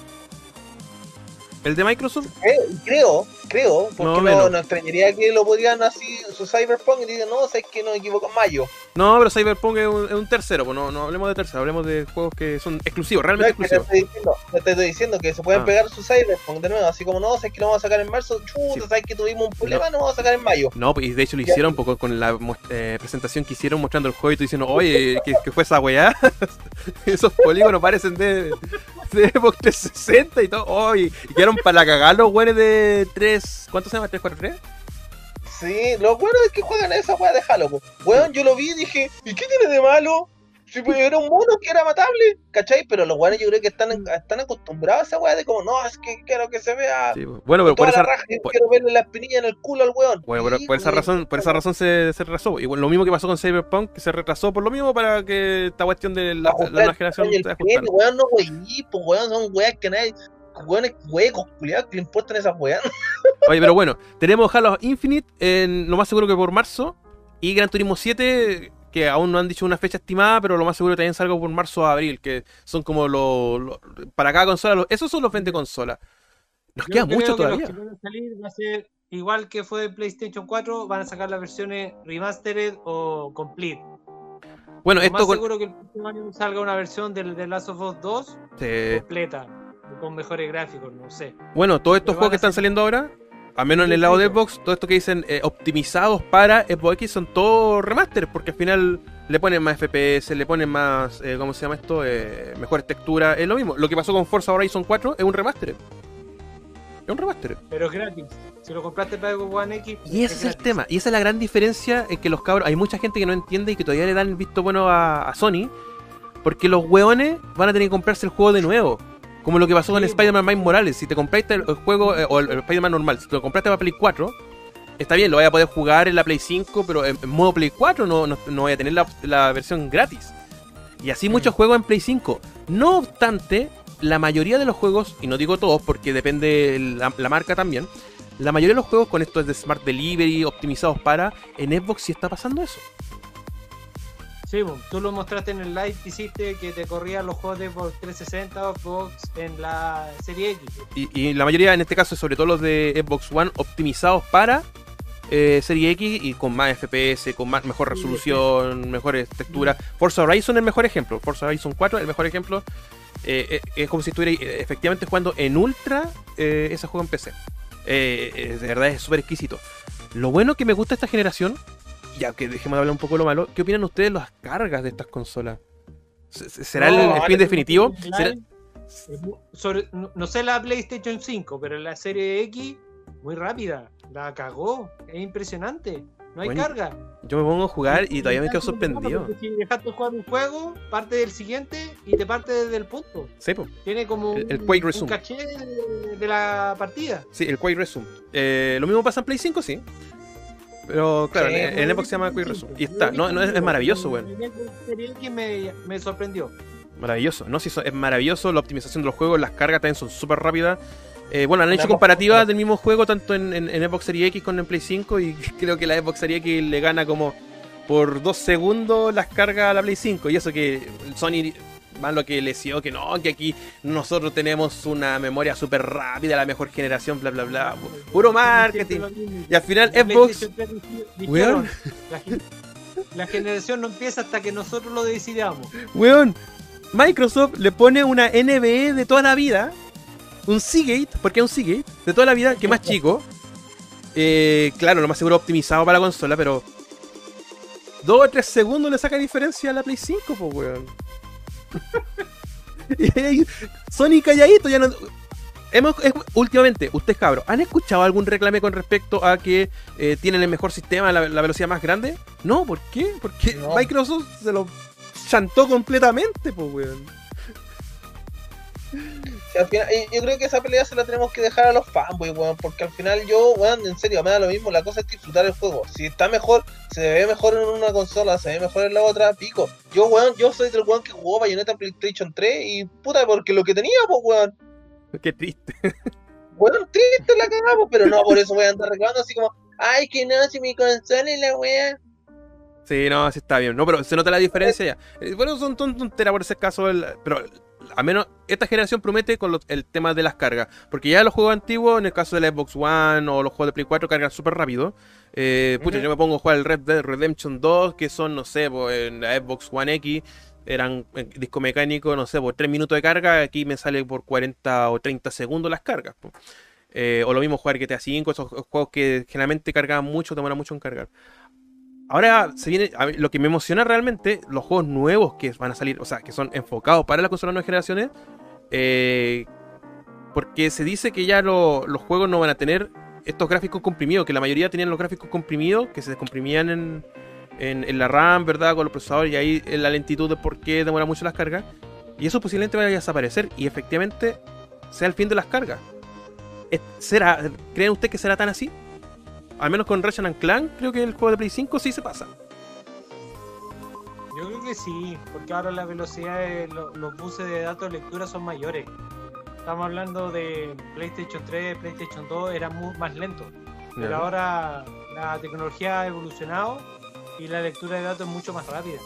¿El de Microsoft? Eh, creo, creo, porque No, no, menos. no extrañaría que lo podrían así, su Cyberpunk, y digan, no, sabes que no me equivoco, en mayo. No, pero Cyberpunk es un, es un tercero, pues no, no hablemos de tercero, hablemos de juegos que son exclusivos, No, realmente es que te exclusivos. estoy diciendo, te estoy diciendo que se pueden Ah. pegar su Cyberpunk de nuevo, así como, no, sabes que lo vamos a sacar en marzo, chuta, Sí. sabes que tuvimos un problema, no, vamos a sacar en mayo. No, pues, y de hecho lo Ya. hicieron un poco con la muest- eh, presentación que hicieron mostrando el juego y tú diciendo, oye, ¿qué, qué fue esa weá? Esos polígonos parecen de, de Xbox trescientos sesenta y todo. Oye, y quedaron para cagar los güeyes de tres. ¿Cuánto se llama? ¿tres cuatro tres? Sí, lo bueno es que juegan a esa weá de Halo, po. Weón, yo lo vi y dije, ¿y qué tiene de malo? Si pues, era un mono que era matable, ¿cachai? Pero los weones yo creo que están, están acostumbrados a esa weá de como, no, es que quiero que se vea Sí, pues. Bueno, pero toda por la esa, raja, yo por- quiero verle la espinilla en el culo al weón. bueno, pero Sí, por esa weón. razón, por esa razón se, se retrasó. Igual lo mismo que pasó con Cyberpunk, que se retrasó por lo mismo para que esta cuestión de la, la nueva generación Oye, se el ajustara. pene, weón, no weí, pues weón, son weas que nadie, weones huecos, culiados, que le importan esas weas. Oye, pero bueno, tenemos Halo Infinite, en, lo más seguro que por marzo, y Gran Turismo siete, que aún no han dicho una fecha estimada, pero lo más seguro que también salga por marzo o abril, que son como los... los- para cada consola, los- esos son los vende consolas. Nos Yo queda creo mucho que todavía. Los que van a salir va a ser igual que fue de PlayStation cuatro, van a sacar las versiones remastered o complete. Bueno, Lo esto más con... seguro que el próximo año salga una versión del de Last of Us dos eh, completa, con mejores gráficos, no sé. bueno, todos estos Pero juegos van que a están ser- saliendo ahora, al menos en el lado de Xbox, todo esto que dicen eh, optimizados para Xbox X son todos remaster, porque al final le ponen más F P S, le ponen más, eh, ¿cómo se llama esto? Eh, mejores texturas, es lo mismo. Lo que pasó con Forza Horizon cuatro es un remaster. Es un remaster. Pero es gratis. Si lo compraste para Xbox One X. Y ese es el gratis. tema. Y esa es la gran diferencia en que los cabros... Hay mucha gente que no entiende y que todavía le dan el visto bueno a, a Sony. Porque los hueones van a tener que comprarse el juego de nuevo. Como lo que pasó con Sí. Spider-Man Miles Morales. Si te compraste el, el juego, eh, o el, el Spider-Man normal, si te lo compraste para Play cuatro, está bien, lo voy a poder jugar en la Play cinco, pero en, en modo Play cuatro no, no, no voy a tener la, la versión gratis. Y así muchos juegos en Play cinco. No obstante, la mayoría de los juegos, y no digo todos porque depende la, la marca también, la mayoría de los juegos con esto es de Smart Delivery, optimizados para, en Xbox sí está pasando eso. Sí, boom. Tú lo mostraste en el live que hiciste que te corrían los juegos de Xbox trescientos sesenta o Xbox en la serie X. Y, y la mayoría, en este caso, sobre todo los de Xbox One, optimizados para eh, Serie X y con más F P S, con más mejor resolución, mejores texturas. Forza Horizon es el mejor ejemplo. Forza Horizon cuatro es el mejor ejemplo. Eh, eh, es como si estuviera eh, efectivamente jugando en ultra eh, ese juego en P C. Eh, eh, de verdad es súper exquisito. Lo bueno que me gusta esta generación, ya que dejemos de hablar un poco de lo malo, ¿qué opinan ustedes de las cargas de estas consolas? ¿Se- se- ¿Será No, el, el vale, fin definitivo? online, ¿Será- es mu- sobre- no, no sé la PlayStation cinco, pero la serie X, muy rápida. La cagó. Es impresionante. No hay Bueno, carga. Yo me pongo a jugar y todavía me quedo sorprendido. Porque si dejaste jugar un juego, parte del siguiente y te parte desde el punto. Sí, po. Tiene como El- un, el Quake un Resume. caché de, de la partida. Sí, el Quake Resume. Eh, lo mismo pasa en Play cinco, sí. Pero claro, Sí, en, en Xbox se llama Quick Resume. Y está, no, no es, es maravilloso, weón. En el Serie X me, me sorprendió. Maravilloso, ¿no? Sí, so- es maravilloso. La optimización de los juegos, las cargas también son súper rápidas. Eh, bueno, han La hecho Xbox- comparativas del mismo juego tanto en, en, en Xbox Series X con en Play cinco. Y creo que la Xbox Series X le gana como por dos segundos las cargas a la Play cinco. Y eso que Sony más lo que le decía que no, que aquí nosotros tenemos una memoria súper rápida, la mejor generación, bla, bla, bla. Puro marketing. Y al final La Xbox... PlayStation tres dij- dijeron, Weón. La, gen- la generación no empieza hasta que nosotros lo decidamos. Weón, Microsoft le pone una N B E de toda la vida, un Seagate, porque es un Seagate, de toda la vida, que es más chico. Eh, claro, lo más seguro optimizado para la consola, pero dos o tres segundos le saca diferencia a la Play cinco, pues weón. Y ahí, Sony calladito, ya no... Hemos, es- últimamente, ustedes cabros, ¿han escuchado algún reclame con respecto a que eh, tienen el mejor sistema, la, la velocidad más grande? No, ¿por qué? Porque No. Microsoft se lo chantó completamente, pues weón. Sí, al final, y yo creo que esa pelea se la tenemos que dejar a los fanboys, weón, porque al final yo, weón, en serio, me da lo mismo, la cosa es disfrutar el juego. Si está mejor, se ve mejor en una consola, se ve mejor en la otra, pico. Yo, weón, yo soy del weón que jugó Bayonetta en PlayStation tres y puta, porque lo que tenía, pues, weón. Qué triste. Weón, triste la cagamos, pero no por eso voy a andar reclamando así como, ay, que no, si mi consola y la weón. Sí, no, sí está bien. No, pero se nota la diferencia ya. Eh, Bueno, son ton- tonteras por ese caso, el- pero al menos esta generación promete con lo- el tema de las cargas. Porque ya los juegos antiguos, en el caso de la Xbox One o los juegos de Play cuatro, cargan súper rápido. Eh, pucha, Ujú. yo me pongo a jugar el Red Dead Redemption dos, que son, no sé, po, en la Xbox One X, eran en disco mecánico, no sé, por tres minutos de carga, aquí me sale por cuarenta o treinta segundos las cargas, po. Eh, o lo mismo jugar G T A cinco, esos juegos que generalmente cargaban mucho, demoran mucho en cargar. Ahora se viene, a mí, lo que me emociona realmente, los juegos nuevos que van a salir, o sea, que son enfocados para las consolas de nuevas generaciones, eh, porque se dice que ya lo- los juegos no van a tener estos gráficos comprimidos, que la mayoría tenían los gráficos comprimidos, que se descomprimían en, en, en la RAM, ¿verdad? Con los procesadores, y ahí en la lentitud de por qué demora mucho las cargas, y eso posiblemente vaya a desaparecer, y efectivamente sea el fin de las cargas. Es- ¿Será, ¿Creen ustedes que será tan así? Al menos con Ratchet and Clank, creo que el juego de Play cinco sí se pasa. Yo creo que sí, porque ahora la velocidad de lo- los buses de datos de lectura son mayores. Estamos hablando de PlayStation tres, PlayStation dos, eran mu- más lentos. Pero Ya. ahora la tecnología ha evolucionado y la lectura de datos es mucho más rápida.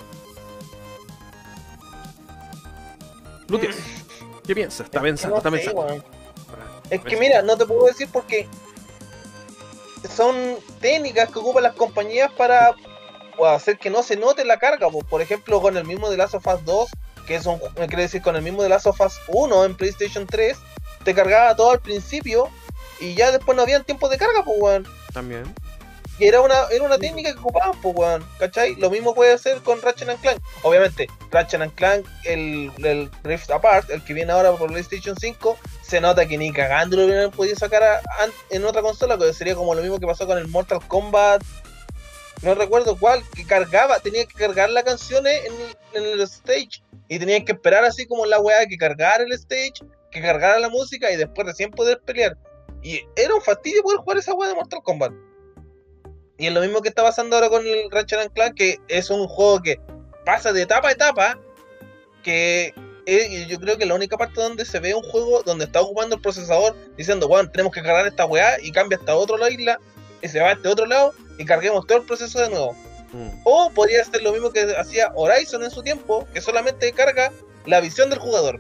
Lutias, ¿qué piensas? Está Es que pensando, no está sé, pensando. weón. Es que mira, no te puedo decir porque son técnicas que ocupan las compañías para o, hacer que no se note la carga. po. Por ejemplo, con el mismo de Last of Us dos, que es un, me quiere decir con el mismo de Last of Us uno en PlayStation tres, te cargaba todo al principio y ya después no habían tiempo de carga, pues weón. También. Y era una, era una técnica que ocupaban, pues weón, ¿cachai? Lo mismo puede hacer con Ratchet and Clank. Obviamente, Ratchet and Clank, el, el Rift Apart, el que viene ahora por PlayStation cinco, se nota que ni cagando lo hubieran podido sacar a- a- en otra consola, que sería como lo mismo que pasó con el Mortal Kombat. No recuerdo cuál, que cargaba, tenía que cargar las canciones en el, en el stage. Y tenía que esperar así como la weá que cargara el stage, que cargara la música y después recién poder pelear. Y era un fastidio poder jugar esa weá de Mortal Kombat. Y es lo mismo que está pasando ahora con el Ratchet and Clank, que es un juego que pasa de etapa a etapa, que es, yo creo que la única parte donde se ve un juego donde está ocupando el procesador diciendo, bueno, tenemos que cargar esta weá y cambia hasta otro la isla y se va a este otro lado y carguemos todo el proceso de nuevo. Mm. O podría ser lo mismo que hacía Horizon en su tiempo, que solamente carga la visión del jugador.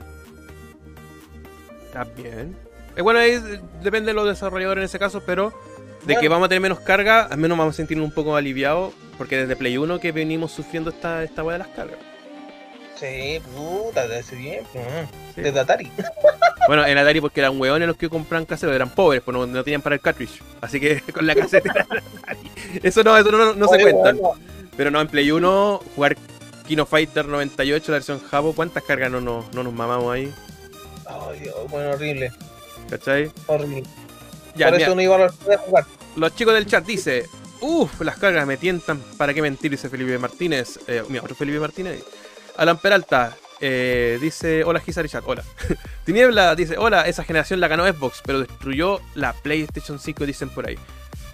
Está bien. Eh, bueno, ahí eh, depende de los desarrolladores en ese caso, pero de Bueno. que vamos a tener menos carga, al menos vamos a sentirnos un poco aliviados, porque desde Play uno que venimos sufriendo esta, esta weá de las cargas. Sí, puta, de ese tiempo. mm, Sí. Desde Atari. Bueno, en Atari porque eran hueones los que compran caseros, eran pobres, pues no, no tenían para el cartridge. Así que con la casetera de Atari. Eso no, eso no, no se Oye, cuentan. bueno, Pero no, en Play uno, jugar Kino Fighter noventa y ocho, la versión Jabo, ¿cuántas cargas no, nos- no nos mamamos ahí? Ay, Dios, bueno, horrible, ¿Cachai? horrible. Ya, Por mira, eso no iba a poder jugar. los chicos del chat dice, uff, las cargas me tientan, ¿para qué mentir? Dice Felipe Martínez. Eh, mira, otro Felipe Martínez. Alan Peralta eh, dice, hola Gizari Chat, hola. Tiniebla dice, hola, esa generación la ganó Xbox, pero destruyó la PlayStation cinco, dicen por ahí.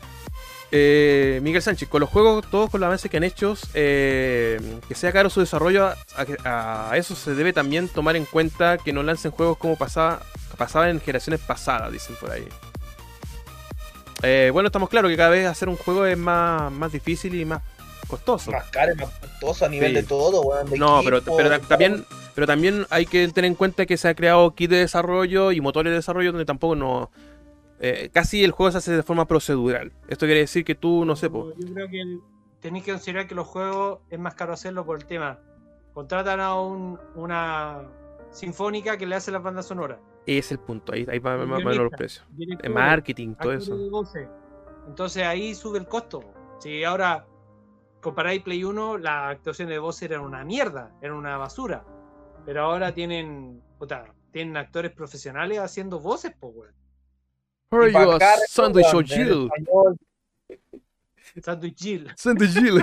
Eh, Miguel Sánchez, con los juegos, todos con los avances que han hecho, eh, que sea caro su desarrollo, a, a- a eso se debe también tomar en cuenta que no lancen juegos como pasaba, pasaba en generaciones pasadas, dicen por ahí. Eh, bueno, estamos claros que cada vez hacer un juego es más, más difícil y más costoso. Más caro, más costoso a nivel Sí. de todo, weón. de No, pero, equipo, pero de ta- también, pero también hay que tener en cuenta que se ha creado kit de desarrollo y motores de desarrollo donde tampoco no... eh, casi el juego se hace de forma procedural. Esto quiere decir que tú, no sé, po, Yo creo que el- tenéis que considerar que los juegos es más caro hacerlo por el tema. Contratan a un- una sinfónica que le hace las bandas sonoras. es el punto. Ahí, ahí van El van los guionista, precios. directores, En marketing, todo actores eso. de voces. Entonces ahí sube el costo. Si ahora comparáis Play uno, la actuación de voz era una mierda, era una basura. Pero ahora tienen, puta, tienen actores profesionales haciendo voces, pues, weón. Are Y pa' you a acá, Sandwich weón, or en Jill? español. Sandwich Jill. Sandwich Jill.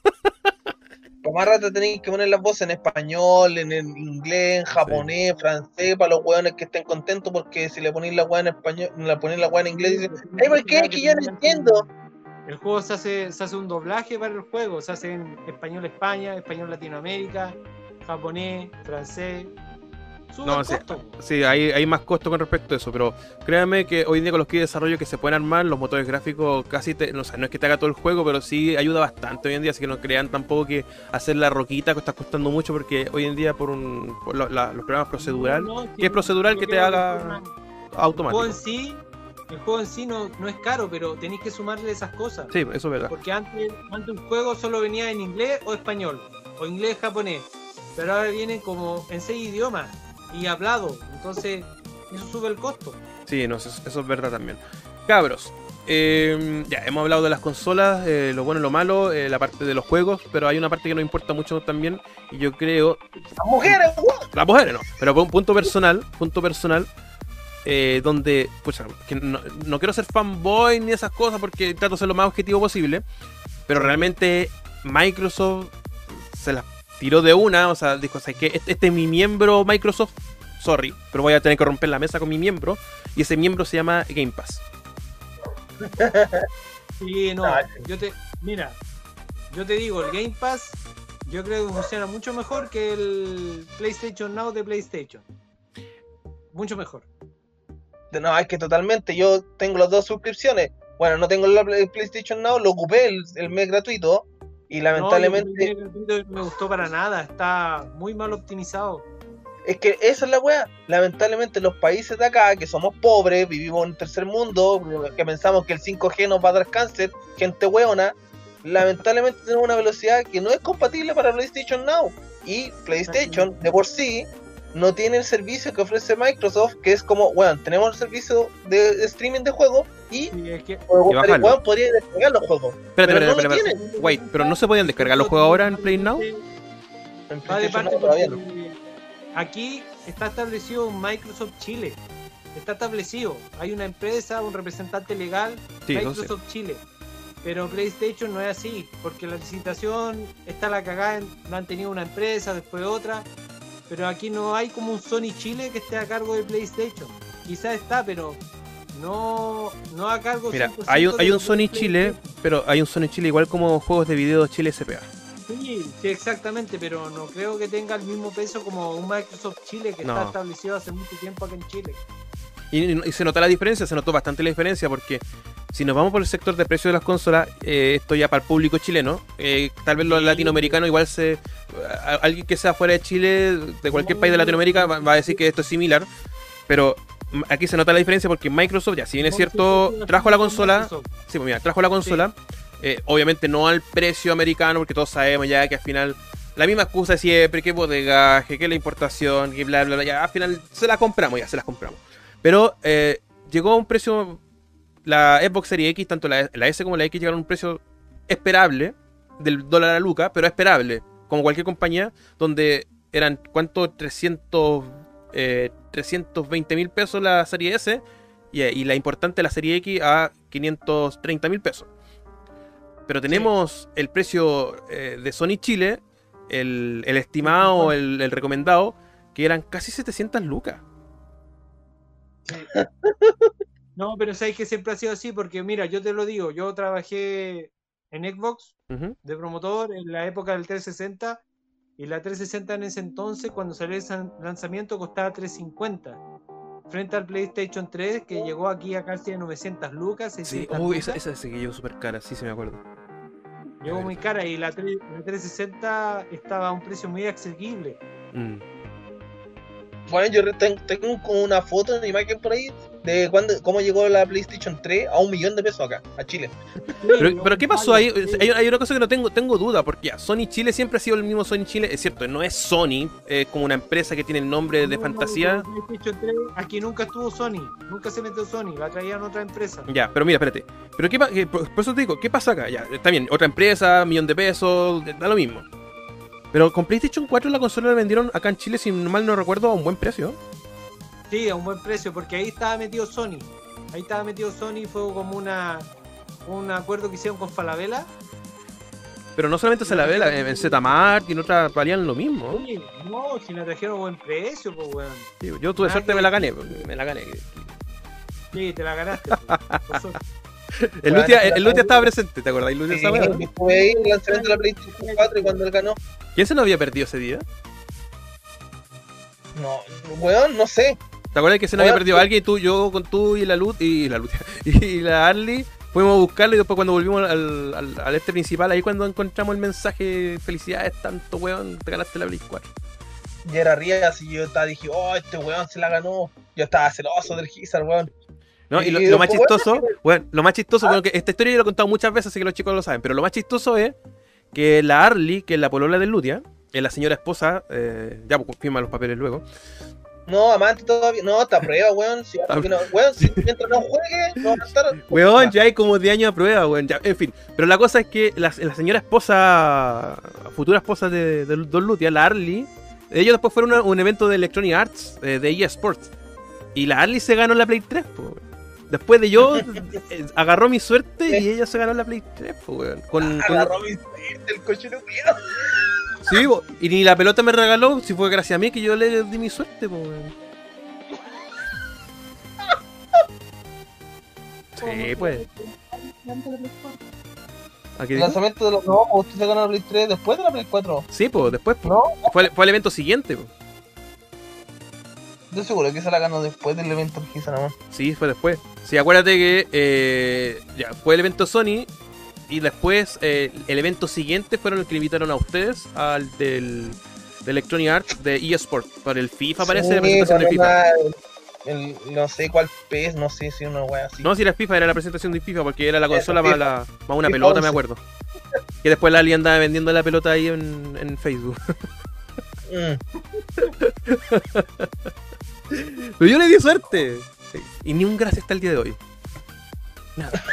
Por más rato tenéis que poner las voces en español, en, en inglés, en japonés, francés, para los weones que estén contentos, porque si le ponéis la weá en español, la ponéis la weá en inglés, dicen, ay, ¿por qué? Es que yo no entiendo. El juego se hace, se hace un doblaje para el juego, se hace en español España, español Latinoamérica, japonés, francés. Sube No, el sí, costo. sí, hay, hay más costo con respecto a eso, pero créanme que hoy en día con los kits de desarrollo que se pueden armar, los motores gráficos casi, te, no, sé, no es que te haga todo el juego, pero sí ayuda bastante hoy en día, así que no crean tampoco que hacer la roquita que está costando mucho, porque hoy en día por, un, por lo- la- los programas procedural, No, no, que es procedural yo que te creo haga el juego en automático. sí, el juego en sí no, no es caro, pero tenéis que sumarle esas cosas. Sí, eso es verdad. Porque antes, antes un juego solo venía en inglés o español, o inglés japonés. Pero ahora vienen como en seis idiomas y hablado. Entonces, eso sube el costo. Sí, no, eso, eso es verdad también. Cabros, eh, ya hemos hablado de las consolas, eh, lo bueno y lo malo, eh, la parte de los juegos, pero hay una parte que nos importa mucho también, y yo creo, Las mujeres, weón. las mujeres no, pero por un punto personal, punto personal, eh, donde, pucha, que no, no quiero ser fanboy ni esas cosas porque trato de ser lo más objetivo posible, pero realmente Microsoft se las tiró de una, o sea, dijo, ¿sabes qué? Este, este es mi miembro Microsoft, sorry, pero voy a tener que romper la mesa con mi miembro, y ese miembro se llama Game Pass. Sí, no, Dale. yo te, mira, yo te digo, el Game Pass, yo creo que funciona mucho mejor que el PlayStation Now de PlayStation. Mucho mejor. No, es que totalmente, yo tengo las dos suscripciones. Bueno, no tengo la Play- PlayStation Now, lo ocupé el, el mes gratuito y lamentablemente No, yo creo que no me gustó para nada, está muy mal optimizado. es que esa es la weá. Lamentablemente los países de acá, que somos pobres, vivimos en el tercer mundo, que pensamos que el cinco G nos va a dar cáncer, gente weona, lamentablemente tenemos una velocidad que no es compatible para PlayStation Now. Y PlayStation, de por sí, no tiene el servicio que ofrece Microsoft, que es como, weón, tenemos el servicio de, de streaming de juegos y Sí, es que bajarlo. weón, podría descargar los juegos. Espérate, Pero espérate, no lo espérate, tiene. espérate. Wait, pero no se podían descargar los juegos ahora en Play Now. En Va de PlayStation parte Now todavía no. porque aquí está establecido un Microsoft Chile. está establecido. Hay una empresa, un representante legal, Sí, eso Microsoft Chile. Pero PlayStation no es así, porque la licitación está la cagada, en- la han tenido una empresa, después otra. Pero aquí no hay como un Sony Chile que esté a cargo de PlayStation. Quizás está, pero no, no a cargo Mira, cien por ciento hay un, hay de un lo que Sony es Chile, PlayStation. pero hay un Sony Chile igual como juegos de video Chile S P A. Sí, sí, exactamente, pero no creo que tenga el mismo peso como un Microsoft Chile que No. está establecido hace mucho tiempo aquí en Chile. Y, y se nota la diferencia, se notó bastante la diferencia porque si nos vamos por el sector de precio de las consolas, eh, esto ya para el público chileno, eh, tal vez los Sí. latinoamericanos igual se... a- alguien que sea fuera de Chile, de cualquier país de Latinoamérica, va, va a decir que esto es similar, pero m- aquí se nota la diferencia porque Microsoft, ya si bien es cierto, trajo la consola, sí, pues mira, trajo la consola, eh, obviamente no al precio americano, porque todos sabemos ya que al final... La misma excusa de siempre, que bodegaje, que la importación, que bla, bla, bla, ya al final se la compramos, ya se las compramos. Pero eh, llegó a un precio, la Xbox Series X, tanto la, la S como la X llegaron a un precio esperable, del dólar a Luca, pero esperable, como cualquier compañía, donde eran, ¿cuánto? trescientos, eh, trescientos veinte mil pesos la Serie S, y, y la importante la Serie X a quinientos treinta mil pesos. Pero tenemos el precio eh, de Sony Chile, el, el estimado, el, el recomendado, que eran casi setecientas lucas. No, pero sabes que siempre ha sido así, porque mira, yo te lo digo, yo trabajé en Xbox Ujú. de promotor en la época del trescientos sesenta, y la trescientos sesenta en ese entonces, cuando salió el san- lanzamiento, costaba trescientos cincuenta, frente al PlayStation tres, que llegó aquí a casi novecientas lucas, Sí, seiscientas oh, lucas. esa, esa se quedó súper cara, sí, se me acuerdo. Llegó muy cara, y la, tre- la trescientos sesenta estaba a un precio muy asequible. Mm. Bueno, yo re- ten- tengo como una foto, una imagen por ahí de cuando, cómo llegó la PlayStation tres a un millón de pesos acá, a Chile. Pero, pero ¿qué pasó ahí? Hay, hay una cosa que no tengo, tengo duda, porque ya, Sony Chile siempre ha sido el mismo Sony Chile, es cierto, no es Sony, es como una empresa que tiene el nombre de No, fantasía. no, PlayStation tres, aquí nunca estuvo Sony, nunca se metió Sony, la traían otra empresa. Ya, pero mira, espérate. Pero qué pa- que- por, por eso te digo, ¿qué pasa acá? Ya, está bien, otra empresa, millón de pesos, da lo mismo. Pero con PlayStation cuatro la consola la vendieron acá en Chile, si mal no recuerdo, a un buen precio. Sí, a un buen precio, porque ahí estaba metido Sony. Ahí estaba metido Sony, fue como una un acuerdo que hicieron con Falabella. Pero no solamente se la ve, la- en Zmart y en otras valían lo mismo. Oye, no, si la trajeron a buen precio, pues weón. Sí, yo tuve Nada suerte, que me la decir. gané, me la gané. Sí, te la ganaste. pues, por suerte. El Lutia, el, el Lutia estaba presente, ¿te acordás? El Lutia Sí, estaba- yo estuve ahí en el lanzamiento de la PlayStation cuatro y cuando él ganó. ¿Quién se nos había perdido ese día? No, weón, no sé. ¿Te acuerdas que se nos había perdido alguien? Y tú, yo con tú y la Luz y la Luz y la Arly fuimos a buscarlo y después cuando volvimos al, al, al este principal, ahí cuando encontramos el mensaje, felicidades tanto weón, te ganaste la Play cuatro. Y era Rías y yo estaba, dije, oh, este weón se la ganó. Yo estaba celoso del Gizar, weón. ¿No? Y lo, Y lo más después, chistoso, bueno, lo más chistoso, bueno, que esta historia yo lo he contado muchas veces, así que los chicos lo saben, pero lo más chistoso es que la Arly, que es la polola del Lutia, es la señora esposa, eh, ya pues, firma los papeles luego. No, amante todavía. No, está a prueba, weón. Si, Ah. no, weón, si mientras no juegue, no va a estar. Weón, ya hay como diez años a prueba, weón. Ya, en fin, pero la cosa es que la, la señora esposa, futura esposa de, de Don Lutia, la Arly, ellos después fueron a un evento de Electronic Arts, eh, de eSports. Y la Arly se ganó la Play tres, po, weón. Después de yo, eh, agarró mi suerte y ella se ganó la Play tres, po, weón. Con, con- Agarró mi el cochino culiao. Sí, po, y ni la pelota me regaló, si fue gracias a mí que yo le di mi suerte, po, weón. Sí, pues. Aquí El dijo. lanzamiento de los. No, usted se ganó la Play tres después de la Play cuatro. Sí, pues, después, po. No, Fue, fue el evento siguiente, po. estoy seguro que se la ganó después del evento del Gizar, nomás. Sí, fue después. Sí, acuérdate que eh, ya fue el evento Sony y después eh, el evento siguiente fueron los que invitaron a ustedes al del de Electronic Arts de eSport. Para el FIFA parece, Sí, la presentación de con FIFA. una- el, no sé cuál P E S, no sé si una wea así. No, si era FIFA, era la presentación de FIFA porque era la Eso, consola más, FIFA. la, más una FIFA pelota, me once. acuerdo. Que después la Ali andaba vendiendo la pelota ahí en, en Facebook. Mm. Pero yo le di suerte. Sí. Y ni un gracias hasta el día de hoy. Nada.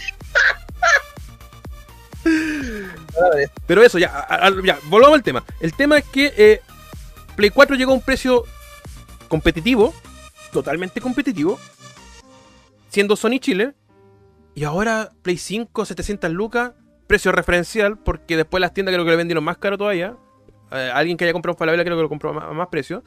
A ver, Pero eso, ya, a- a- ya, volvamos al tema. El tema es que eh, Play cuatro llegó a un precio competitivo, totalmente competitivo, siendo Sony Chile, y ahora Play cinco, setecientas lucas, precio referencial, porque después las tiendas creo que lo vendieron más caro todavía. Eh, alguien que haya comprado un Falabella creo que lo compró a más, a más precio.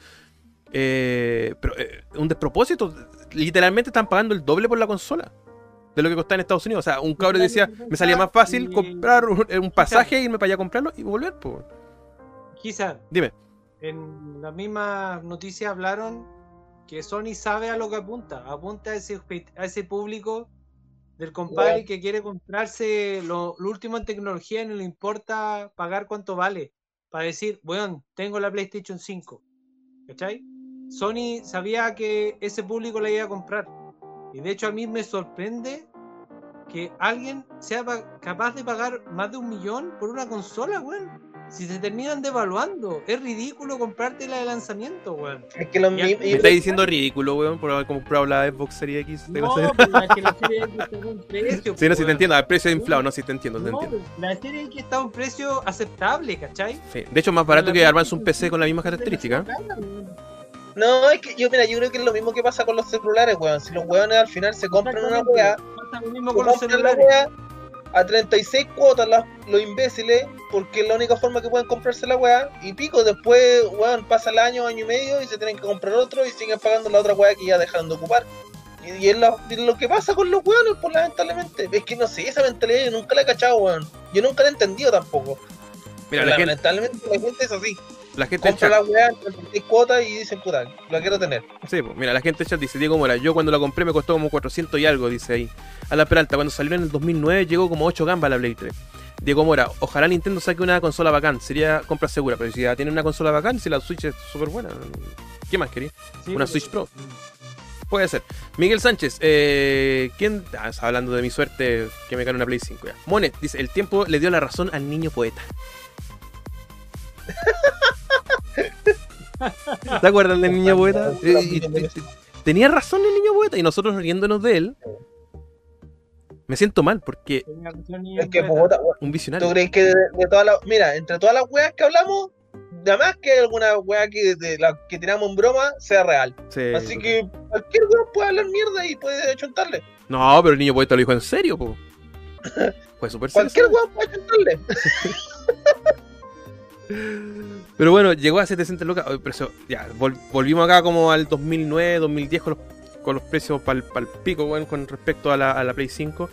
Eh, pero eh, un despropósito, literalmente están pagando el doble por la consola de lo que costaba en Estados Unidos. O sea, un cabrón decía, me salía más fácil comprar un, un pasaje e irme para allá a comprarlo y volver, pues. Quizás. Dime. En las mismas noticias hablaron que Sony sabe a lo que apunta. Apunta a ese, a ese público del compadre Bueno. que quiere comprarse lo, lo último en tecnología y no le importa pagar cuánto vale. Para decir, bueno, tengo la PlayStation cinco. ¿Cachai? Sony sabía que ese público la iba a comprar. Y de hecho a mí me sorprende que alguien sea capaz de pagar más de un millón por una consola, weón. Si se terminan devaluando, es ridículo comprártela de lanzamiento, weón. Es que los Ya, mismos. Me estáis diciendo ridículo, weón, por haber comprado la Xbox Series X. No, pero es que la serie X está a un precio. Sí, no, si te weón. entiendo, el precio inflado, no, si te entiendo, te No, entiendo. la serie X está a un precio aceptable, ¿cachai? Sí. De hecho, más barato que armarse un P C con la misma característica. No, es que yo, mira, yo creo que es lo mismo que pasa con los celulares, weón. Si los weones al final se compran una weá, Pasa lo mismo se con los compran la celulares. weá a treinta y seis cuotas la- los imbéciles, porque es la única forma que pueden comprarse la weá, y pico, después, weón, pasa el año, año y medio, y se tienen que comprar otro, y siguen pagando la otra weá que ya dejaron de ocupar. Y, y es, lo, es lo que pasa con los weones, pues lamentablemente. Es que no sé, esa mentalidad yo nunca la he cachado, weón. Yo nunca la he entendido tampoco. Mira, Pero la gente, lamentablemente la gente es así. la gente en Compra chat, la weá en treinta y seis cuotas y dicen, puta, la quiero tener. sí, pues, mira, la gente en chat dice, Diego Mora, yo cuando la compré me costó como cuatrocientos y algo, dice ahí. A la Peralta, cuando salió en el dos mil nueve llegó como ocho gambas la Play tres. Diego Mora, ojalá Nintendo saque una consola bacán, sería compra segura, pero si ya tiene una consola bacán, si la Switch es súper buena, ¿qué más quería? Sí, Una pero- Switch Pro. Puede ser. Miguel Sánchez, eh, ¿quién? Ah, está hablando de mi suerte que me gane una Play cinco ya. Monet dice, el tiempo le dio la razón al niño poeta. ¿Te acuerdas del niño poeta? Eh, y- y- y- tenía razón el niño poeta y nosotros riéndonos de él. Me siento mal porque Tenía razón, y Es que, poeta. puta, weón, un ¿tú visionario. crees que de, de todas las. Mira, entre todas las weas que hablamos, nada más que alguna wea que, de la que tiramos en broma sea real. Sí. Así que cualquier weón puede hablar mierda y puede chuntarle. No, pero el niño poeta lo dijo en serio, po. Fue súper serio. Cualquier weón puede chuntarle. Pero bueno, llegó a setecientos lucas. Oye, pero eso, ya, vol- volvimos acá como al dos mil nueve, dos mil diez con los, con los precios para el pico, bueno, con respecto a la, a la Play cinco.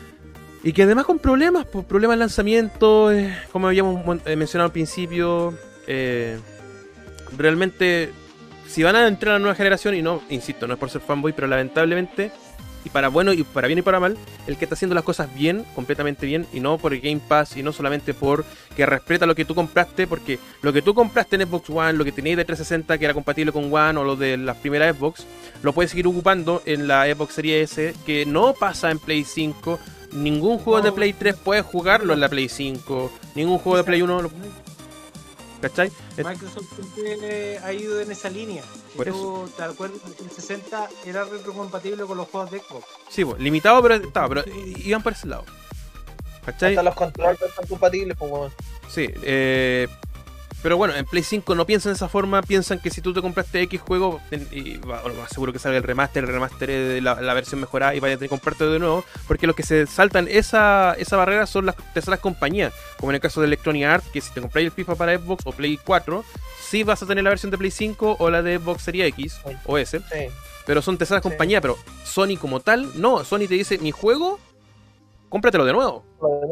Y que además con problemas, pues problemas de lanzamiento, eh, como habíamos mon- eh, mencionado al principio. eh, realmente, si van a entrar a la nueva generación, y no, insisto, no es por ser fanboy, pero lamentablemente, y para bueno y para bien y para mal, el que está haciendo las cosas bien, completamente bien, y no por el Game Pass, y no solamente por que respeta lo que tú compraste, porque lo que tú compraste en Xbox One, lo que tenías de trescientos sesenta que era compatible con One, o lo de las primeras Xbox, lo puedes seguir ocupando en la Xbox Series S, que no pasa en Play cinco. Ningún juego No. de Play tres puedes jugarlo en la Play cinco, ningún juego de Play uno lo- ¿cachai? Es- Microsoft siempre ha ido en esa línea. Si Por tú te acuerdas, el trescientos sesenta era retrocompatible con los juegos de Xbox. sí, pues, limitado, pero estaba, pero iban por ese lado. ¿Cachai? Hasta los controles están compatibles, pues weón. Sí, eh, pero bueno, en Play cinco no piensan de esa forma, piensan que si tú te compraste X juego, ten- y va, lo más seguro que salga el remaster, el remaster es la, la versión mejorada y vayas a tener que comprarte de nuevo, porque los que se saltan esa, esa barrera son las terceras compañías, como en el caso de Electronic Arts, que si te compráis el FIFA para Xbox o Play cuatro, sí vas a tener la versión de Play cinco o la de Xbox Series X o S, Sí. pero son terceras Sí. compañías, pero Sony como tal, no, Sony te dice, mi juego, cómpratelo de nuevo.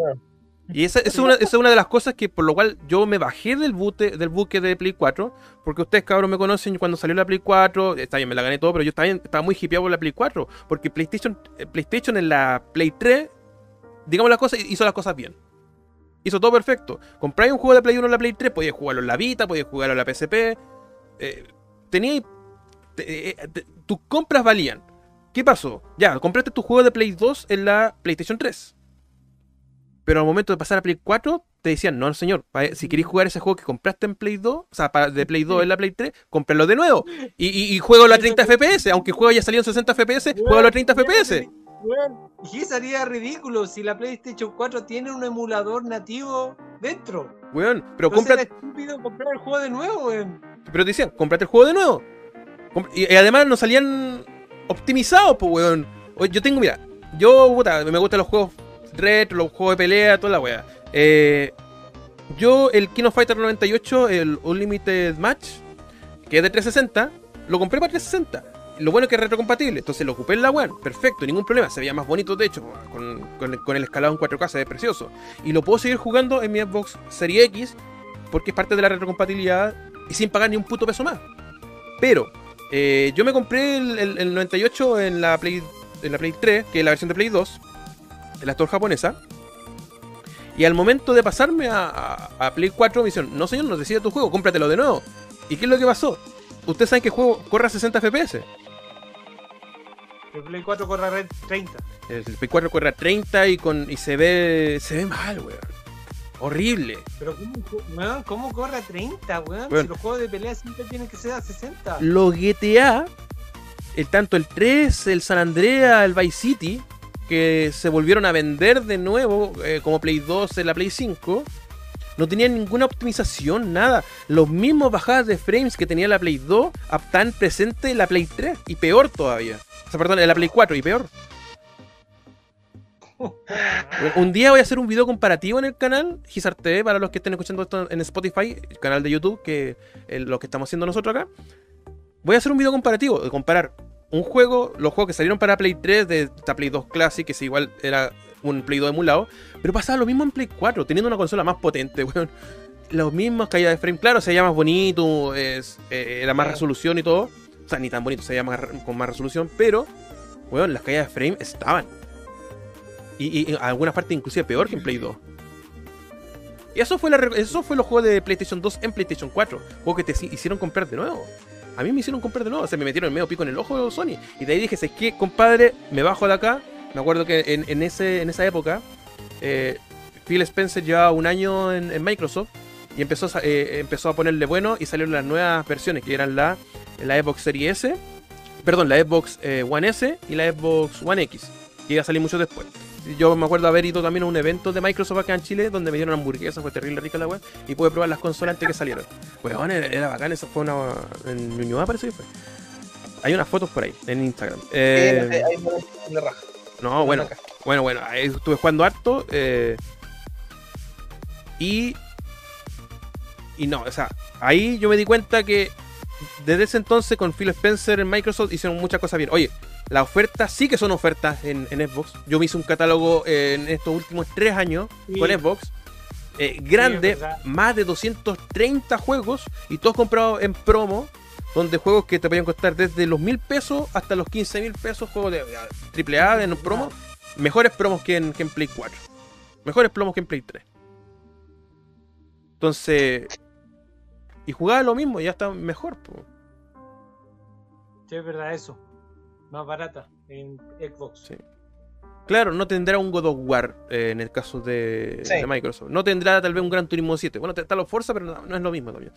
Y esa, esa es una, esa es una de las cosas que por lo cual yo me bajé del buque, del buque de Play cuatro, porque ustedes cabros me conocen cuando salió la Play cuatro, está bien, me la gané todo, pero yo estaba, bien- estaba muy hipeado por la Play cuatro, porque PlayStation, eh, PlayStation en la Play tres, digamos las cosas, hizo las cosas bien. Hizo todo perfecto. Compráis un juego de Play uno en la Play tres, podías jugarlo en la Vita, podías jugarlo en la P S P, eh, teníais... te- eh, te- tus compras valían. ¿Qué pasó? Ya, compraste tu juego de Play dos en la PlayStation tres. Pero al momento de pasar a Play cuatro, te decían, no, señor, pa- si queréis jugar ese juego que compraste en Play dos, o sea, pa- de Play dos en la Play tres, cómpralo de nuevo. Y, y, y juégalo a treinta F P S, aunque el juego haya salido en sesenta F P S, juégalo a treinta F P S. Weón, y sería ridículo si la PlayStation cuatro tiene un emulador nativo dentro. Weón, pero Entonces era compra, estúpido comprar el juego de nuevo, weón. pero te decían, cómprate el juego de nuevo. Y, y además no salían optimizados, pues, weón. Yo tengo, mira, yo, puta, me gustan los juegos retro, los juegos de pelea, toda la weá. Eh, yo, el King of Fighter noventa y ocho, el Unlimited Match, que es de trescientos sesenta, lo compré para trescientos sesenta. Lo bueno es que es retrocompatible, entonces lo ocupé en la One, perfecto, ningún problema, se veía más bonito de hecho, con, con, con el escalado en cuatro K se ve precioso. Y lo puedo seguir jugando en mi Xbox Series X, porque es parte de la retrocompatibilidad y sin pagar ni un puto peso más. Pero, eh, yo me compré el, el, el noventa y ocho en la Play en la Play tres, que es la versión de Play dos, en la Store japonesa. Y al momento de pasarme a, a, a Play cuatro me dijeron, no señor, no decide tu juego, cómpratelo de nuevo. ¿Y qué es lo que pasó? Ustedes saben que el juego corre a sesenta F P S. El Play cuatro corre a treinta. El Play cuatro corre a treinta y con y se ve se ve mal, weón. Horrible. Pero ¿cómo, weón, ¿cómo corre a treinta, weón? Weón. Si los juegos de pelea siempre tienen que ser a sesenta. Los G T A, el, tanto el tres, el San Andreas, el Vice City, que se volvieron a vender de nuevo eh, como Play dos en la Play cinco, no tenían ninguna optimización, nada. Los mismos bajadas de frames que tenía la Play dos están presentes en la Play tres y peor todavía. O sea, perdón, en la Play cuatro y peor. Un día voy a hacer un video comparativo en el canal Gizar T V para los que estén escuchando esto en Spotify, el canal de YouTube, que es lo que estamos haciendo nosotros acá. Voy a hacer un video comparativo de comparar un juego, los juegos que salieron para Play tres de esta Play dos Classic, que es igual era un Play dos emulado, pero pasaba lo mismo en Play cuatro, teniendo una consola más potente, weón. Los mismos caídas de frame, claro, se veía más bonito, es, eh, era más resolución y todo. O sea, ni tan bonito, se veía más, con más resolución, pero, weón, las caídas de frame estaban. Y, y en algunas partes inclusive peor que en Play dos. Y eso fue, la, eso fue los juegos de PlayStation dos en PlayStation cuatro. Juegos que te hicieron comprar de nuevo. A mí me hicieron comprar de nuevo. O sea, me metieron el medio pico en el ojo de Sony. Y de ahí dije, ¿sabes qué, compadre? Me bajo de acá. Me acuerdo que en, en, ese, en esa época eh, Phil Spencer llevaba un año en, en Microsoft. Y empezó, eh, empezó a ponerle bueno. Y salieron las nuevas versiones, que eran la, la Xbox Series S. Perdón, la Xbox eh, One S y la Xbox One X. Que iba a salir mucho después. Yo me acuerdo haber ido también a un evento de Microsoft acá en Chile, donde me dieron hamburguesas, fue terrible rica la web, y pude probar las consolas antes que salieron. Weón, era, era bacán, eso fue una... en Ñuñoa parece que fue. Hay unas fotos por ahí, en Instagram. Eh, Sí, ahí me- me raja. no, bueno, bueno, bueno, ahí estuve jugando harto, eh, y... Y no, o sea, ahí yo me di cuenta que desde ese entonces con Phil Spencer en Microsoft hicieron muchas cosas bien. Oye, las ofertas sí que son ofertas en, en Xbox. Yo me hice un catálogo eh, en estos últimos tres años Sí. con Xbox. Eh, grande, Sí, es verdad. más de doscientos treinta juegos y todos comprados en promo. Donde juegos que te podían costar desde los mil pesos hasta los quince mil pesos, juegos de triple A en promo. Mejores promos que en, que en Play cuatro. Mejores promos que en Play tres. Entonces... Y jugaba lo mismo, ya está mejor, po. Sí, es verdad eso. Más barata en Xbox. Sí. Claro, no tendrá un God of War eh, en el caso de, Sí. de Microsoft. No tendrá tal vez un Gran Turismo siete. Bueno, está los Forza, pero no, no es lo mismo también.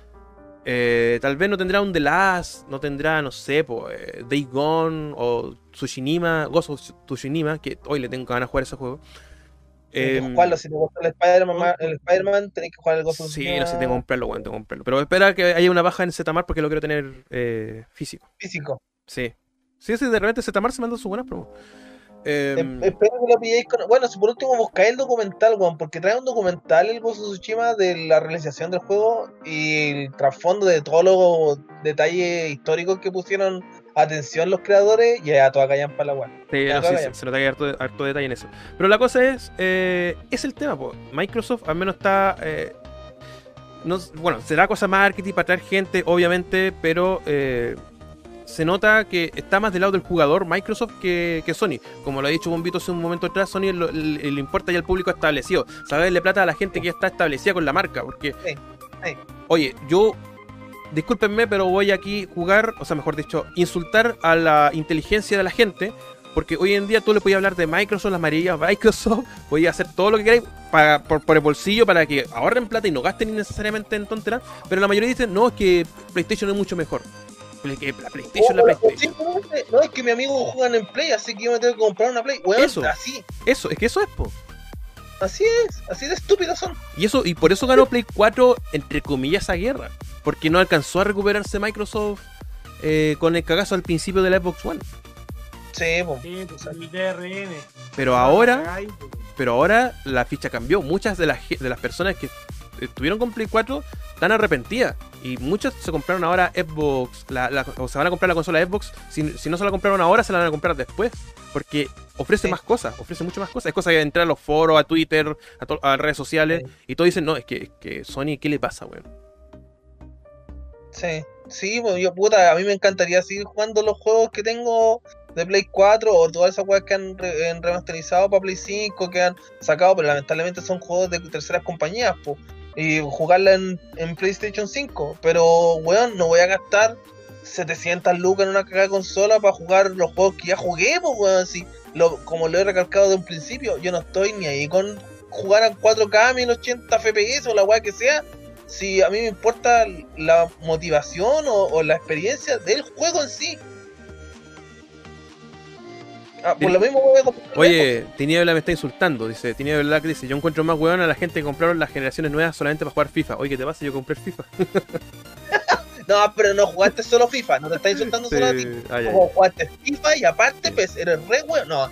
Eh, tal vez no tendrá un The Last, no tendrá, no sé, po, eh, Days Gone o Tsushima, Ghost of Tsushima, que hoy le tengo ganas de jugar ese juego. Tienes que Eh, jugarlo, si te gusta el Spider-Man, el Spider-Man, tenés que jugar el Ghost of sí, Tsushima no sé, tengo que comprarlo, bueno, tengo que comprarlo. Pero espera que haya una baja en Zetamar porque lo quiero tener eh, físico. físico. Sí. Sí, sí, de repente Zetamar se mandó sus buenas promos. Eh, Em, Espero que lo pilléis con... Bueno, si por último buscáis el documental, weón, porque trae un documental el Ghost of Tsushima de la realización del juego y el trasfondo de todos los detalles históricos que pusieron atención los creadores y a toda callan para la weá. Sí, Ya, no, sí, todavía. se, se nota que hay harto, harto detalle en eso. Pero la cosa es, eh, es el tema, po. Microsoft al menos está... eh, no, bueno, será cosa marketing para atraer gente, obviamente, pero eh, se nota que está más del lado del jugador Microsoft que, que Sony. Como lo ha dicho Bombito hace un momento atrás, Sony lo- le, le importa ya el público establecido. Saberle plata a la gente que ya está establecida con la marca. Porque, Sí, sí. oye, yo... Discúlpenme, pero voy aquí a jugar, o sea, mejor dicho, insultar a la inteligencia de la gente, porque hoy en día tú le podías hablar de Microsoft, las maravillas de Microsoft, podías hacer todo lo que queráis para, por, por el bolsillo para que ahorren plata y no gasten innecesariamente en tonteras, pero la mayoría dicen, no, es que PlayStation es mucho mejor. Que la PlayStation es la Oh, pero PlayStation. simplemente, no, es que mi amigo juegan en Play, así que yo me tengo que comprar una Play. Weón, Eso. así, Eso, es que eso es, po. así es, así de estúpidos son. Y eso, y por eso ganó Play cuatro, entre comillas, a guerra. Porque no alcanzó a recuperarse Microsoft eh, con el cagazo al principio de la Xbox One. Sí, pues. Sí, pues, el D R M. Pero ahora, pero ahora la ficha cambió. Muchas de las, ge- de las personas que estuvieron con Play cuatro están arrepentidas. Y muchos se compraron ahora Xbox, la, la- o se van a comprar la consola Xbox. Si, si no se la compraron ahora, se la van a comprar después. Porque ofrece Sí. más cosas, ofrece mucho más cosas. Es cosa de entrar a los foros, a Twitter, a, to- a redes sociales. Sí. Y todos dicen, no, es que, es que Sony, ¿qué le pasa, weón? Sí, sí, pues yo, puta, a mí me encantaría seguir jugando los juegos que tengo de Play cuatro o todas esas weas que han, re- han remasterizado para Play cinco, que han sacado, pero lamentablemente son juegos de terceras compañías, pues, y jugarla en, en PlayStation cinco, pero, weón, no voy a gastar setecientas lucas en una cagada de consola para jugar los juegos que ya jugué, pues, weón, si, lo, como lo he recalcado de un principio, yo no estoy ni ahí con jugar a cuatro K, mil ochenta F P S o la wea que sea. Si a mí me importa la motivación o, o la experiencia del juego en sí. Ah, por lo mismo voy a comprar. Oye, Tiniebla me está insultando, dice Tiniebla que dice, yo encuentro más weón a la gente que compraron las generaciones nuevas solamente para jugar FIFA. Oye, ¿qué te pasa? Yo compré el FIFA. No, pero no jugaste solo FIFA, no te está insultando Sí, solo a ti. ah, ya, ya. Como jugaste FIFA y aparte, Sí. pues eres re weón. No.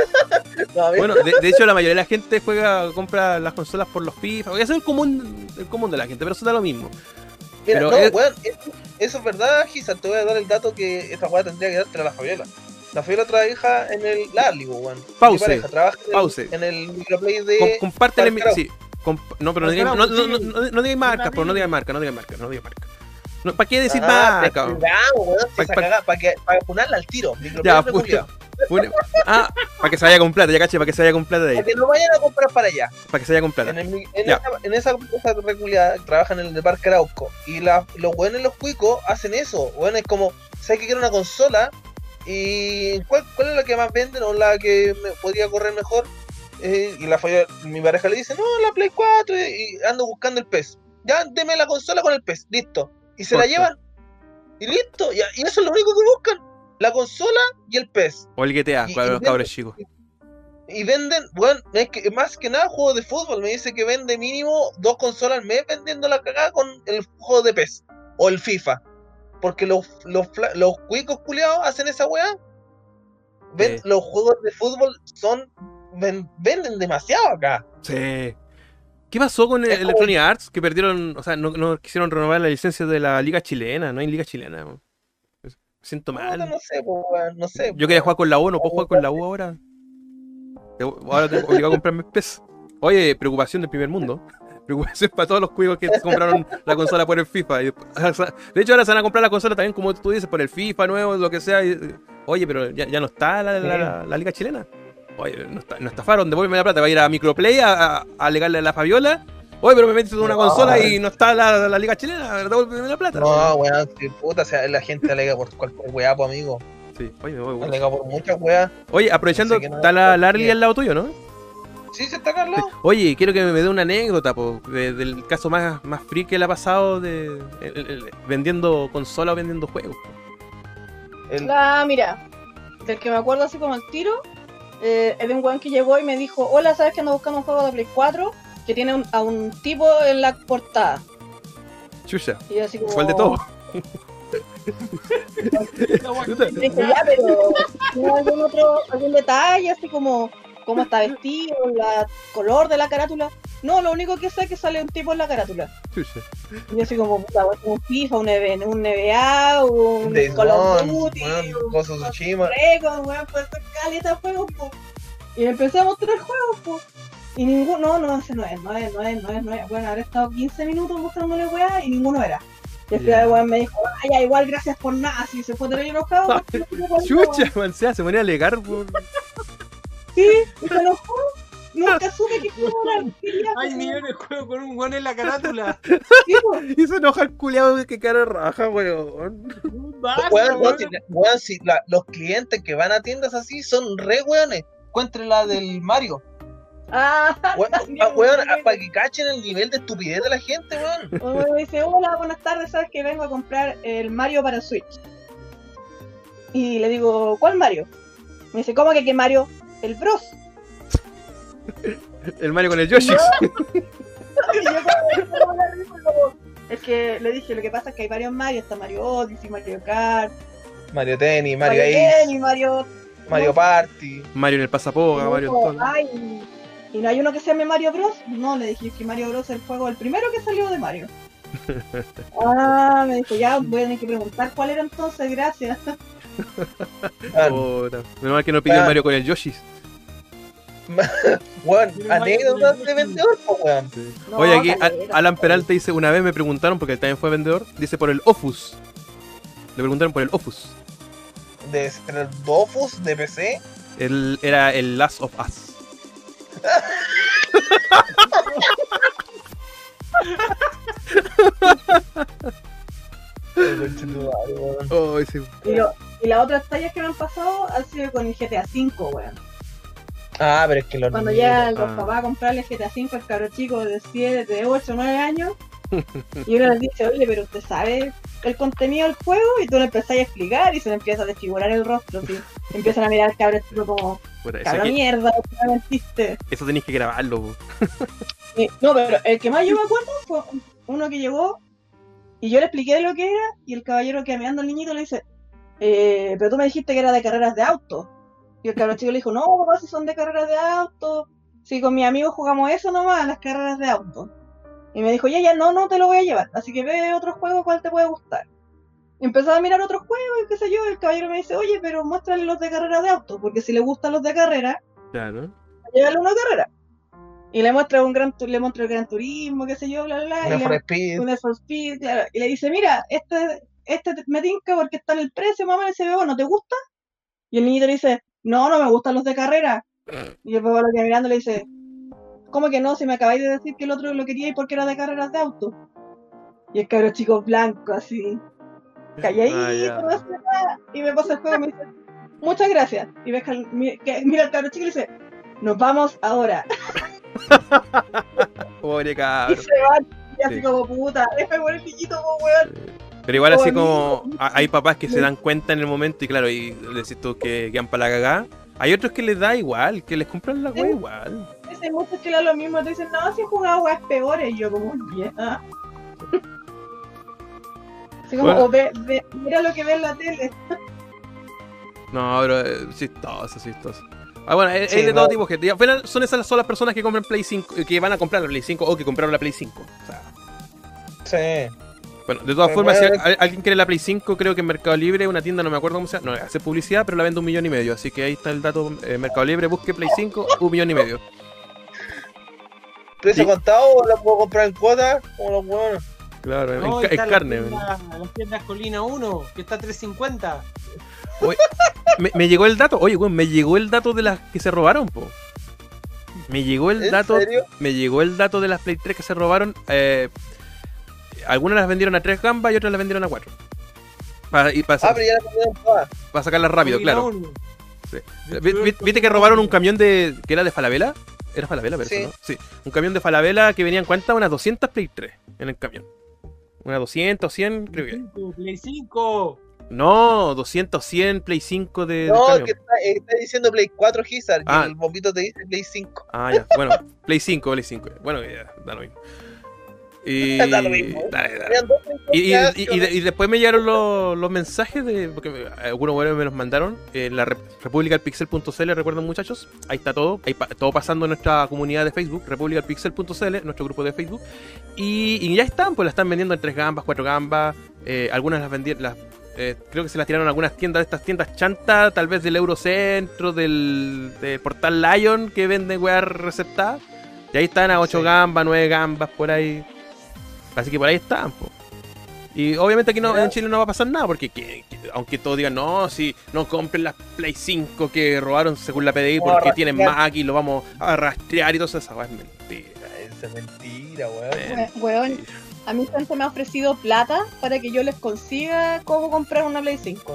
No, a ver, Bueno, de, de hecho la mayoría de la gente juega, compra las consolas por los FIFA. Eso es el común, el común de la gente, pero eso da lo mismo. mira, pero no, es- weón, eso, eso es verdad, Gisa. Te voy a dar el dato que esta weá tendría que dártela a la Fabiola. La Fabiola trabaja en el Larly, weón. Pause, Mi pareja trabaja en el, pause. en el microplay de. Com- compártele mi... Park Sí, comp- no, pero no digáis no, no, no, no, no digáis marcas, pero no digáis marcas, no digáis marcas, no digáis marcas. No, ¿para qué decir Ah, marca? te cuidamos, weón, si Pa- esa pa- cagada, para que para funarla al tiro. Microplay Ya, reculiado. Pone- Ah, para que se vaya con plata, ya caché, para que se vaya con plata de ahí. Para que no vayan a comprar para allá. Para que se vaya con plata. En, el, mi- en Ya. esa, en esa empresa reculiada trabajan en el de Parque Arauco. Y la, los buenos los cuicos hacen eso. Bueno, es como, ¿sabes que quiero una consola? ¿Y cuál, cuál es la que más venden o la que me podría correr mejor? Eh, y la falla- mi pareja le dice, no, la Play cuatro. Y, y ando buscando el P E S. Ya, deme la consola con el P E S. Listo. Y se la Corta. llevan. Y listo. Y, y eso es lo único que buscan. La consola y el P E S. O el G T A, Y- para y los venden- cabros chicos. Y venden, bueno, es que más que nada juegos de fútbol. Me dice que vende mínimo dos consolas al mes vendiendo la cagada con el juego de P E S o el FIFA. Porque los, los, fla- los cuicos culiados hacen esa weá. Ven, Sí. Los juegos de fútbol son ven- venden demasiado acá. Sí. ¿Qué pasó con Es como- Electronic Arts? Que perdieron, o sea, no, no quisieron renovar la licencia de la liga chilena. No hay liga chilena. Me siento No, mal. no sé, pues, weón, no sé. Yo quería jugar con la U, no puedo jugar con la U ahora. Ahora tengo obligado a comprarme P E S. Oye, preocupación del primer mundo. Preocupación para todos los cuicos que se compraron la consola por el FIFA. Y, o sea, de hecho, ahora se van a comprar la consola también, como tú dices, por el FIFA nuevo, lo que sea. Y, oye, pero ya, ya no está la, la, la- la liga chilena. Oye, no, está, no estafaron, devuélveme la plata. Va a ir a Microplay a, a, a alegarle a la Fabiola. Oye, pero me metiste en una No, consola y eh. no está la, la liga chilena. Devuélveme la plata. No, weón, si puta, o sea, la gente alega por cualquier weá, pues, amigo. Sí, oye, me voy, güey. Alega por muchas weas. Oye, aprovechando, No sé qué no- está la Larly al lado tuyo, ¿no? Sí, se está acá al lado. Oye, quiero que me dé una anécdota po, de- del caso más, más free que le ha pasado de el- el- el- vendiendo consola o vendiendo juegos. po. El- La, mira, del que me acuerdo así como el tiro, eh, es de un weón que llegó y me dijo, hola, ¿sabes que ando buscando un juego de Play cuatro que tiene un- a un tipo en la portada? Chucha, Y yo así como... fue el de todo. Y dije, ya, pero ¿tiene algún otro, algún detalle así como cómo está vestido, el color de la carátula? No, lo único que sé es que sale un tipo en la carátula. Chucha. Y yo así como, puta, weón, un FIFA, un, N B A, un N B A, un Days Call of Gone, Duty, weón, un Ghost of Tsushima. Dragon, weón, pues esto es caleta de juegos, po. Y me empecé a mostrar juegos, po. Y ninguno, no, no, ese no es, no es, no es, no es, no es. Bueno, habré estado quince minutos mostrándole weá y ninguno era. Y al final el weón me dijo, ah, ya, igual gracias por nada, si se fue tener enojado. porque no pude jugar, Chucha, man, sea, se ponía a alegar por... Sí, y se enojó. Nunca supe que juego era. quería, Ay, po. mira el juego con un guan en la carátula. Sí, po. Y se enoja el culiado que cara raja, weón. Basta, Weón, no, weón. si, weón, si la- los clientes que van a tiendas así son re weones. Encuentre la del Mario. Ah, Weón, también, ah, weón, weón. para que cachen el nivel de estupidez de la gente, weón. O me dice, hola, buenas tardes, sabes que vengo a comprar el Mario para Switch. Y le digo, ¿cuál Mario? Me dice, ¿cómo que qué Mario? El Bros. El Mario con el Yoshi. Y yo como, como la risa, como, Es que le dije, lo que pasa es que hay varios Mario, está Mario Odyssey, Mario Kart, Mario Tennis, Mario Mario Ace, Tennis, Mario... Mario Party. Mario en el pasapoga, y Mario en dijo, todo. "Ay, ¿y no hay uno que se llame Mario Bros? No, le dije que Mario Bros es el juego, el primero que salió de Mario. Ah, me dijo, ya voy a tener que preguntar cuál era entonces, gracias. Ah, Puta, menos mal que no pidió Ah. Mario con el Yoshi. weón, Pero Mario anécdotas Tennis. de vendedor, pues, weón. No, Oye, aquí Al- caleta. Alan Peralta dice, una vez me preguntaron, porque él también fue vendedor, dice por el Ofus. Le preguntaron por el Ofus. De ser el Dofus de P C. Él era el Last of Us. Ay, conchetumare, weón. Oh, ese- Y, lo- y las otras tallas que me han pasado han sido con el G T A cinco, weón. Ah, pero es que los Cuando niños- llegan los ah. papás a comprarle G T A cinco al cabro chico de siete, de ocho, nueve años, y uno les dice, oye, pero usted sabe el contenido del juego, y tú le empezás a explicar y se le empieza a desfigurar el rostro, ¿sí? Empiezan a mirar al cabro chico como, puta, eso, cabro hay que- mierda, ¿qué me mentiste? eso tenéis que grabarlo. Po. Y- no, pero el que más yo me acuerdo fue uno que llegó y yo le expliqué de lo que era, y el caballero que mirando al niñito le dice, eh, pero tú me dijiste que era de carreras de auto. Y el cabro chico le dijo, no, papá, si son de carreras de auto, si con mis amigos jugamos eso nomás, las carreras de auto. Y me dijo, ya, ya, no, no te lo voy a llevar, así que ve otro juego, cuál te puede gustar. Y empezaba a mirar otros juegos, y qué sé yo, el caballero me dice, oye, pero muéstrale los de carreras de auto, porque si le gustan los de carrera, Claro. llévale uno de carrera. Y le muestra un gran tu- le muestra el Gran Turismo, qué sé yo, bla, bla, bla. y Need le- for Speed. un Need for Speed, claro. Y le dice, mira, este, este te- me tinca porque está en el precio, mamá, y dice, ¿no te gusta? Y el niñito le dice, no, no me gustan los de carrera. Y el papá lo queda mirando y le dice, ¿cómo que no? Si me acabáis de decir que el otro lo quería y porque era de carreras de auto. Y el cabro chico blanco, así, calladito, Ah, ya. no hace nada. Y me pasa el juego y me dice, muchas gracias. Y ves que, al- mi- que mira al cabro chico y le dice, nos vamos ahora. Pobre Y cabro. se van, y así Sí. como puta, deja por el niñito, po, weón. Pero igual así Como como a- hay papás que se dan cuenta en el momento y claro, y decís tú que quedan para la cagada. Hay otros que les da igual, que les compran la wea igual. Hay muchos que le da lo mismo, te dicen, no, si he jugado weas peores. Y yo como, ya. Así como, Bueno. o ve, ve- mira lo que ve en la tele. No, pero eh, chistoso, chistoso. Ah, bueno, hay, Sí, hay de no. todo tipo de gente. Y al final son esas son las personas que compran Play cinco, eh, que van a comprar la Play cinco o que compraron la Play cinco. O sea, Sí. bueno, de todas Pero formas, si bueno, al- alguien quiere la Play cinco, creo que en Mercado Libre, una tienda, no me acuerdo cómo se llama, no hace publicidad, pero la vende un millón y medio. Así que ahí está el dato, eh, Mercado Libre, busque Play cinco, un millón y medio. ¿Precio Y- contado o la puedo comprar en cuotas? Como los buenos. Claro, en, No, ca- está en la carne. tienda- Las tiendas Colina uno, que está a tres cincuenta. Me, me llegó el dato, oye, weón, me llegó el dato de las que se robaron, po. Me llegó el ¿En dato, serio? me llegó el dato de las Play tres que se robaron. Eh, algunas las vendieron a tres gambas y otras las vendieron a cuatro. Para, y para, Ah, pero ya la comieron todas. para sacarlas rápido, Colina claro. uno. Sí. Vi- vi- ¿Viste que robaron un camión de. que era de Falabella? Era Falabella, pero Sí. ¿no? Sí. Un camión de Falabella que venían, ¿cuántas? Unas doscientas Play tres en el camión. Unas doscientas, cien, creo que. Play cinco. No, doscientas, cien Play cinco de, del No, camión. que está, eh, está diciendo Play cuatro Gizar Ah. y el bombito te dice Play cinco. Ah, ya. Bueno, Play cinco, Play cinco. Bueno, ya, da lo mismo. Y, Da lo mismo. Dale, dale. Habían dos Play Y, y- ya, y- y de- y después me llegaron los, los mensajes de. Porque me- algunos buenos me los mandaron. En la rep- república del pixel punto c l, recuerden, muchachos. Ahí está todo. Ahí pa- todo pasando en nuestra comunidad de Facebook, república del pixel punto c l, nuestro grupo de Facebook. Y, y ya están, pues las están vendiendo en tres gambas, cuatro gambas. Eh, algunas las vendieron. Las, eh, creo que se las tiraron a algunas tiendas de estas tiendas chanta, tal vez del Eurocentro, del, del portal Lion, que vende weas receptadas. Y ahí están a ocho Sí. gambas, nueve gambas, por ahí. Así que por ahí están, po. Y obviamente aquí no, Mira. en Chile no va a pasar nada, porque que- que- aunque todos digan, no, si no compren las Play cinco que robaron según la P D I Vamos a porque tienen rastrear. Mac y lo vamos a rastrear y todo eso, esa weá es mentira. Esa es mentira, weón. Eh, We- Weón, a mí gente me ha ofrecido plata para que yo les consiga cómo comprar una Play cinco.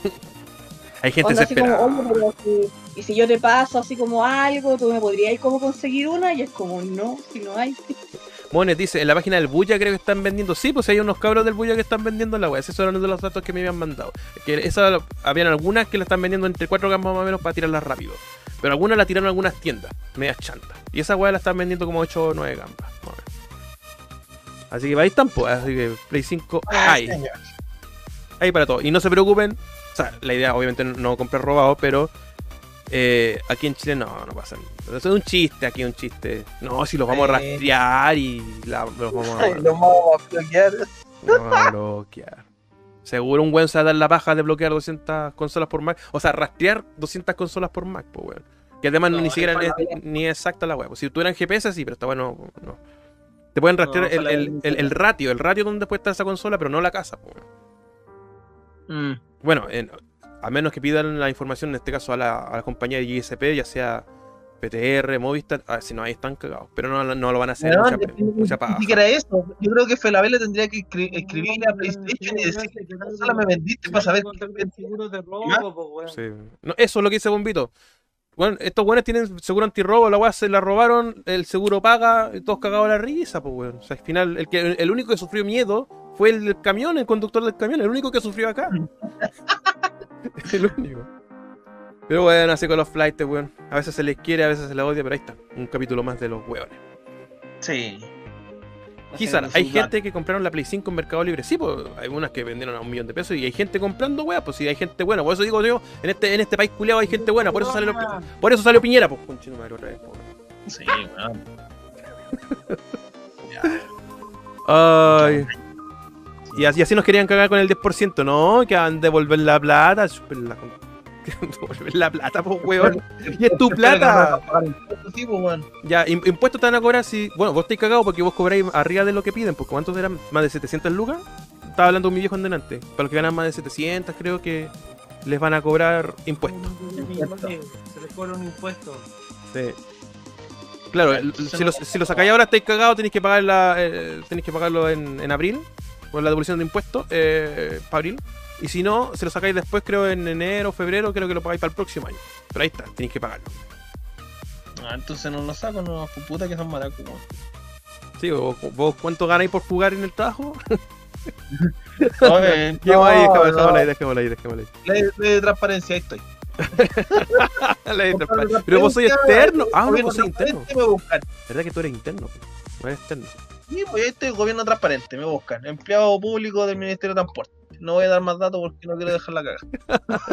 Hay gente Onda así como, desesperada. oye, pero si, y si yo te paso así como algo, tú me podrías cómo conseguir una, y es como, no, si no hay. Mones dice, en la página del Buya creo que están vendiendo. Sí, pues hay unos cabros del Buya que están vendiendo la weá. Esos son uno de los datos que me habían mandado. Que esa, habían algunas que la están vendiendo entre cuatro gambas más o menos para tirarlas rápido. Pero algunas la tiraron a algunas tiendas, medias chantas. Y esa weá la están vendiendo como ocho o nueve gambas. Más o menos. Así que ahí están, pues. Así que Play cinco, Ah, ahí. señor. Ahí para todo. Y no se preocupen. O sea, la idea obviamente no comprar robado, pero eh, aquí en Chile no, no pasa nada. Eso es un chiste, aquí un chiste. No, si los vamos a Sí. rastrear y la- los vamos a, Ay, lo vamos a bloquear. los vamos a bloquear. Seguro un weón se va a dar la paja de bloquear doscientas consolas por Mac. O sea, rastrear doscientas consolas por Mac, pues weón. Que además No, ni es siquiera para es, la- ni es exacta la weá. Pues si tuvieran G P S sí, pero esta weá no, no. Te pueden rastrear No, el, ojalá el, el, el ratio, el ratio donde puede estar esa consola, pero no la casa, pues weón. Mm. Bueno, en- a menos que pidan la información, en este caso a la, a la compañía de G S P, ya sea P T R, Movistar, a ver, si no, ahí están cagados. Pero no, no lo van a hacer, Weón, mucha, ni- ni- mucha ni paja. siquiera eso. Yo creo que Felabella tendría que escri- escribirle a PlayStation y decirle qué consola me vendiste para saber qué seguros de robo, ¿Ya? pues, weón. Sí. No, eso es lo que dice Bombito. Bueno, estos buenos tienen seguro antirrobo, la weá se la robaron, el seguro paga, y todos cagados a la risa, pues weón. O sea, al final, el, que, el único que sufrió miedo fue el del camión, el conductor del camión, el único que sufrió acá. El único. Pero bueno, así con los flights, weón. A veces se les quiere, a veces se les odia, pero ahí está. Un capítulo más de los weones. Sí. Quizás, hay gente que compraron la Play cinco en Mercado Libre. Sí, pues hay unas que vendieron a un millón de pesos y hay gente comprando, weá. Pues sí, hay gente buena. Por eso digo yo, en este, en este país culiado hay gente buena. Por eso sale, por eso salió Piñera, pues, conchino madre, otra vez, po. Sí, weón. Ay. Y así, y así nos querían cagar con el diez por ciento, ¿no? Que van a devolver la plata. chúpenla con- Devolver la plata, pues, weón. Y es tu plata. Sí, pues, weón. Ya, im- impuestos te van a cobrar si. Bueno, vos estáis cagados porque vos cobráis arriba de lo que piden. Porque ¿cuántos eran? ¿Más de setecientas lucas? Estaba hablando con mi viejo en delante. Para los que ganan más de setecientas, creo que les van a cobrar impuestos. Se les cobra un impuesto. Sí. Claro, el- si lo, si lo sacáis ahora estáis cagados, tenéis que pagar la, eh, tenéis que pagarlo en, en abril, por la devolución de impuestos, eh, para abril. Y si no, si lo sacáis después, creo en enero, febrero, creo que lo pagáis para el próximo año. Pero ahí está, tenéis que pagarlo. Ah, entonces no lo saco, no, puta que son maracos, weón. Sí, vos, vos ¿cuánto ganáis por jugar en el trabajo? Oye, Dejémoslo ahí, no, dejémoslo no. ahí, dejémoslo ahí, dejémoslo ahí. Ley, ley de transparencia, ahí estoy. La de transparencia. Pero vos sois externo. Ah, no, Gobierno vos sois interno. transparente, me buscan. ¿Verdad que tú eres interno? No eres externo. Sí, pues ahí estoy, gobierno transparente, me buscan. Empleado público del Ministerio de Transporte. No voy a dar más datos porque no quiero dejar la cagada.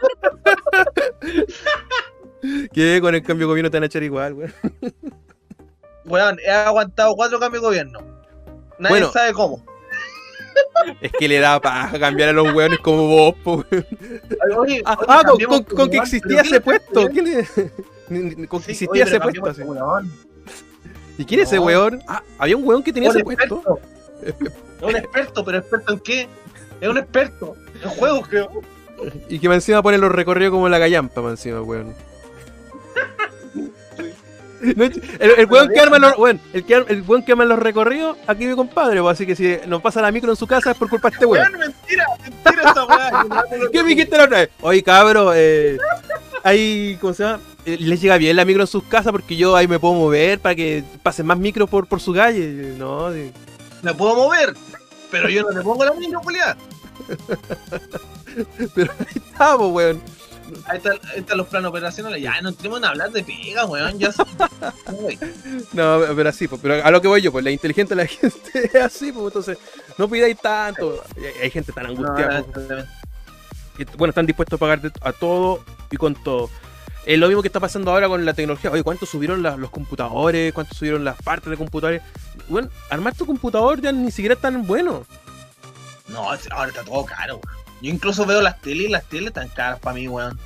Que con el cambio de gobierno te van a echar igual, weón. Weón, he aguantado cuatro cambios de gobierno. Nadie Bueno. sabe cómo. Es que le da paja cambiar a los weones como vos, po, weón. Oye, Ah, oye, ah, con, cambiemos, con- con que weón, existía pero ese ¿qué le puesto. pasa, ¿Quién le... ni- ni- Con que Sí, existía oye, ese pero puesto. cambiemos, así. weón. ¿Y quién es ese No. weón? Ah, había un weón que tenía Un ese puesto. experto. Es un experto, pero ¿experto en qué? Es un experto. En juegos, creo. Y que más encima pone los recorridos como la gallampa, más encima, weón. No, el, el weón que arma los, weón, el, que arma- el weón que arma los recorridos, aquí mi compadre, pues, así que si nos pasa la micro en su casa es por culpa de este weón. Weón, mentira, mentira esta weá. ¿Qué me dijiste la otra vez? Oye, cabro, eh, ahí, ¿cómo se llama? Eh, les llega bien la micro en sus casas porque yo ahí me puedo mover para que pasen más micros por, por su calle. No, sí. Me puedo mover, pero yo no le pongo la mano, Julián. Pero ahí estamos, weón. Ahí, está, ahí están los planos operacionales. Ya no tenemos a hablar de pega, weón. Ya se- Uy. No, pero así, pues, pero a lo que voy yo, pues la inteligente la gente es así, pues entonces no pidáis tanto. Y Hay, hay gente tan No, angustiada, no, pues, no, no. que, bueno, están dispuestos a pagar de- a todo y con todo. Es lo mismo que está pasando ahora con la tecnología. Oye, ¿cuánto subieron la- los computadores? ¿Cuánto subieron las partes de computadores? Bueno, armar tu computador ya ni siquiera es tan bueno. No, es- ahora está todo caro, weón. Yo incluso veo las teles y las teles tan caras para mí, weón.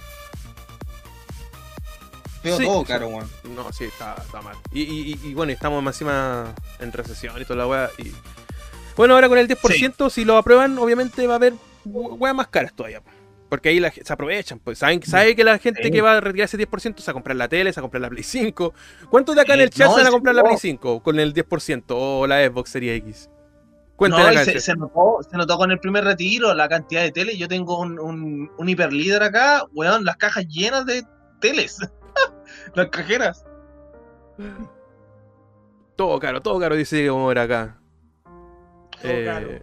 Veo Sí. todo caro, weón. No, sí, está, está mal. Y, y, y- y bueno, estamos más encima en recesión y toda la weá. Y... Bueno, ahora con el diez por ciento, si lo aprueban, obviamente va a haber we- weas más caras todavía. Porque ahí la, ge- se aprovechan, pues saben, saben que la gente Sí. que va a retirar ese diez por ciento se va a comprar la tele, se va a comprar la Play cinco. ¿Cuántos de acá en el Sí, chat no, se van a es- comprar la no. Play cinco con el diez por ciento o la Xbox Series X? Cuéntenme No, y acá. se, en el se chat. notó, se notó con el primer retiro la cantidad de teles. Yo tengo un, un, un hiperlíder acá, weón, las cajas llenas de teles. Las cajeras. Todo caro, todo caro, dice como era acá. Todo Eh, caro.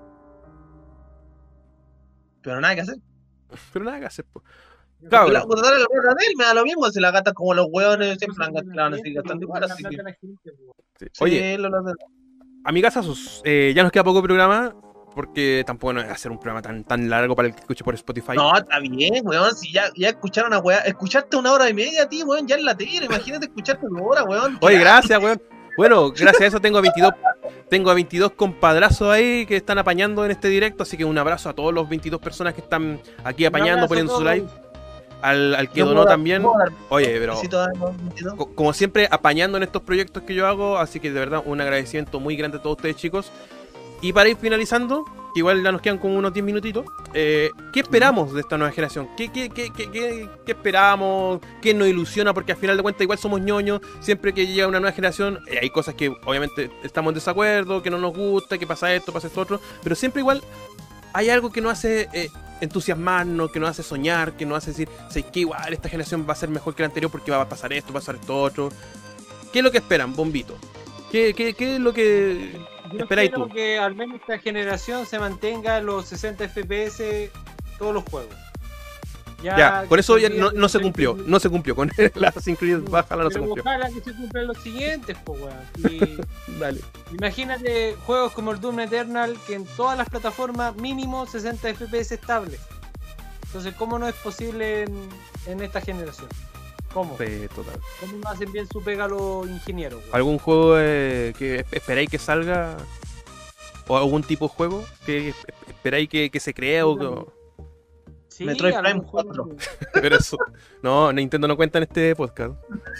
Pero nada que hacer. Pero nada que hacer, pues. La Cabrón. computadora la plata de él me da lo mismo, se la gastan como los hueones, siempre la han- la van a seguir gastando igual, así que. Sí. Sí, Oye, lo- lo- lo- amigazos, eh, ya nos queda poco programa, porque tampoco no es hacer un programa tan, tan largo para el que escuche por Spotify. No, está bien, weón. Si ya, ya escucharon a weá. Escucharte una hora y media a ti, weón, ya en la tele. Imagínate escucharte una hora, weón. Oye, gracias, weón. Bueno, gracias a eso tengo a veintidós, tengo a veintidós compadrazos ahí que están apañando en este directo, así que un abrazo a todos los veintidós personas que están aquí apañando, poniendo su like. Al, al que Yo donó puedo dar- también. puedo dar Oye, pero besito a los veintidós. co- como siempre, apañando en estos proyectos que yo hago, así que de verdad un agradecimiento muy grande a todos ustedes, chicos. Y para ir finalizando, que igual ya nos quedan como unos diez minutitos, eh, ¿qué esperamos de esta nueva generación? ¿Qué, qué, qué, qué, qué, qué esperamos? ¿Qué nos ilusiona? Porque al final de cuentas igual somos ñoños, siempre que llega una nueva generación eh, hay cosas que obviamente estamos en desacuerdo, que no nos gusta, que pasa esto, pasa esto otro, pero siempre igual hay algo que nos hace eh, entusiasmarnos, que nos hace soñar, que nos hace decir, sé que igual esta generación va a ser mejor que la anterior porque va a pasar esto, va a pasar esto otro. ¿Qué es lo que esperan, Bombito? ¿Qué, qué, qué es lo que Yo esperáis espero tú? que al menos esta generación se mantenga los sesenta F P S todos los juegos. Ya, por eso ya que no, no se olviden- cumplió, no se cumplió. Con el Assassin's Creed Valhalla no se Pero cumplió. ojalá que se cumplan los siguientes, po, weón. Y Dale. imagínate juegos como el Doom Eternal, que en todas las plataformas mínimo sesenta F P S estable. Entonces, ¿cómo no es posible en, en esta generación? ¿Cómo? Sí, total. ¿Cómo no hacen bien su pega los ingenieros, weón? ¿Algún juego eh, que esp- esperáis que salga? ¿O algún tipo de juego que esp- esperáis que, que se crea? O que- Sí, Metroid algún Prime juego cuatro. que- Pero eso. No, Nintendo no cuenta en este podcast.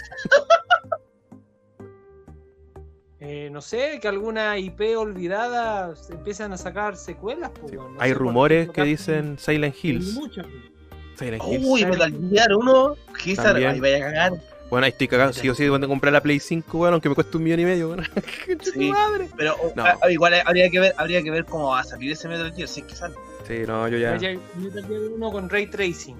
Eh, no sé, que alguna I P olvidada se empiezan a sacar secuelas. po, Sí. weón. No Hay sé, por rumores ejemplo, que Capcom- dicen Silent Hay Hills. muchas, weón. Silent Hills. Uy, Metal Gear uno. Gizar, También. ahí vaya a cagar. Bueno, ahí estoy cagado. Sí o sí, cuando compré la Play cinco, bueno, aunque me cueste un millón y medio, bueno. Sí. madre! Pero No. a- a- igual habría que ver, habría que ver cómo va a salir ese Metal Gear, si es que sale. Sí, no, yo ya. Metal Gear uno con Ray Tracing.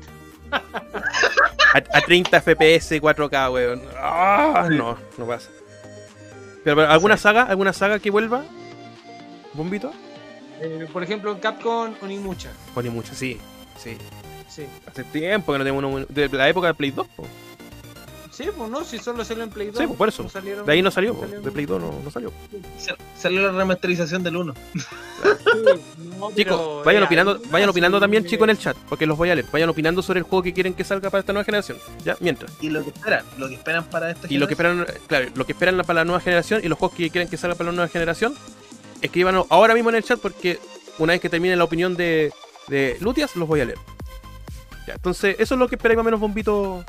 A, a treinta F P S, cuatro K, weón. Ah, no, no pasa. Pero, pero, ¿alguna saga? ¿Alguna saga que vuelva? ¿Bombito? Eh, por ejemplo, en Capcom Onimucha. Pone mucho, sí. Sí. Sí. Hace tiempo que no tenemos uno. De la época de Play dos, po. Sí, pues no, si solo salió en Play dos. Sí, pues, por eso. no salieron- De ahí no salió, po. salieron- De Play dos no, no salió. Sa- Salió la remasterización del uno. Sí, no, Chicos, pero, vayan eh, opinando, hay vayan una, opinando sí, también, eh, chicos, en el chat, porque los voy a leer. Vayan opinando sobre el juego que quieren que salga para esta nueva generación. Ya, mientras. Y lo que esperan, lo que esperan para esta Y lo que generación. esperan, claro, lo que esperan para la nueva generación y los juegos que quieren que salga para la nueva generación, escríbanos ahora mismo en el chat porque una vez que termine la opinión de, de Lutias, los voy a leer. Ya, entonces, eso es lo que esperáis más o menos, Bombito.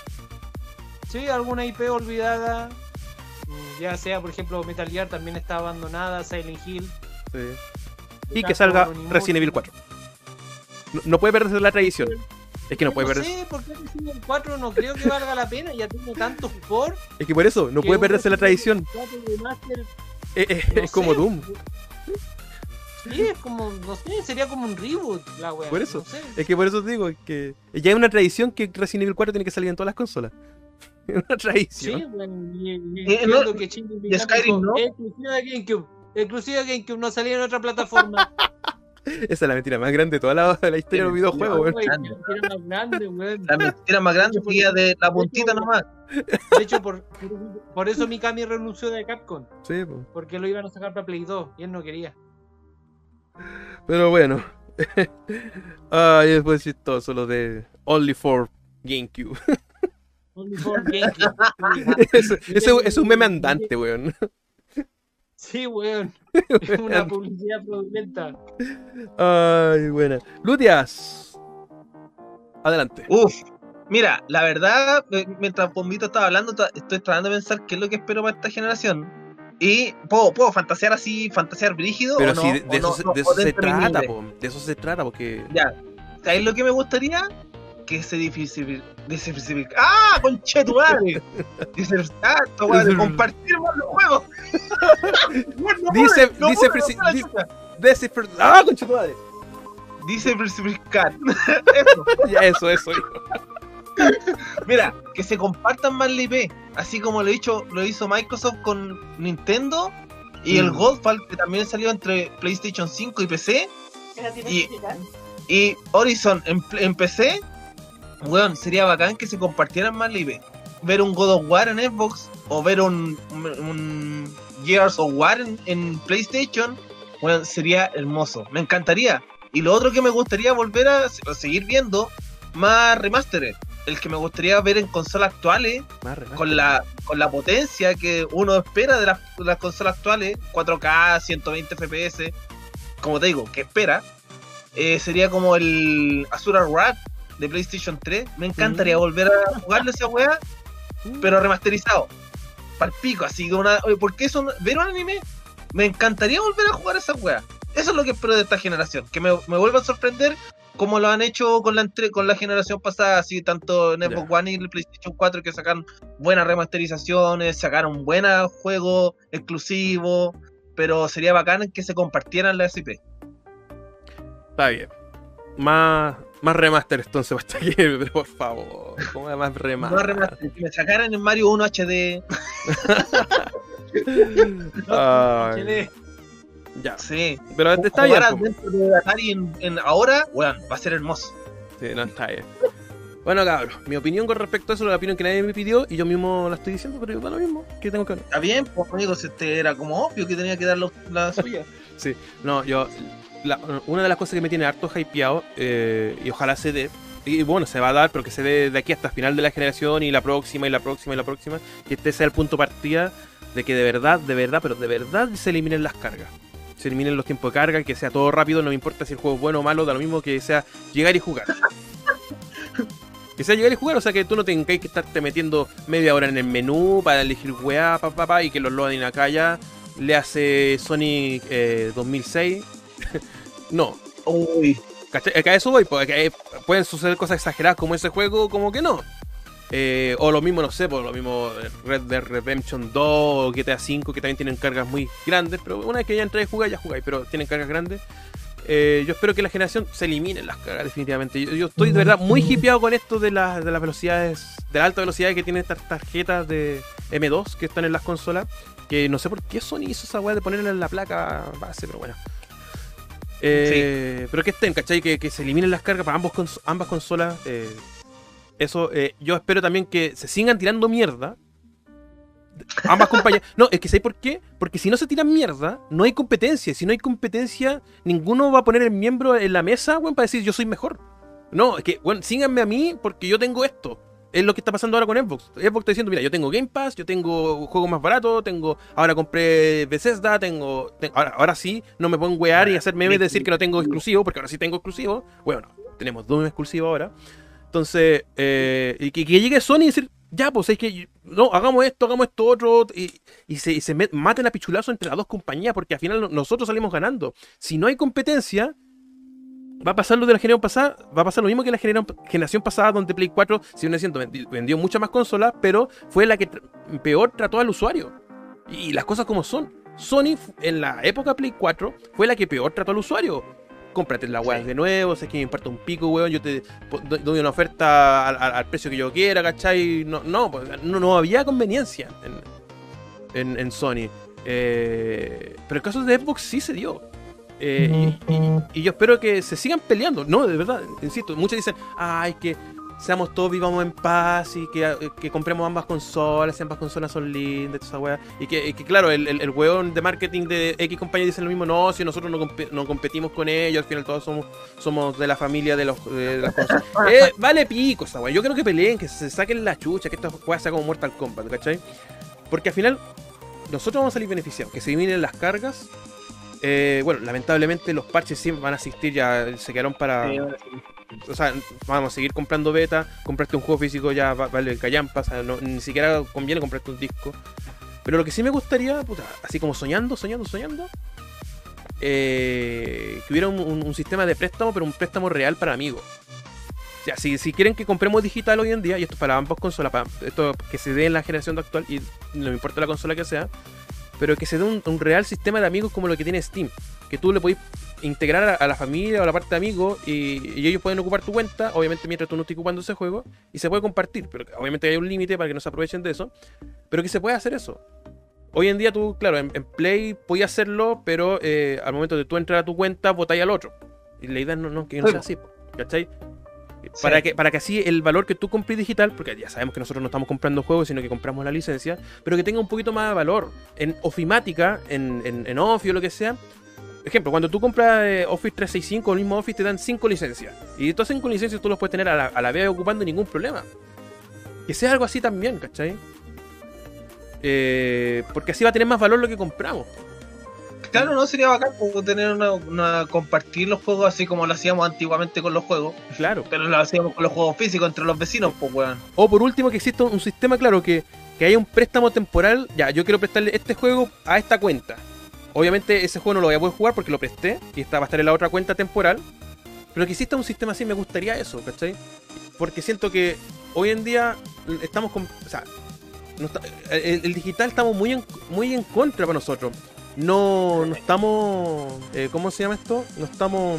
Sí, alguna I P olvidada. mm, Ya sea, por ejemplo, Metal Gear también está abandonada, Silent Hill. Y que salga Resident Evil cuatro. No, no puede perderse la tradición. Es que no puede No perderse. sé, porque Resident Evil cuatro no creo que valga la pena. Ya tengo tantos por. Es que por eso, no puede perderse la tradición. Es, es- No es como sé. Doom. Sí, es como, no sé, sería como un reboot la wea. Por eso. No sé. Es que por eso digo que ya hay una tradición que Resident Evil cuatro tiene que salir en todas las consolas. Es una tradición. Sí, bueno, y, y Eh, entiendo no, que Shinji y Mikami Skyrim, dijo, ¿no? exclusiva de GameCube. Exclusiva de GameCube, no salía en otra plataforma. Esa es la mentira más grande de toda la, de la historia de los videojuegos, weón. Güey, era más grande, weón. La mentira más grande sería de la puntita nomás. De hecho, por, por, por eso Mikami renunció de Capcom. Sí, po. Porque lo iban a sacar para Play dos y él no quería. Pero bueno. Ay, es muy chistoso lo de Only for GameCube. Only for GameCube. Ese ese es un meme andante, weón. Sí, weón. Es una publicidad fraudulenta. Ay, buena. Lutias. Adelante. Uf. Mira, la verdad, eh, mientras Bombito estaba hablando, ta- estoy tratando de pensar qué es lo que espero para esta generación. Y puedo, puedo fantasear así, fantasear brígido. Pero o no, si de, o de no, eso, se- no, de o eso se dentro de mi trata, libre. po. De eso se trata, porque. Ya. ¿Sabes lo que me gustaría? Que se difícil. Difícil. ¡Ah! ¡Conche tu madre! Dice, ah, esta weá de compartir más los juegos. Bueno, no Dice- puede, no dice puede, presi- no puede, di- chucha. Decipher- ¡Ah, concha tu madre! Dice Versificar. Eso. Ya, eso, eso. hijo. Mira, que se compartan más la I P, así como lo, hizo, lo hizo Microsoft con Nintendo y el Mm. Godfall, que también salió entre PlayStation cinco y P C, ¿La tienes Y- que explicar? y Horizon en, pl- en P C. Weón, sería bacán que se compartieran más la I P. Ver un God of War en Xbox o ver un, un, un Gears of War en, en PlayStation, bueno, sería hermoso. Me encantaría. Y lo otro que me gustaría volver a, a seguir viendo, más remastered. El que me gustaría ver en consolas actuales, Más remaster. con la con la potencia que uno espera de las, de las consolas actuales, cuatro K, ciento veinte F P S, como te digo, que espera, eh, sería como el Azura Wrath de PlayStation tres. Me encantaría Mm. volver a jugarle esa weá, pero remasterizado. Pal pico, así que una. Oye, porque eso, ver un anime, me encantaría volver a jugar esa weá. Eso es lo que espero de esta generación, que me, me vuelva a sorprender como lo han hecho con la entre, con la generación pasada, así tanto en Xbox Ya. One y el PlayStation cuatro, que sacaron buenas remasterizaciones, sacaron buenos juegos exclusivos, pero sería bacán que se compartieran las I P. Está bien. Más, más remaster entonces para esta game, pero por favor. ¿Cómo es más No remaster? remaster, que me sacaran en Mario uno H D. Ay, Chile. ya. Sí. Pero está bien. Jugar po. dentro de Atari en, en ahora, weón, va a ser hermoso. Sí, no, está bien. Bueno, cabros, mi opinión con respecto a eso, la opinión que nadie me pidió y yo mismo la estoy diciendo, pero da lo mismo. ¿Qué tengo que hablar? Está bien, pues amigo, si este era como obvio que tenía que dar lo- la suya. Sí, no, yo. la- una de las cosas que me tiene harto hypeado, eh, y ojalá se dé, y bueno, se va a dar, pero que se dé de aquí hasta el final de la generación y la próxima y la próxima y la próxima, que este sea el punto de partida de que de verdad, de verdad, pero de verdad se eliminen las cargas. Se eliminen los tiempos de carga, que sea todo rápido, no me importa si el juego es bueno o malo, da lo mismo que sea llegar y jugar. Que sea llegar y jugar, o sea que tú no tengas que estarte metiendo media hora en el menú para elegir weá, pa, pa, pa, y que los loading acá ya le hace Sonic eh, dos mil seis. No, Uy, ¿cachai? Acá a eso voy, porque pueden suceder cosas exageradas como ese juego, como que no. Eh, o lo mismo, no sé, por lo mismo Red Dead Redemption dos o G T A cinco, que también tienen cargas muy grandes, pero una vez que ya entráis a jugar, ya jugáis, pero tienen cargas grandes. Eh, yo espero que la generación se eliminen las cargas definitivamente. Yo, yo estoy de verdad muy hipeado con esto de, la- de las velocidades, de la alta velocidad que tienen estas tarjetas de M dos que están en las consolas. Que no sé por qué Sony hizo esa weá de ponerla en la placa base, pero bueno. Eh, Pero que estén, ¿cachai? Que, que se eliminen las cargas para ambos cons- ambas consolas. eh, Eso, eh, yo espero también que se sigan tirando mierda. Ambas compañías. No, es que ¿sabes por qué? Porque si no se tiran mierda, no hay competencia. Si no hay competencia, ninguno va a poner el miembro en la mesa, weón, para decir yo soy mejor. No, es que, bueno, síganme a mí porque yo tengo esto. Es lo que está pasando ahora con Xbox. Xbox está diciendo, mira, yo tengo Game Pass, yo tengo juegos más baratos, tengo, ahora compré Bethesda, tengo, ten- ahora, ahora sí, no me pueden wear y hacer memes de decir que no tengo exclusivo, porque ahora sí tengo exclusivo. Bueno, tenemos Doom exclusivo ahora. Entonces, eh, y que, que llegue Sony y decir, ya, pues es que no, hagamos esto, hagamos esto otro, y, y se, y se met- maten a pichulazo entre las dos compañías, porque al final no- nosotros salimos ganando. Si no hay competencia, va a pasar lo de la generación pasada, va a pasar lo mismo que la genera- generación pasada, donde Play cuatro, si uno siento, vendi- vendió muchas más consolas, pero fue la que tr- peor trató al usuario. Y, y las cosas como son. Sony, f- en la época Play cuatro, fue la que peor trató al usuario. Cómprate la weá Sí. de nuevo, sé que me importa un pico, weón, yo te po- do- doy una oferta al, al- al precio que yo quiera, ¿cachai? No, no, pues, no, no había conveniencia en, en, en Sony. Eh, pero el caso de Xbox sí se dio. Eh, y, y- y yo espero que se sigan peleando. No, de verdad, insisto, muchos dicen, ay, que seamos todos, vivamos en paz y que, que compremos ambas consolas, y ambas consolas son lindas, toda esa weá. Y que, y que, claro, el, el, el weón de marketing de X compañía dice lo mismo, no, si nosotros no, compe- no competimos con ellos, al final todos somos, somos de la familia de, los, de las consolas. Eh, vale pico esa weá, yo creo que peleen, que se saquen la chucha, que esta weá sea como Mortal Kombat, ¿cachai? Porque al final nosotros vamos a salir beneficiados, que se eliminen las cargas. Eh, bueno, lamentablemente los parches siempre van a asistir, ya se quedaron para... sí, O sea, vamos a seguir comprando beta. Comprarte un juego físico ya va- vale el callampa. O sea, no- ni siquiera conviene comprarte un disco. Pero lo que sí me gustaría, puta, así como soñando, soñando, soñando, eh, que hubiera un, un- un sistema de préstamo, pero un préstamo real para amigos. O sea, si, si quieren que compremos digital hoy en día, y esto es para ambas consolas, para esto que se dé en la generación actual, y no me importa la consola que sea, pero que se dé un, un real sistema de amigos como lo que tiene Steam. Que tú le podés integrar a, a la familia o a la parte de amigos y, y ellos pueden ocupar tu cuenta, obviamente mientras tú no estés ocupando ese juego, y se puede compartir, pero obviamente hay un límite para que no se aprovechen de eso, pero que se puede hacer eso. Hoy en día tú, claro, en, en Play podías hacerlo, pero eh, al momento de tú entrar a tu cuenta, votáis al otro. Y la idea no, no, que no sea así, po, ¿cachai? Para Sí. que, para que así el valor que tú compres digital, porque ya sabemos que nosotros no estamos comprando juegos, sino que compramos la licencia, pero que tenga un poquito más de valor. En ofimática, en, en, en Office o lo que sea. Por ejemplo, cuando tú compras eh, Office trescientos sesenta y cinco o el mismo Office te dan cinco licencias. Y todas cinco licencias tú los puedes tener a la, a la vez ocupando ningún problema. Que sea algo así también, ¿cachai? Eh, porque así va a tener más valor lo que compramos. Claro, no sería bacán como tener una, una- compartir los juegos así como lo hacíamos antiguamente con los juegos, Claro. pero lo hacíamos con los juegos físicos entre los vecinos, pues weón. O por último que exista un sistema, claro, que, que haya un préstamo temporal. Ya, yo quiero prestarle este juego a esta cuenta. Obviamente ese juego no lo voy a poder jugar porque lo presté y está, va a estar en la otra cuenta temporal. Pero que exista un sistema así, me gustaría eso, ¿cachai? Porque siento que hoy en día estamos con... O sea, no está- el, el digital estamos muy en, muy en contra para nosotros. No, no estamos... eh, ¿Cómo se llama esto? No estamos...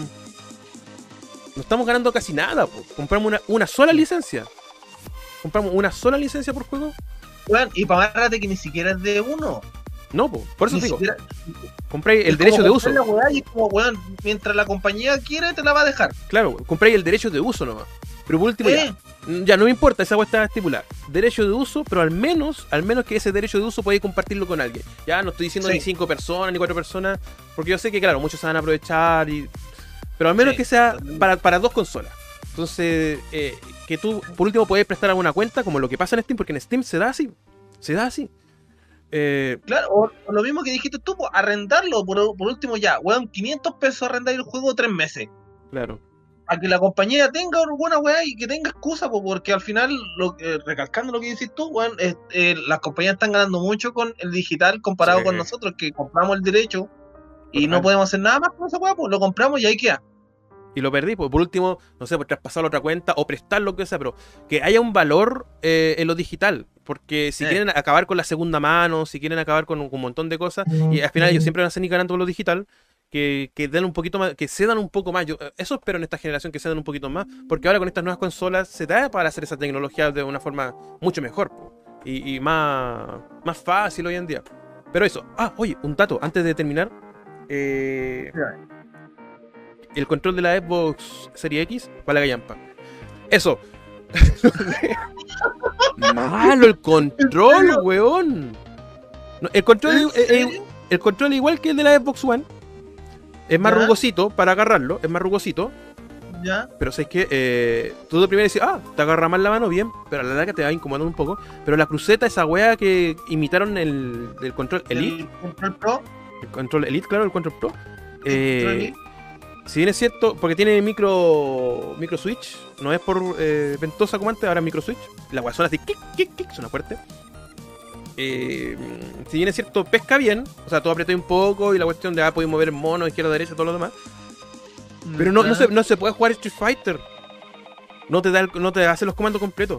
No estamos ganando casi nada, po. Compramos una, una sola licencia. Compramos una sola licencia por juego. Weón, y para amarrate que ni siquiera es de uno. No, po. Por eso Ni te digo, siquiera- compráis el es derecho como de comprar uso. la weá y como, weón, mientras la compañía quiere, te la va a dejar. Claro, compráis el derecho de uso nomás. Pero por último, Eh, ya, ya no me importa, esa cuesta estipular. Derecho de uso, pero al menos, al menos que ese derecho de uso podáis compartirlo con alguien. Ya no estoy diciendo Sí. ni cinco personas, ni cuatro personas, porque yo sé que, claro, muchos se van a aprovechar, y... pero al menos Sí, que sea totalmente. para, para dos consolas. Entonces, eh, que tú, por último, podés prestar alguna cuenta, como lo que pasa en Steam, porque en Steam se da así. Se da así. Eh, Claro, o, o lo mismo que dijiste tú, pues, arrendarlo, por, por último ya, weón, quinientos pesos arrendar el juego tres meses. claro. A que la compañía tenga alguna weá y que tenga excusa, pues, porque al final, lo, eh, recalcando lo que dices tú, weón, es- eh, las compañías están ganando mucho con el digital comparado Sí. con nosotros, que compramos el derecho y Total. no podemos hacer nada más con esa weá, pues lo compramos y ahí queda. Y lo perdí, pues por último, no sé, pues traspasarlo a otra cuenta o prestar lo que sea, pero que haya un valor eh, en lo digital. Porque si Eh. quieren acabar con la segunda mano, si quieren acabar con un, con un montón de cosas, y al final ellos siempre van a seguir ganando con lo digital, que, que den un poquito más, que cedan un poco más. Yo eh, eso espero en esta generación, que cedan un poquito más, porque ahora con estas nuevas consolas se da para hacer esa tecnología de una forma mucho mejor, po, y, y más, más fácil hoy en día. Pero eso, ah, oye, un dato, antes de terminar. Eh, el control de la Xbox Series X para la gallampa. Eso. Malo el control, weón. No, el control ¿En es- es- serio? el control es igual que el de la Xbox One. Es más ¿Ya? rugosito para agarrarlo, es más rugosito. Ya, Pero sabes que eh, tú de primera dices, ah, te agarra mal la mano, bien, pero a la larga te va incomodando un poco. Pero la cruceta, esa wea que imitaron el, el control Elite, el Control Pro, el control Elite, claro, el control Pro. el eh, Control Elite. Si bien es cierto, porque tiene micro micro switch, no es por eh, ventosa como antes, ahora es micro switch. La weá suena así, kick, kick, kick, suena fuerte. Eh, si bien es cierto, pesca bien, o sea, tú apretas un poco y la cuestión de, ah, puedes mover mono, izquierda, derecha, todo lo demás. Pero no, no, se, no se puede jugar Street Fighter. No te, da el- no te hace los comandos completos.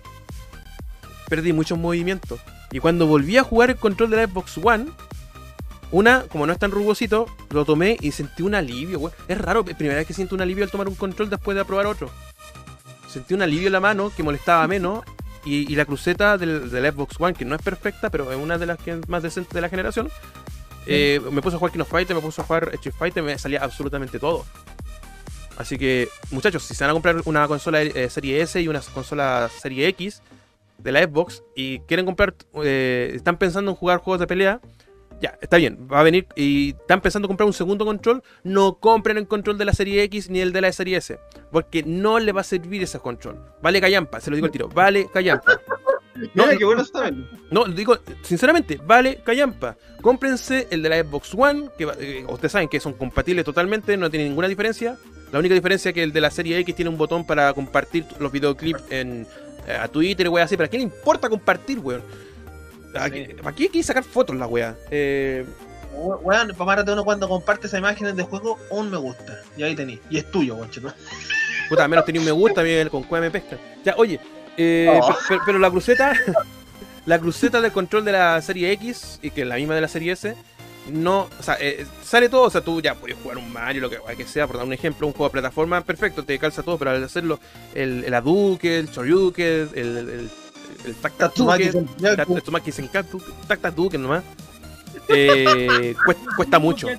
Perdí muchos movimientos. Y cuando volví a jugar el control de la Xbox One, una, como no es tan rugosito, lo tomé y sentí un alivio, güey. Es raro, es primera vez que siento un alivio al tomar un control después de probar otro. Sentí un alivio en la mano que molestaba menos. Y, y la cruceta del, del Xbox One, que no es perfecta, pero es una de las que es más decentes de la generación. eh, me puse a jugar King of Fighter, me puse a jugar Street Fighter, me salía absolutamente todo. Así que, muchachos, si se van a comprar una consola eh, Serie S y una consola Serie X de la Xbox y quieren comprar, eh, están pensando en jugar juegos de pelea, ya, está bien, va a venir y están pensando en comprar un segundo control, no compren el control de la Serie X ni el de la Serie S, porque no le va a servir ese control. Vale callampa, se lo digo al tiro, vale callampa. No, Mira, no, qué bueno está bien. no, digo, sinceramente, vale callampa. Cómprense el de la Xbox One, que va- eh, ustedes saben que son compatibles totalmente, no tiene ninguna diferencia. La única diferencia es que el de la Serie X tiene un botón para compartir los videoclips en, eh, a Twitter, wea así. ¿Pero a quién le importa compartir, weón? ¿A Sí. qué- ¿Para qué hay que sacar fotos la wea? Eh, Weón, para amárrate uno cuando comparte esas imágenes de juego, un me gusta. Y ahí tenés. Y es tuyo, weón, chico. puta, al menos tenía un me gusta, a mí el con cueva me pesca. Ya, oye, eh, Oh. pero, pero- pero la cruceta, la cruceta del control de la Serie X, y que es la misma de la Serie S, no, o sea, eh, sale todo, o sea, tú ya puedes jugar un Mario, lo que, que sea, por dar un ejemplo, un juego de plataforma, perfecto, te calza todo, pero al hacerlo, el, el Hadouken, el Shoryuken, el, el, el, el Tatsumaki Taktatuken, Senkaku. Tatsumaki Senkaku, Taktatuken nomás, eh, cuesta, cuesta mucho.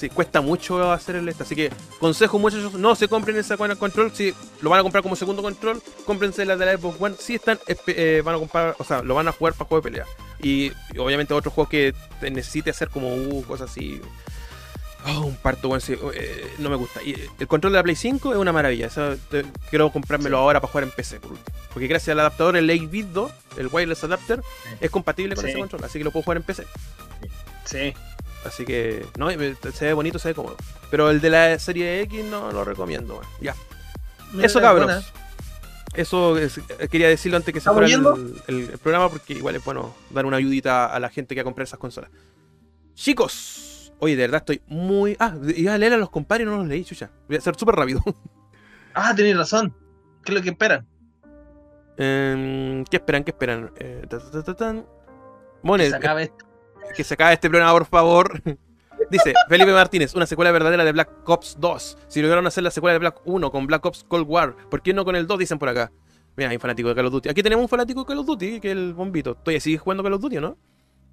Sí, cuesta mucho hacer el este. Así que, consejo muchachos, no se compren esa One Control. Si lo van a comprar como segundo control, cómprense la de la Xbox One. Si están, eh, van a comprar, o sea, lo van a jugar para juego de pelea. Y, y obviamente otros juegos que te necesite hacer como uh, cosas así. Oh, un parto, bueno, sí, eh, no me gusta. Y el control de la Play cinco es una maravilla. Eso, te, quiero comprármelo sí. ahora para jugar en P C, por último. Porque gracias al adaptador, el eight bit dos, el wireless adapter, sí. es compatible con sí. ese control. Así que lo puedo jugar en P C. Sí. Así que, no, se ve bonito, se ve cómodo. Pero el de la serie X no lo recomiendo, man. Ya. Mira, eso, cabros. Buena. Eso es, quería decirlo antes que se fuera el, el, el programa, porque igual es bueno dar una ayudita a la gente que va a comprar esas consolas. Chicos, oye, de verdad estoy muy... Ah, iba a leer a los compadres y no los leí, chucha. Voy a hacer súper rápido. Ah, tenéis razón. ¿Qué es lo que esperan? Eh, ¿Qué esperan? ¿Qué esperan? Eh, ta, ta, ta, ta. Mones, que se acabe esto. Que se acabe este programa, por favor. Dice Felipe Martínez, una secuela verdadera de Black Ops dos. Si lograron hacer la secuela de Black uno con Black Ops Cold War, ¿por qué no con el dos? Dicen por acá. Mira, hay un fanático de Call of Duty. Aquí tenemos un fanático de Call of Duty, que es el Bombito. Estoy así jugando Call of Duty, ¿no?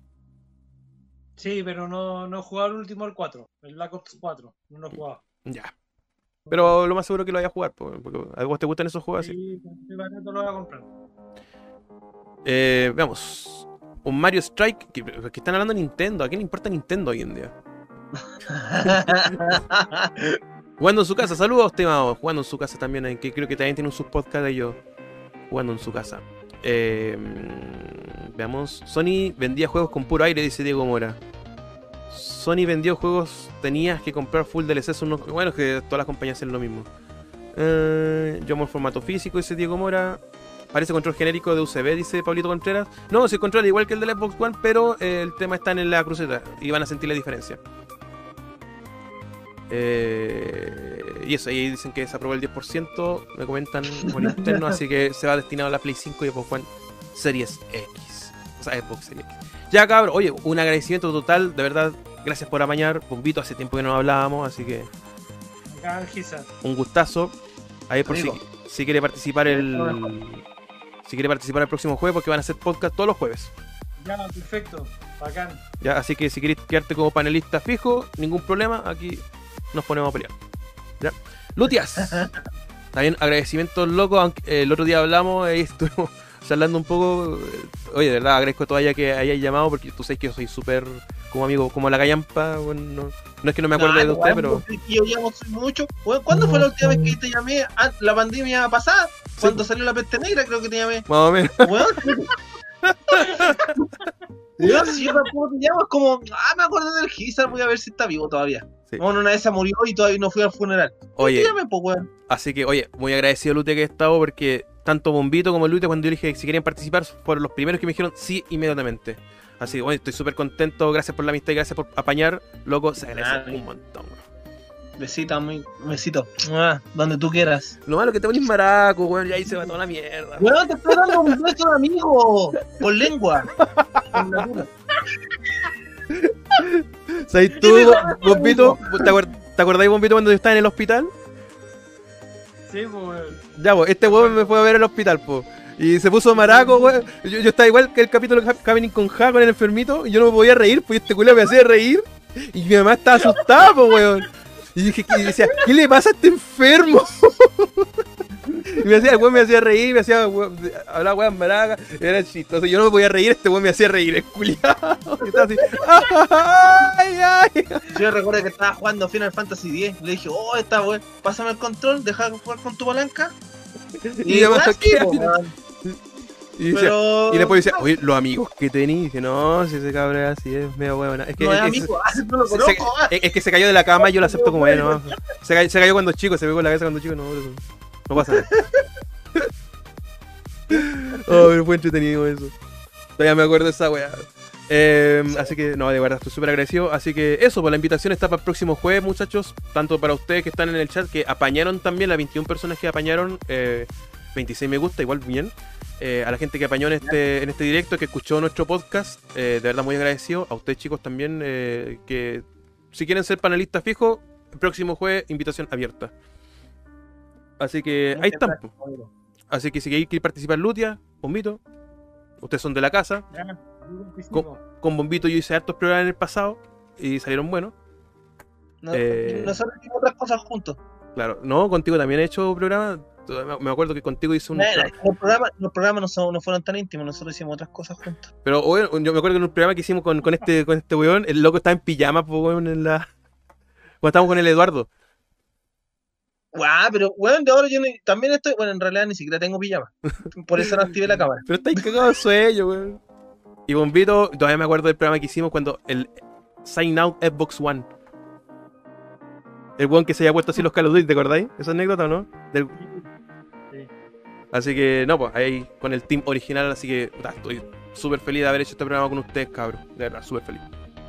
Sí, pero no, no he jugado el último, el cuatro. El Black Ops cuatro. No lo he jugado. Ya. Pero lo más seguro que lo vaya a jugar, porque a vos te gustan esos juegos así. Sí, de barato lo voy a comprar. Eh, veamos. Un Mario Strike, que, que están hablando de Nintendo. ¿A quién le importa Nintendo hoy en día? Jugando en su casa, saludos, estimado. Jugando en su casa también, que creo que también tiene un subpodcast de ellos. Jugando en su casa. Eh, veamos. Sony vendía juegos con puro aire, dice Diego Mora. Sony vendió juegos, tenías que comprar full D L C. Unos, bueno, es que todas las compañías hacen lo mismo. Eh, yo amo el formato físico, dice Diego Mora. Parece control genérico de U S B, dice Pablito Contreras. No, se controla igual que el de la Xbox One, pero eh, el tema está en la cruceta y van a sentir la diferencia. Eh, y eso, ahí dicen que se aprobó el diez por ciento, me comentan por interno, así que se va destinado a la Play cinco y Xbox One Series X. O sea, Xbox Series X. Ya, cabrón, oye, un agradecimiento total, de verdad, gracias por amañar. Bombito, hace tiempo que no hablábamos, así que... un gustazo. Ahí por si, si quiere participar el... Si quiere participar el próximo jueves, porque van a hacer podcast todos los jueves. Ya, perfecto, bacán. Ya, así que si querés quedarte como panelista fijo, ningún problema, aquí nos ponemos a pelear. Ya. Lutias. También agradecimientos locos, aunque eh, el otro día hablamos, ahí estuvimos charlando un poco. Oye, de verdad, agradezco todavía que hayáis llamado, porque tú sabes que yo soy súper como amigo, como la callampa. Bueno, no, no es que no me acuerde nah, de usted, pero... Yo llamo mucho. Cuándo fue la última vez que te llamé? Ah, la pandemia pasada. Cuando sí. Salió la peste negra, creo que te llamé. Más o menos. Bueno, yo, si yo tampoco te llamo, es como, ah, me acordé del Gizar, voy a ver si está vivo todavía. Sí. Bueno, una vez se murió y todavía no fui al funeral. Oye, te llamé, pues, weón. Así que, oye, muy agradecido, Lute, que he estado, porque tanto Bombito como Lute, cuando yo dije que si querían participar, fueron los primeros que me dijeron sí inmediatamente. Así que, bueno, estoy súper contento, gracias por la amistad y gracias por apañar, loco, se agradece un montón, bro. Besito, muy, besito. Ah, donde tú quieras. Lo malo que te pones maraco, weón, y ahí se va toda la mierda. Weón, te estoy dando un beso de amigo. Con lengua. Con la dura. ¿Sabes tú, Bombito? ¿Te, acuer ¿Te acordáis, Bombito, cuando yo estaba en el hospital? Sí, pues. Ya, pues, este weón me fue a ver al hospital, pues. Y se puso maraco, weón. Yo, yo estaba igual que el capítulo de Cabining con Ja, con el enfermito, y yo no me podía reír, pues este culo me hacía reír. Y mi mamá estaba asustada, pues, weón. Y dije, y decía, ¿qué le pasa a este enfermo? Y me hacía, el weón me hacía reír, me hacía, weón, hablaba weón maraca, era chistoso. Yo no me podía reír, este weón me hacía reír, el culiado. Y estaba así, ¡ay, ay! Yo recuerdo que estaba jugando Final Fantasy diez. Le dije, oh, esta weón, pásame el control, deja de jugar con tu palanca. Y, y además, aquí, po, y, decía, pero... y después decía, oye, los amigos que tenés. Y dije, no, si ese cabrón es así, es medio huevona. Es que, no es, es, que amigo, se, no lo conozco, se, es, es que se cayó de la cama y yo lo acepto como él, ¿no? Se cayó, se cayó cuando chico, se pegó en la cabeza cuando chico, no, no, no pasa nada. Oh, pero fue entretenido eso. Todavía me acuerdo de esa weá. Eh, así que, no, de verdad, estoy súper agradecido. Así que eso, pues la invitación está para el próximo jueves, muchachos. Tanto para ustedes que están en el chat, que apañaron también, las veintiuna personas que apañaron. Eh, veintiséis me gusta, igual bien. Eh, a la gente que apañó en este, en este directo, que escuchó nuestro podcast, eh, de verdad muy agradecido. A ustedes, chicos, también, eh, que si quieren ser panelistas fijos, el próximo jueves, invitación abierta. Así que ahí están. Así que si queréis participar, Lutia, Bombito, ustedes son de la casa. Con, con Bombito yo hice hartos programas en el pasado y salieron buenos. No- Eh. Nosotros hicimos otras cosas juntos. Claro, no, contigo también he hecho programa. Me acuerdo que contigo hice un. Nah, Los programas, los programas no, son, no fueron tan íntimos, nosotros hicimos otras cosas juntos. Pero bueno, yo me acuerdo que en un programa que hicimos con, con este con este weón, el loco estaba en pijama, pues weón, en la. Cuando estábamos con el Eduardo. Guau, pero bueno, de ahora yo ni- también estoy. Bueno, en realidad ni siquiera tengo pijama. Por eso no activé la cámara. Pero estáis cagados de sueño, weón. Y Bombito, todavía me acuerdo del programa que hicimos cuando el Sign Out Xbox One. El weón que se había puesto así los Call of Duty, ¿te acordáis? Esa anécdota, ¿o no? Del... Sí. Así que, no, pues ahí con el team original, así que puta, estoy súper feliz de haber hecho este programa con ustedes, cabros. De verdad, súper feliz.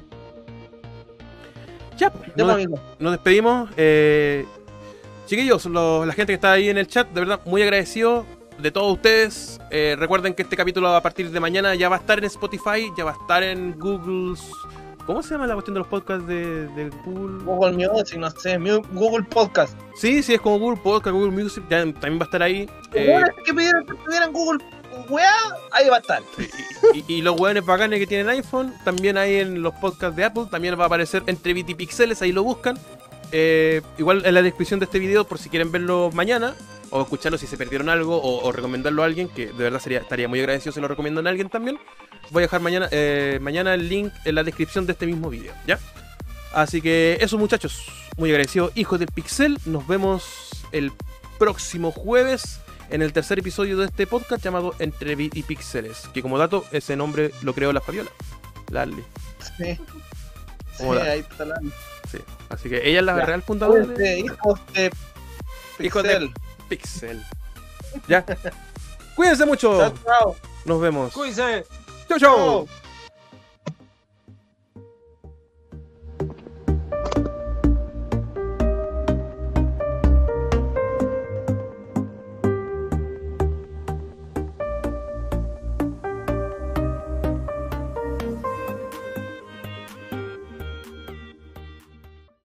Ya, pues, Ya, nos, pues, amigo. nos despedimos. Eh, chiquillos, los- la gente que está ahí en el chat, de verdad, muy agradecido de todos ustedes. Eh, recuerden que este capítulo a partir de mañana ya va a estar en Spotify, ya va a estar en Google. ¿Cómo se llama la cuestión de los podcasts de, de Google? Google Music, no sé, Mu- Google Podcast. Sí, sí, es como Google Podcast, Google Music, ya también va a estar ahí. Eh, Bueno, que pidieran, que pidieran Google, weá, ahí va a estar. y, y- y los weones bacanes que tienen iPhone, también ahí en los podcasts de Apple, también va a aparecer entre bits y píxeles, ahí lo buscan. Eh, igual en la descripción de este video, por si quieren verlo mañana, o escucharlo si se perdieron algo, o, o recomendarlo a alguien, que de verdad sería, estaría muy agradecido si lo recomiendan a alguien también. Voy a dejar mañana, eh, mañana el link en la descripción de este mismo video, ¿ya? Así que eso, muchachos, muy agradecido, hijos del pixel. Nos vemos el próximo jueves en el tercer episodio de este podcast llamado Entre Bit y Píxeles, que como dato ese nombre lo creó la Fabiola, la Arly. Sí. Sí, Hola. ahí está la. Sí. Así que ella es la Ya. real fundadora de Este, hijos de. Hijos de Pixel. Pixel. Ya. Cuídense mucho. Chao, chao. Nos vemos. Cuídense. Chau, chau. Chao.